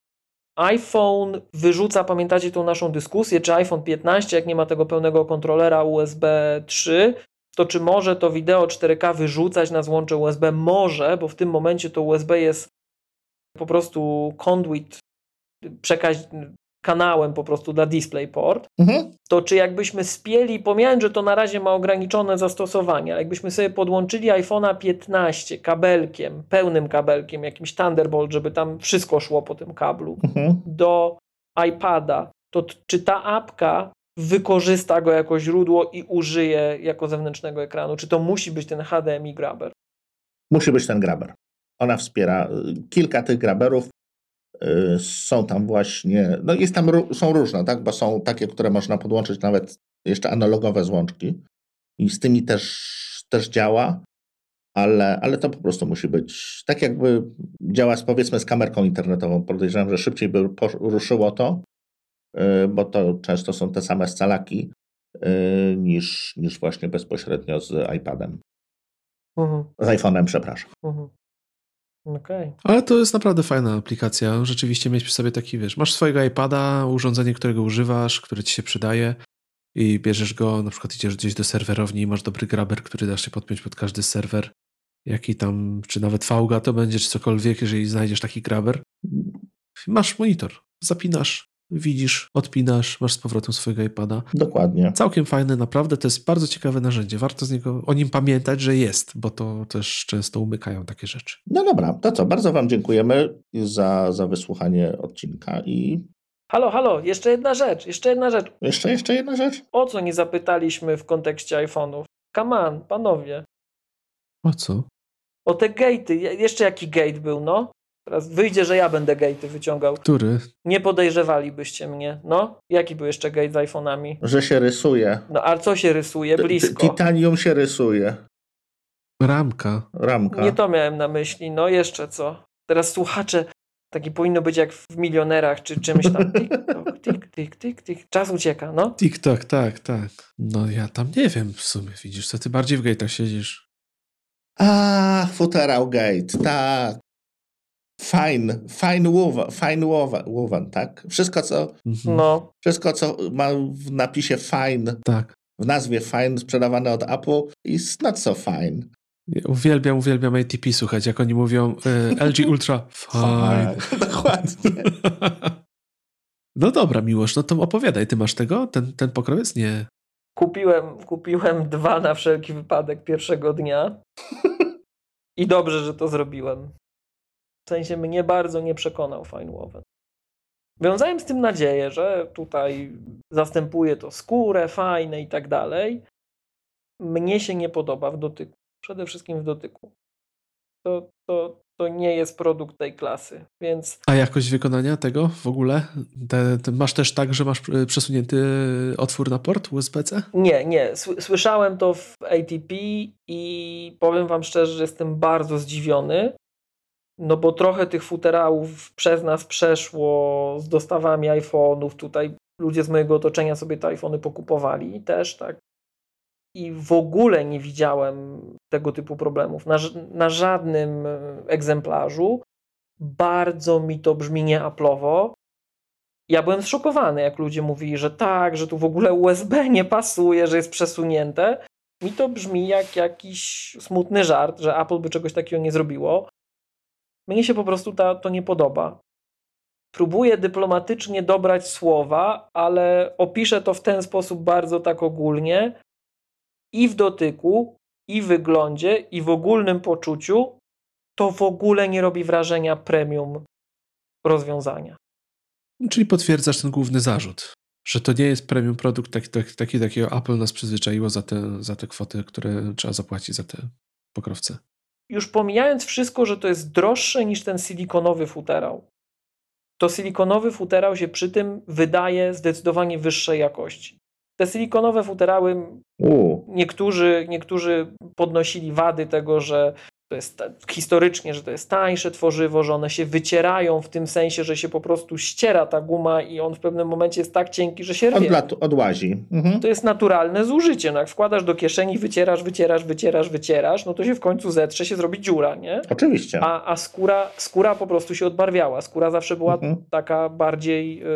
iPhone wyrzuca, pamiętacie tą naszą dyskusję, czy iPhone piętnaście, jak nie ma tego pełnego kontrolera U S B trzy, to czy może to wideo cztery K wyrzucać na złącze U S B? Może, bo w tym momencie to U S B jest po prostu conduit, przekaź kanałem po prostu dla DisplayPort. Mhm. To czy jakbyśmy spieli, pomijając, że to na razie ma ograniczone zastosowanie, ale jakbyśmy sobie podłączyli iPhone'a piętnaście kabelkiem, pełnym kabelkiem, jakimś Thunderbolt, żeby tam wszystko szło po tym kablu, Mhm. do iPada, to t- czy ta apka wykorzysta go jako źródło i użyje jako zewnętrznego ekranu? Czy to musi być ten H D M I grabber? Musi być ten grabber. Ona wspiera y, kilka tych grabberów. y, Są tam właśnie, no jest tam, ró- są różne, tak? Bo są takie, które można podłączyć nawet jeszcze analogowe złączki i z tymi też, też działa, ale, ale to po prostu musi być tak jakby działa z, powiedzmy z kamerką internetową. Podejrzewam, że szybciej by posz- ruszyło to, y, bo to często są te same scalaki y, niż, niż właśnie bezpośrednio z iPadem. Mhm, Z iPhone'em, przepraszam. mhm. Okej. Ale to jest naprawdę fajna aplikacja. Rzeczywiście mieć przy sobie taki, wiesz, masz swojego iPada, urządzenie, którego używasz, które ci się przydaje i bierzesz go, na przykład idziesz gdzieś do serwerowni i masz dobry grabber, który dasz się podpiąć pod każdy serwer, jaki tam, czy nawet Fauga to będzie, czy cokolwiek, jeżeli znajdziesz taki grabber. Masz monitor, zapinasz, widzisz, odpinasz, masz z powrotem swojego iPada. Dokładnie. Całkiem fajne, naprawdę, to jest bardzo ciekawe narzędzie. Warto z niego, o nim pamiętać, że jest, bo to też często umykają takie rzeczy. No dobra, to co? Bardzo Wam dziękujemy za, za wysłuchanie odcinka i Halo, halo, jeszcze jedna rzecz, jeszcze jedna rzecz. jeszcze, jeszcze jedna rzecz. O co nie zapytaliśmy w kontekście iPhone'ów? Come on, panowie. O co? O te gate'y. Je- Jeszcze jaki gate był, no? Teraz wyjdzie, że ja będę gate'y wyciągał. Który? Nie podejrzewalibyście mnie. No? Jaki był jeszcze gate z iPhone'ami? Że się rysuje. No, ale co się rysuje? T- t- Blisko. Titanium się rysuje. Ramka. Ramka. Nie to miałem na myśli. No jeszcze co? Teraz słuchacze, taki powinno być jak w Milionerach, czy czymś tam. Tik, tok, tik, tik, tik, tik. Czas ucieka, no? TikTok, tak, tak. No ja tam nie wiem w sumie, widzisz, co ty bardziej w gate'ach siedzisz. Ach, Futerał Gate, tak. Fine, fine woven, fine woven, woven, tak? Wszystko co, Mhm. No. wszystko, co ma w napisie fine, Tak. w nazwie fine, sprzedawane od Apple, is not so fine. Ja uwielbiam, uwielbiam A T P słuchać, jak oni mówią y, L G Ultra, fine. Dokładnie. No dobra, Miłosz, no to opowiadaj, ty masz tego? Ten, ten pokrowiec? Nie. Kupiłem, kupiłem dwa na wszelki wypadek pierwszego dnia. I dobrze, że to zrobiłem. W sensie mnie bardzo nie przekonał FineWoven. Wiązałem z tym nadzieję, że tutaj zastępuje to skórę, fajne i tak dalej. Mnie się nie podoba w dotyku. Przede wszystkim w dotyku. To, to, to nie jest produkt tej klasy, więc A jakość wykonania tego w ogóle? Te, te masz też tak, że masz y, przesunięty otwór na port U S B C? nie, nie. Sły- Słyszałem to w A T P i powiem wam szczerze, że jestem bardzo zdziwiony. No bo trochę tych futerałów przez nas przeszło z dostawami iPhone'ów. Tutaj ludzie z mojego otoczenia sobie te iPhony pokupowali też, tak. I w ogóle nie widziałem tego typu problemów na, ż- na żadnym e, egzemplarzu. Bardzo mi to brzmi nieaplowo. Ja byłem zszokowany, jak ludzie mówili, że tak, że tu w ogóle U S B nie pasuje, że jest przesunięte. mi to brzmi jak jakiś smutny żart, że Apple by czegoś takiego nie zrobiło. Mnie się po prostu ta, to nie podoba. Próbuję dyplomatycznie dobrać słowa, ale opiszę to w ten sposób bardzo tak ogólnie. I w dotyku, i w wyglądzie, i w ogólnym poczuciu to w ogóle nie robi wrażenia premium rozwiązania. Czyli potwierdzasz ten główny zarzut, że to nie jest premium produkt taki, taki, taki jakiego Apple nas przyzwyczaiło za te, za te kwoty, które trzeba zapłacić za te pokrowce. Już pomijając wszystko, że to jest droższe niż ten silikonowy futerał, to silikonowy futerał się przy tym wydaje zdecydowanie wyższej jakości. Te silikonowe futerały, U. niektórzy, niektórzy podnosili wady tego, że to jest historycznie, że to jest tańsze tworzywo, że one się wycierają w tym sensie, że się po prostu ściera ta guma i on w pewnym momencie jest tak cienki, że się rwie. Odlat, odłazi. Mhm. To jest naturalne zużycie. No jak wkładasz do kieszeni, wycierasz, wycierasz, wycierasz, wycierasz, no to się w końcu zetrze, się zrobi dziura, nie? Oczywiście. A, a skóra, skóra po prostu się odbarwiała. Skóra zawsze była Mhm. taka bardziej yy,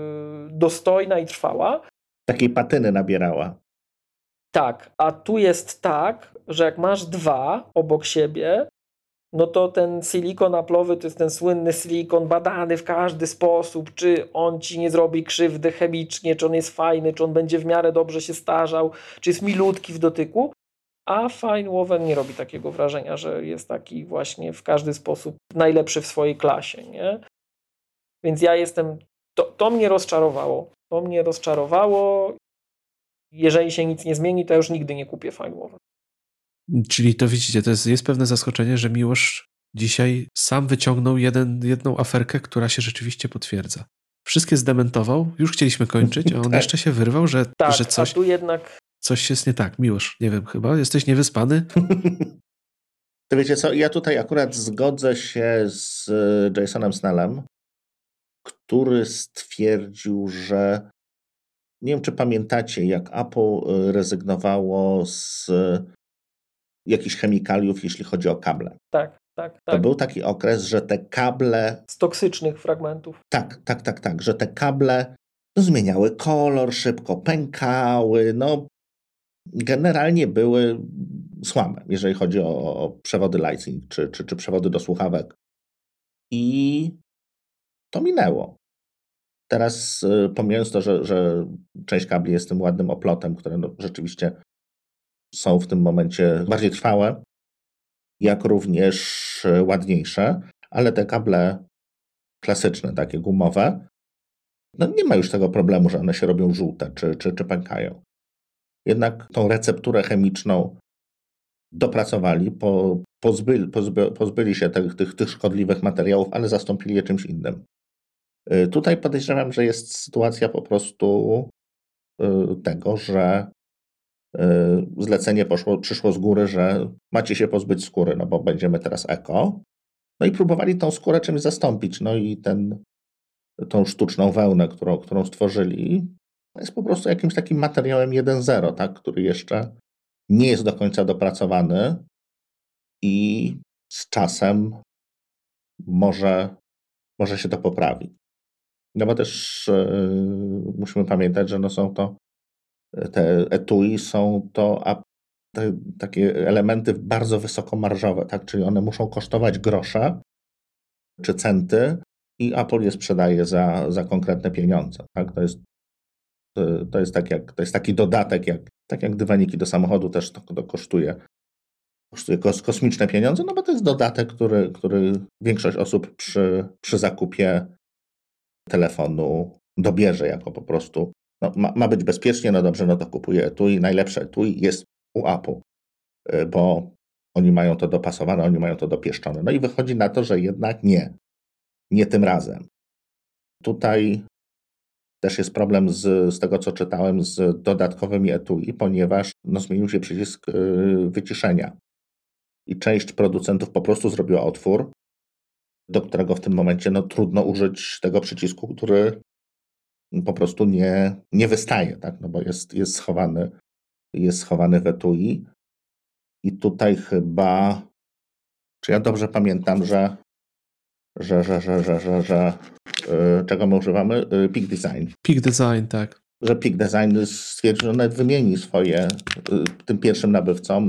dostojna i trwała. Takiej patyny nabierała. Tak, a tu jest tak, że jak masz dwa obok siebie, no to ten silikon Apple'owy to jest ten słynny silikon badany w każdy sposób, czy on ci nie zrobi krzywdy chemicznie, czy on jest fajny, czy on będzie w miarę dobrze się starzał, czy jest milutki w dotyku, a Fine Woven nie robi takiego wrażenia, że jest taki właśnie w każdy sposób najlepszy w swojej klasie, nie? Więc ja jestem, to, to mnie rozczarowało, to mnie rozczarowało. Jeżeli się nic nie zmieni, to ja już nigdy nie kupię Fine Woven. Czyli to widzicie, to jest, jest pewne zaskoczenie, że Miłosz dzisiaj sam wyciągnął jeden, jedną aferkę, która się rzeczywiście potwierdza. Wszystkie zdementował, już chcieliśmy kończyć, a on Tak. jeszcze się wyrwał, że, Tak, że coś, a tu jednak... coś jest nie tak. Miłosz, nie wiem, chyba jesteś niewyspany? To wiecie co, ja tutaj akurat zgodzę się z Jasonem Snellem, który stwierdził, że nie wiem, czy pamiętacie, jak Apple rezygnowało z jakichś chemikaliów, jeśli chodzi o kable. Tak, tak, To tak. był taki okres, że te kable, Z toksycznych fragmentów. tak, tak, tak, tak, że te kable no, zmieniały kolor, szybko pękały, no generalnie były słabe, jeżeli chodzi o, o przewody Lightning czy, czy, czy przewody do słuchawek. I to minęło. Teraz y, pomijając to, że, że część kabli jest tym ładnym oplotem, które no, rzeczywiście są w tym momencie bardziej trwałe, jak również ładniejsze, ale te kable klasyczne, takie gumowe, no nie ma już tego problemu, że one się robią żółte czy, czy, czy pękają. Jednak tą recepturę chemiczną dopracowali, po, pozbyli, pozby, pozbyli się tych, tych, tych szkodliwych materiałów, ale zastąpili je czymś innym. Y, tutaj podejrzewam, że jest sytuacja po prostu y, tego, że y, zlecenie poszło, przyszło z góry, że macie się pozbyć skóry, no bo będziemy teraz eko. No i próbowali tą skórę czymś zastąpić. No i ten, tą sztuczną wełnę, którą, którą stworzyli, jest po prostu jakimś takim materiałem jeden zero, tak, który jeszcze nie jest do końca dopracowany i z czasem może, może się to poprawi. No bo też yy, musimy pamiętać, że no są to te etui, są to a, te, takie elementy bardzo wysokomarżowe, tak? Czyli one muszą kosztować grosze czy centy i Apple je sprzedaje za, za konkretne pieniądze. Tak? To jest, to jest, tak jak, to jest taki dodatek, jak, tak jak dywaniki do samochodu też to, to kosztuje, kosztuje kos, kosmiczne pieniądze, no bo to jest dodatek, który, który większość osób przy, przy zakupie telefonu dobierze jako po prostu, no, ma, ma być bezpiecznie, no dobrze, no to kupuję etui. Najlepsze etui jest u Apple, bo oni mają to dopasowane, oni mają to dopieszczone. No i wychodzi na to, że jednak nie. Nie tym razem. Tutaj też jest problem z, z tego, co czytałem, z dodatkowymi etui, ponieważ no, zmienił się przycisk yy, wyciszenia. I część producentów po prostu zrobiła otwór, do którego w tym momencie no, trudno użyć tego przycisku, który po prostu nie, nie wystaje, tak? No bo jest, jest, schowany, jest schowany w etui. I tutaj chyba, czy ja dobrze pamiętam, że że, że, że, że, że, że yy, czego my używamy? Yy, Peak Design. Peak Design, tak. że Peak Design stwierdził, że nawet wymieni swoje, tym pierwszym nabywcom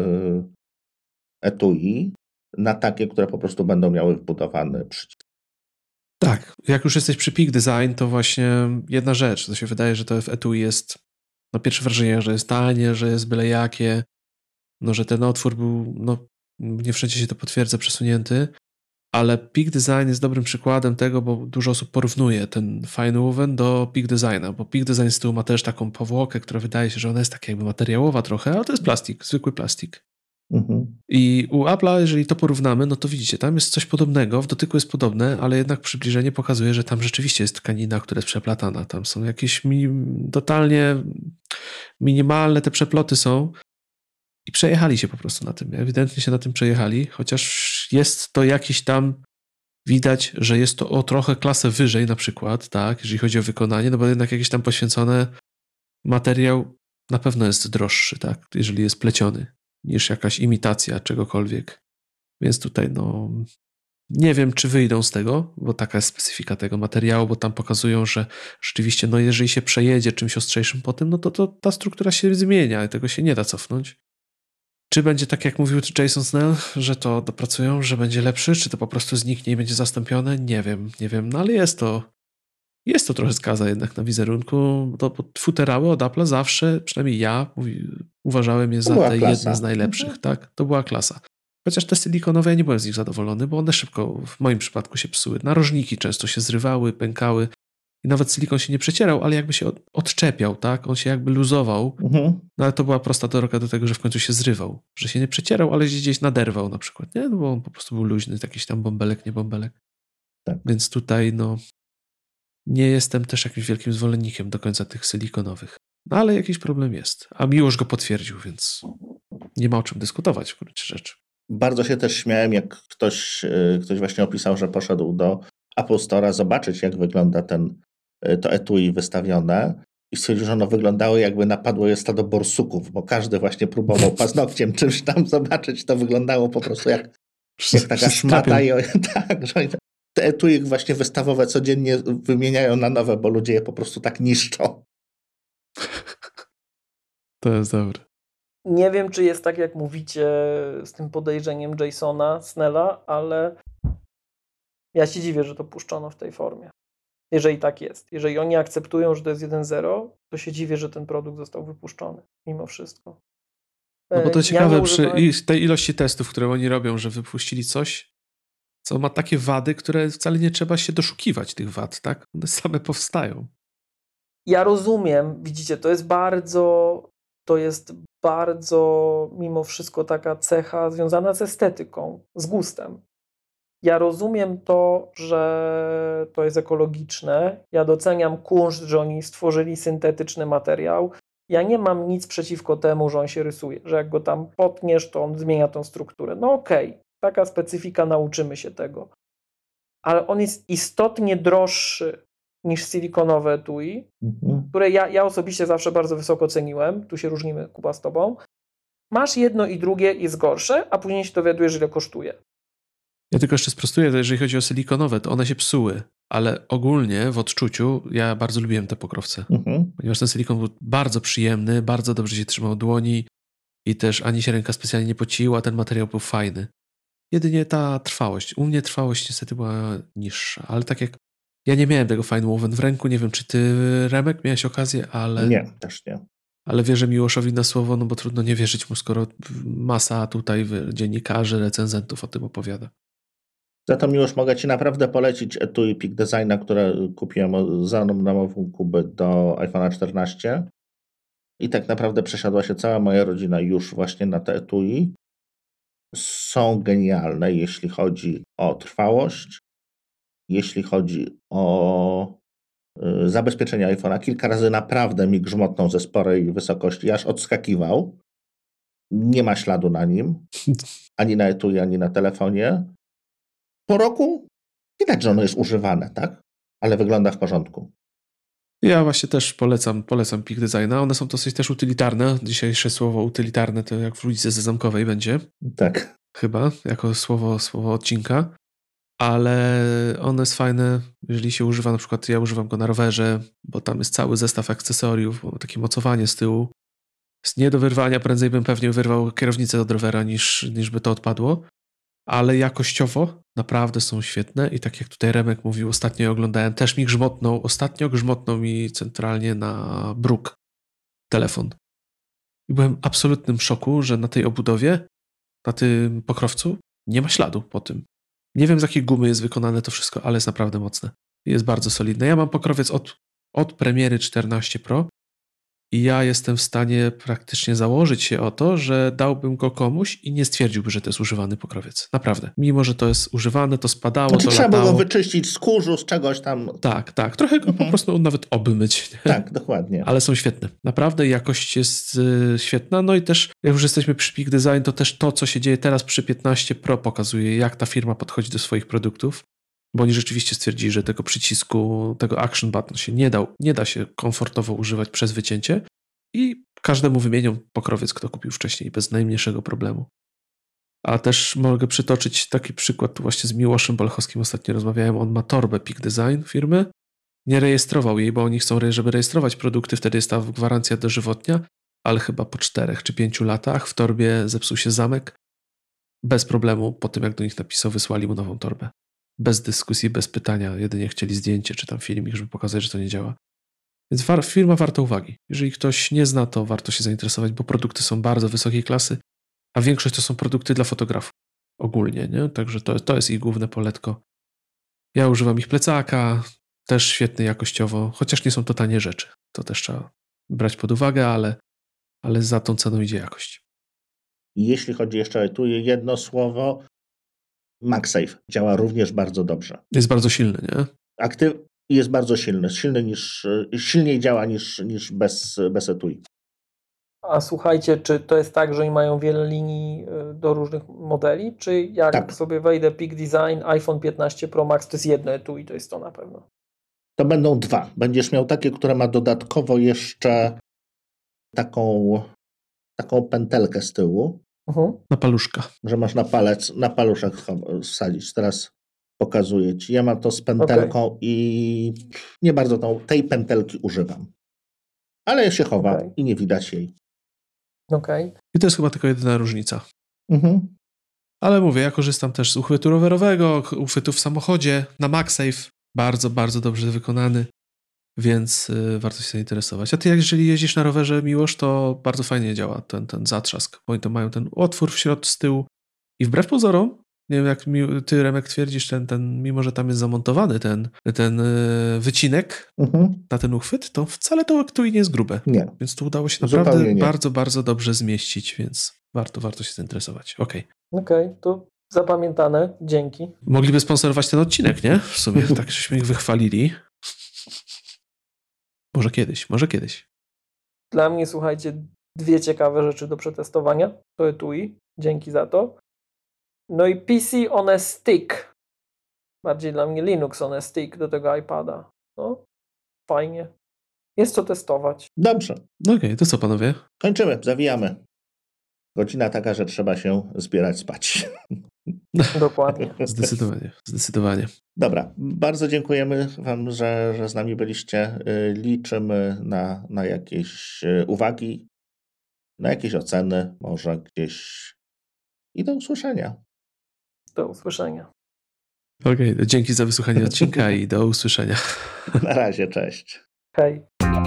etui na takie, które po prostu będą miały wbudowany przycisk. Tak, jak już jesteś przy Peak Design, to właśnie jedna rzecz, to się wydaje, że to w etui jest, no pierwsze wrażenie, że jest tanie, że jest byle jakie, no że ten otwór był, no nie wszędzie się to potwierdza, przesunięty, ale Peak Design jest dobrym przykładem tego, bo dużo osób porównuje ten Fine Woven do Peak Designa, bo Peak Design z tyłu ma też taką powłokę, która wydaje się, że ona jest taka jakby materiałowa trochę, ale to jest plastik, zwykły plastik. Mhm. I u Apple'a, jeżeli to porównamy, no to widzicie, tam jest coś podobnego, w dotyku jest podobne, ale jednak przybliżenie pokazuje, że tam rzeczywiście jest tkanina, która jest przeplatana. Tam są jakieś mi- totalnie minimalne te przeploty są i przejechali się po prostu na tym. Ewidentnie się na tym przejechali, chociaż jest to jakiś tam, widać, że jest to o trochę klasę wyżej na przykład, tak, jeżeli chodzi o wykonanie, no bo jednak jakiś tam poświęcony materiał na pewno jest droższy, tak, jeżeli jest pleciony, niż jakaś imitacja czegokolwiek. Więc tutaj no nie wiem, czy wyjdą z tego, bo taka jest specyfika tego materiału, bo tam pokazują, że rzeczywiście no jeżeli się przejedzie czymś ostrzejszym po tym, no to, to ta struktura się zmienia i tego się nie da cofnąć. Czy będzie tak, jak mówił Jason Snell, że to dopracują, że będzie lepszy, czy to po prostu zniknie i będzie zastąpione? Nie wiem, nie wiem, no ale jest to jest to trochę skaza jednak na wizerunku, to futerały od Apple'a zawsze, przynajmniej ja mówi, uważałem je To za była te klasa. jedne z najlepszych, Mhm. tak? To była klasa. Chociaż te silikonowe ja nie byłem z nich zadowolony, bo one szybko w moim przypadku się psuły. Narożniki często się zrywały, pękały i nawet silikon się nie przecierał, ale jakby się od, odczepiał, tak? On się jakby luzował, Mhm. no ale to była prosta droga do tego, że w końcu się zrywał. Że się nie przecierał, ale gdzieś naderwał na przykład, nie? No bo on po prostu był luźny, jakiś tam bąbelek, nie bąbelek. Tak. Więc tutaj no nie jestem też jakimś wielkim zwolennikiem do końca tych silikonowych. No ale jakiś problem jest. A Miłosz go potwierdził, więc nie ma o czym dyskutować w gruncie rzeczy. Bardzo się też śmiałem, jak ktoś, y, ktoś właśnie opisał, że poszedł do Apple Store'a zobaczyć, jak wygląda ten, y, to etui wystawione i stwierdził, że ono wyglądało, jakby napadło je stado borsuków, bo każdy właśnie próbował paznokciem czymś tam zobaczyć. To wyglądało po prostu jak, jak taka szmata. I, tak, że oni te etui właśnie wystawowe codziennie wymieniają na nowe, bo ludzie je po prostu tak niszczą. To jest dobre. Nie wiem, czy jest tak, jak mówicie, z tym podejrzeniem Jasona Snella, ale ja się dziwię, że to puszczono w tej formie. Jeżeli tak jest. Jeżeli oni akceptują, że to jest jeden zero, to się dziwię, że ten produkt został wypuszczony. Mimo wszystko. No bo to Ja ciekawe, nie przy używałem... i- tej ilości testów, które oni robią, że wypuścili coś, co ma takie wady, które wcale nie trzeba się doszukiwać tych wad, tak? One same powstają. Ja rozumiem, widzicie, to jest bardzo, to jest bardzo mimo wszystko taka cecha związana z estetyką, z gustem. Ja rozumiem to, że to jest ekologiczne. Ja doceniam kunszt, że oni stworzyli syntetyczny materiał. Ja nie mam nic przeciwko temu, że on się rysuje, że jak go tam potniesz, to on zmienia tą strukturę. No okej, okay, taka specyfika, nauczymy się tego. Ale on jest istotnie droższy niż silikonowe etui, Mhm. które ja, ja osobiście zawsze bardzo wysoko ceniłem. Tu się różnimy, Kuba, z tobą. Masz jedno i drugie, jest gorsze, a później się dowiadujesz, ile kosztuje. Ja tylko jeszcze sprostuję, to jeżeli chodzi o silikonowe, to one się psuły, ale ogólnie w odczuciu ja bardzo lubiłem te pokrowce, Mhm. ponieważ ten silikon był bardzo przyjemny, bardzo dobrze się trzymał dłoni i też ani się ręka specjalnie nie pociła, ten materiał był fajny. Jedynie ta trwałość. U mnie trwałość niestety była niższa, ale tak jak ja nie miałem tego Fine Woven w ręku, nie wiem, czy ty, Remek, miałeś okazję, ale... Nie, też nie. Ale wierzę Miłoszowi na słowo, no bo trudno nie wierzyć mu, skoro masa tutaj dziennikarzy, recenzentów o tym opowiada. Za to, Miłosz, mogę ci naprawdę polecić etui Peak Designa, które kupiłem za namową Kuby do iPhone'a czternaście. I tak naprawdę przesiadła się cała moja rodzina już właśnie na te etui. Są genialne, jeśli chodzi o trwałość, jeśli chodzi o y, zabezpieczenie iPhone'a. Kilka razy naprawdę mi grzmotną ze sporej wysokości, aż odskakiwał. Nie ma śladu na nim, ani na etui, ani na telefonie. Po roku widać, że ono jest używane, tak? Ale wygląda w porządku. Ja właśnie też polecam, polecam Peak Designa. One są dosyć też utylitarne. Dzisiejsze słowo utylitarne to jak w ulicy Zamkowej będzie. Tak. Chyba, jako słowo, słowo odcinka. ale ono jest fajne, jeżeli się używa, na przykład ja używam go na rowerze, bo tam jest cały zestaw akcesoriów, takie mocowanie z tyłu. Jest nie do wyrwania, prędzej bym pewnie wyrwał kierownicę od rowera niż, niż by to odpadło, ale jakościowo naprawdę są świetne i tak jak tutaj Remek mówił, ostatnio je oglądałem, też mi grzmotnął, ostatnio grzmotnął mi centralnie na bruk telefon. I byłem w absolutnym szoku, że na tej obudowie, na tym pokrowcu nie ma śladu po tym. Nie wiem, z jakiej gumy jest wykonane to wszystko, ale jest naprawdę mocne. Jest bardzo solidne. Ja mam pokrowiec od, od Premiery czternaście Pro i ja jestem w stanie praktycznie założyć się o to, że dałbym go komuś i nie stwierdziłby, że to jest używany pokrowiec. Naprawdę. Mimo, że to jest używane, to spadało, znaczy, to trzeba latało. było go wyczyścić z kurzu, z czegoś tam. Tak, tak. Trochę go Mhm. po prostu nawet obmyć. Nie? Tak, dokładnie. Ale są świetne. Naprawdę jakość jest y, świetna. No i też, jak już jesteśmy przy Peak Design, to też to, co się dzieje teraz przy piętnaście Pro pokazuje, jak ta firma podchodzi do swoich produktów, bo oni rzeczywiście stwierdzili, że tego przycisku, tego action button się nie, dał, nie da się komfortowo używać przez wycięcie i każdemu wymienią pokrowiec, kto kupił wcześniej, bez najmniejszego problemu. A też mogę przytoczyć taki przykład tu właśnie z Miłoszem Bolchowskim ostatnio rozmawiałem. On ma torbę Peak Design firmy, nie rejestrował jej, bo oni chcą, żeby rejestrować produkty, wtedy jest ta gwarancja dożywotnia, ale chyba po czterech czy pięciu latach w torbie zepsuł się zamek. Bez problemu, po tym jak do nich napisał, wysłali mu nową torbę. Bez dyskusji, bez pytania, jedynie chcieli zdjęcie czy tam filmik, żeby pokazać, że to nie działa. Więc war, firma warta uwagi. Jeżeli ktoś nie zna, to warto się zainteresować, bo produkty są bardzo wysokiej klasy, a większość to są produkty dla fotografów ogólnie, nie? Także to, to jest ich główne poletko. Ja używam ich plecaka, też świetny jakościowo, chociaż nie są to tanie rzeczy. To też trzeba brać pod uwagę, ale, ale za tą ceną idzie jakość. Jeśli chodzi jeszcze tu jedno słowo, MagSafe działa również bardzo dobrze. Jest bardzo silny, nie? Aktyw jest bardzo silny, silny niż, silniej działa niż, niż bez, bez etui. A słuchajcie, czy to jest tak, że oni mają wiele linii do różnych modeli, czy jak Tak. sobie wejdę Peak Design, iPhone piętnaście Pro Max, to jest jedno etui, to jest to na pewno. To będą dwa. Będziesz miał takie, które ma dodatkowo jeszcze taką, taką pętelkę z tyłu, Mhm. Na paluszka. że masz na palec, na paluszek wsadzić. Teraz pokazuję ci. Ja mam to z pętelką okay. i nie bardzo tą, tej pętelki używam. Ale się chowa okay. i nie widać jej. Okej. Okay. I to jest chyba tylko jedyna różnica. Mhm. Ale mówię, ja korzystam też z uchwytu rowerowego, uchwytu w samochodzie, na MagSafe. Bardzo, bardzo dobrze wykonany, więc y, warto się zainteresować. A ty, jak jeżeli jeździsz na rowerze, Miłosz, to bardzo fajnie działa ten, ten zatrzask, bo oni to mają ten otwór w środku z tyłu i wbrew pozorom, nie wiem jak mi, ty, Remek, twierdzisz, ten, ten, mimo że tam jest zamontowany ten, ten y, wycinek mhm. na ten uchwyt, to wcale to tu nie jest grube. Nie. Więc tu udało się naprawdę bardzo, bardzo dobrze zmieścić, więc warto, warto się zainteresować. Okej. Okay. Okej, okay, to zapamiętane, dzięki. Mogliby sponsorować ten odcinek, nie? W sumie tak żeśmy ich wychwalili. Może kiedyś, może kiedyś. Dla mnie, słuchajcie, dwie ciekawe rzeczy do przetestowania. To etui, dzięki za to. No i P C on a stick. Bardziej dla mnie Linux on a stick do tego iPada. No, fajnie. Jest co testować. Dobrze. No okej, okay, to co panowie? Kończymy, zawijamy. Godzina taka, że trzeba się zbierać spać. Dokładnie. Zdecydowanie, zdecydowanie. Dobra, bardzo dziękujemy wam, że, że z nami byliście. Liczymy na, na jakieś uwagi, na jakieś oceny, może gdzieś i do usłyszenia. Do usłyszenia. Okej, okay, dzięki za wysłuchanie odcinka i do usłyszenia. Na razie, cześć. Hej.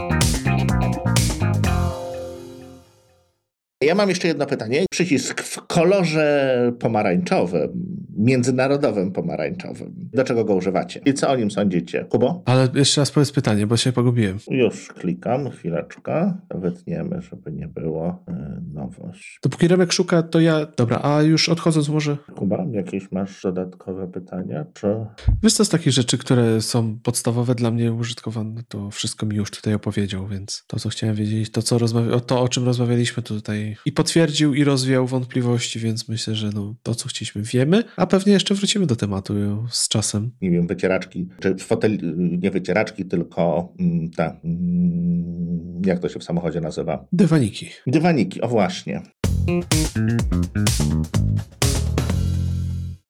Ja mam jeszcze jedno pytanie. Przycisk w kolorze pomarańczowym, międzynarodowym pomarańczowym. Do czego go używacie? I co o nim sądzicie? Kubo? Ale jeszcze raz powiedz pytanie, bo się pogubiłem. Już klikam, chwileczkę. Wytniemy, żeby nie było yy, nowość. Dopóki Remek szuka, to ja... Dobra, a już odchodząc może... Kuba, jakieś masz dodatkowe pytania? Czy... Wiesz co, z takich rzeczy, które są podstawowe dla mnie użytkowane, to wszystko mi już tutaj opowiedział, więc to, co chciałem wiedzieć, to, co rozmawia... to o czym rozmawialiśmy, to tutaj i potwierdził i rozwiał wątpliwości, więc myślę, że no, to, co chcieliśmy, wiemy, a pewnie jeszcze wrócimy do tematu z czasem. Nie wiem, wycieraczki, czy fotel, nie wycieraczki, tylko te, jak to się w samochodzie nazywa? Dywaniki. Dywaniki, o właśnie.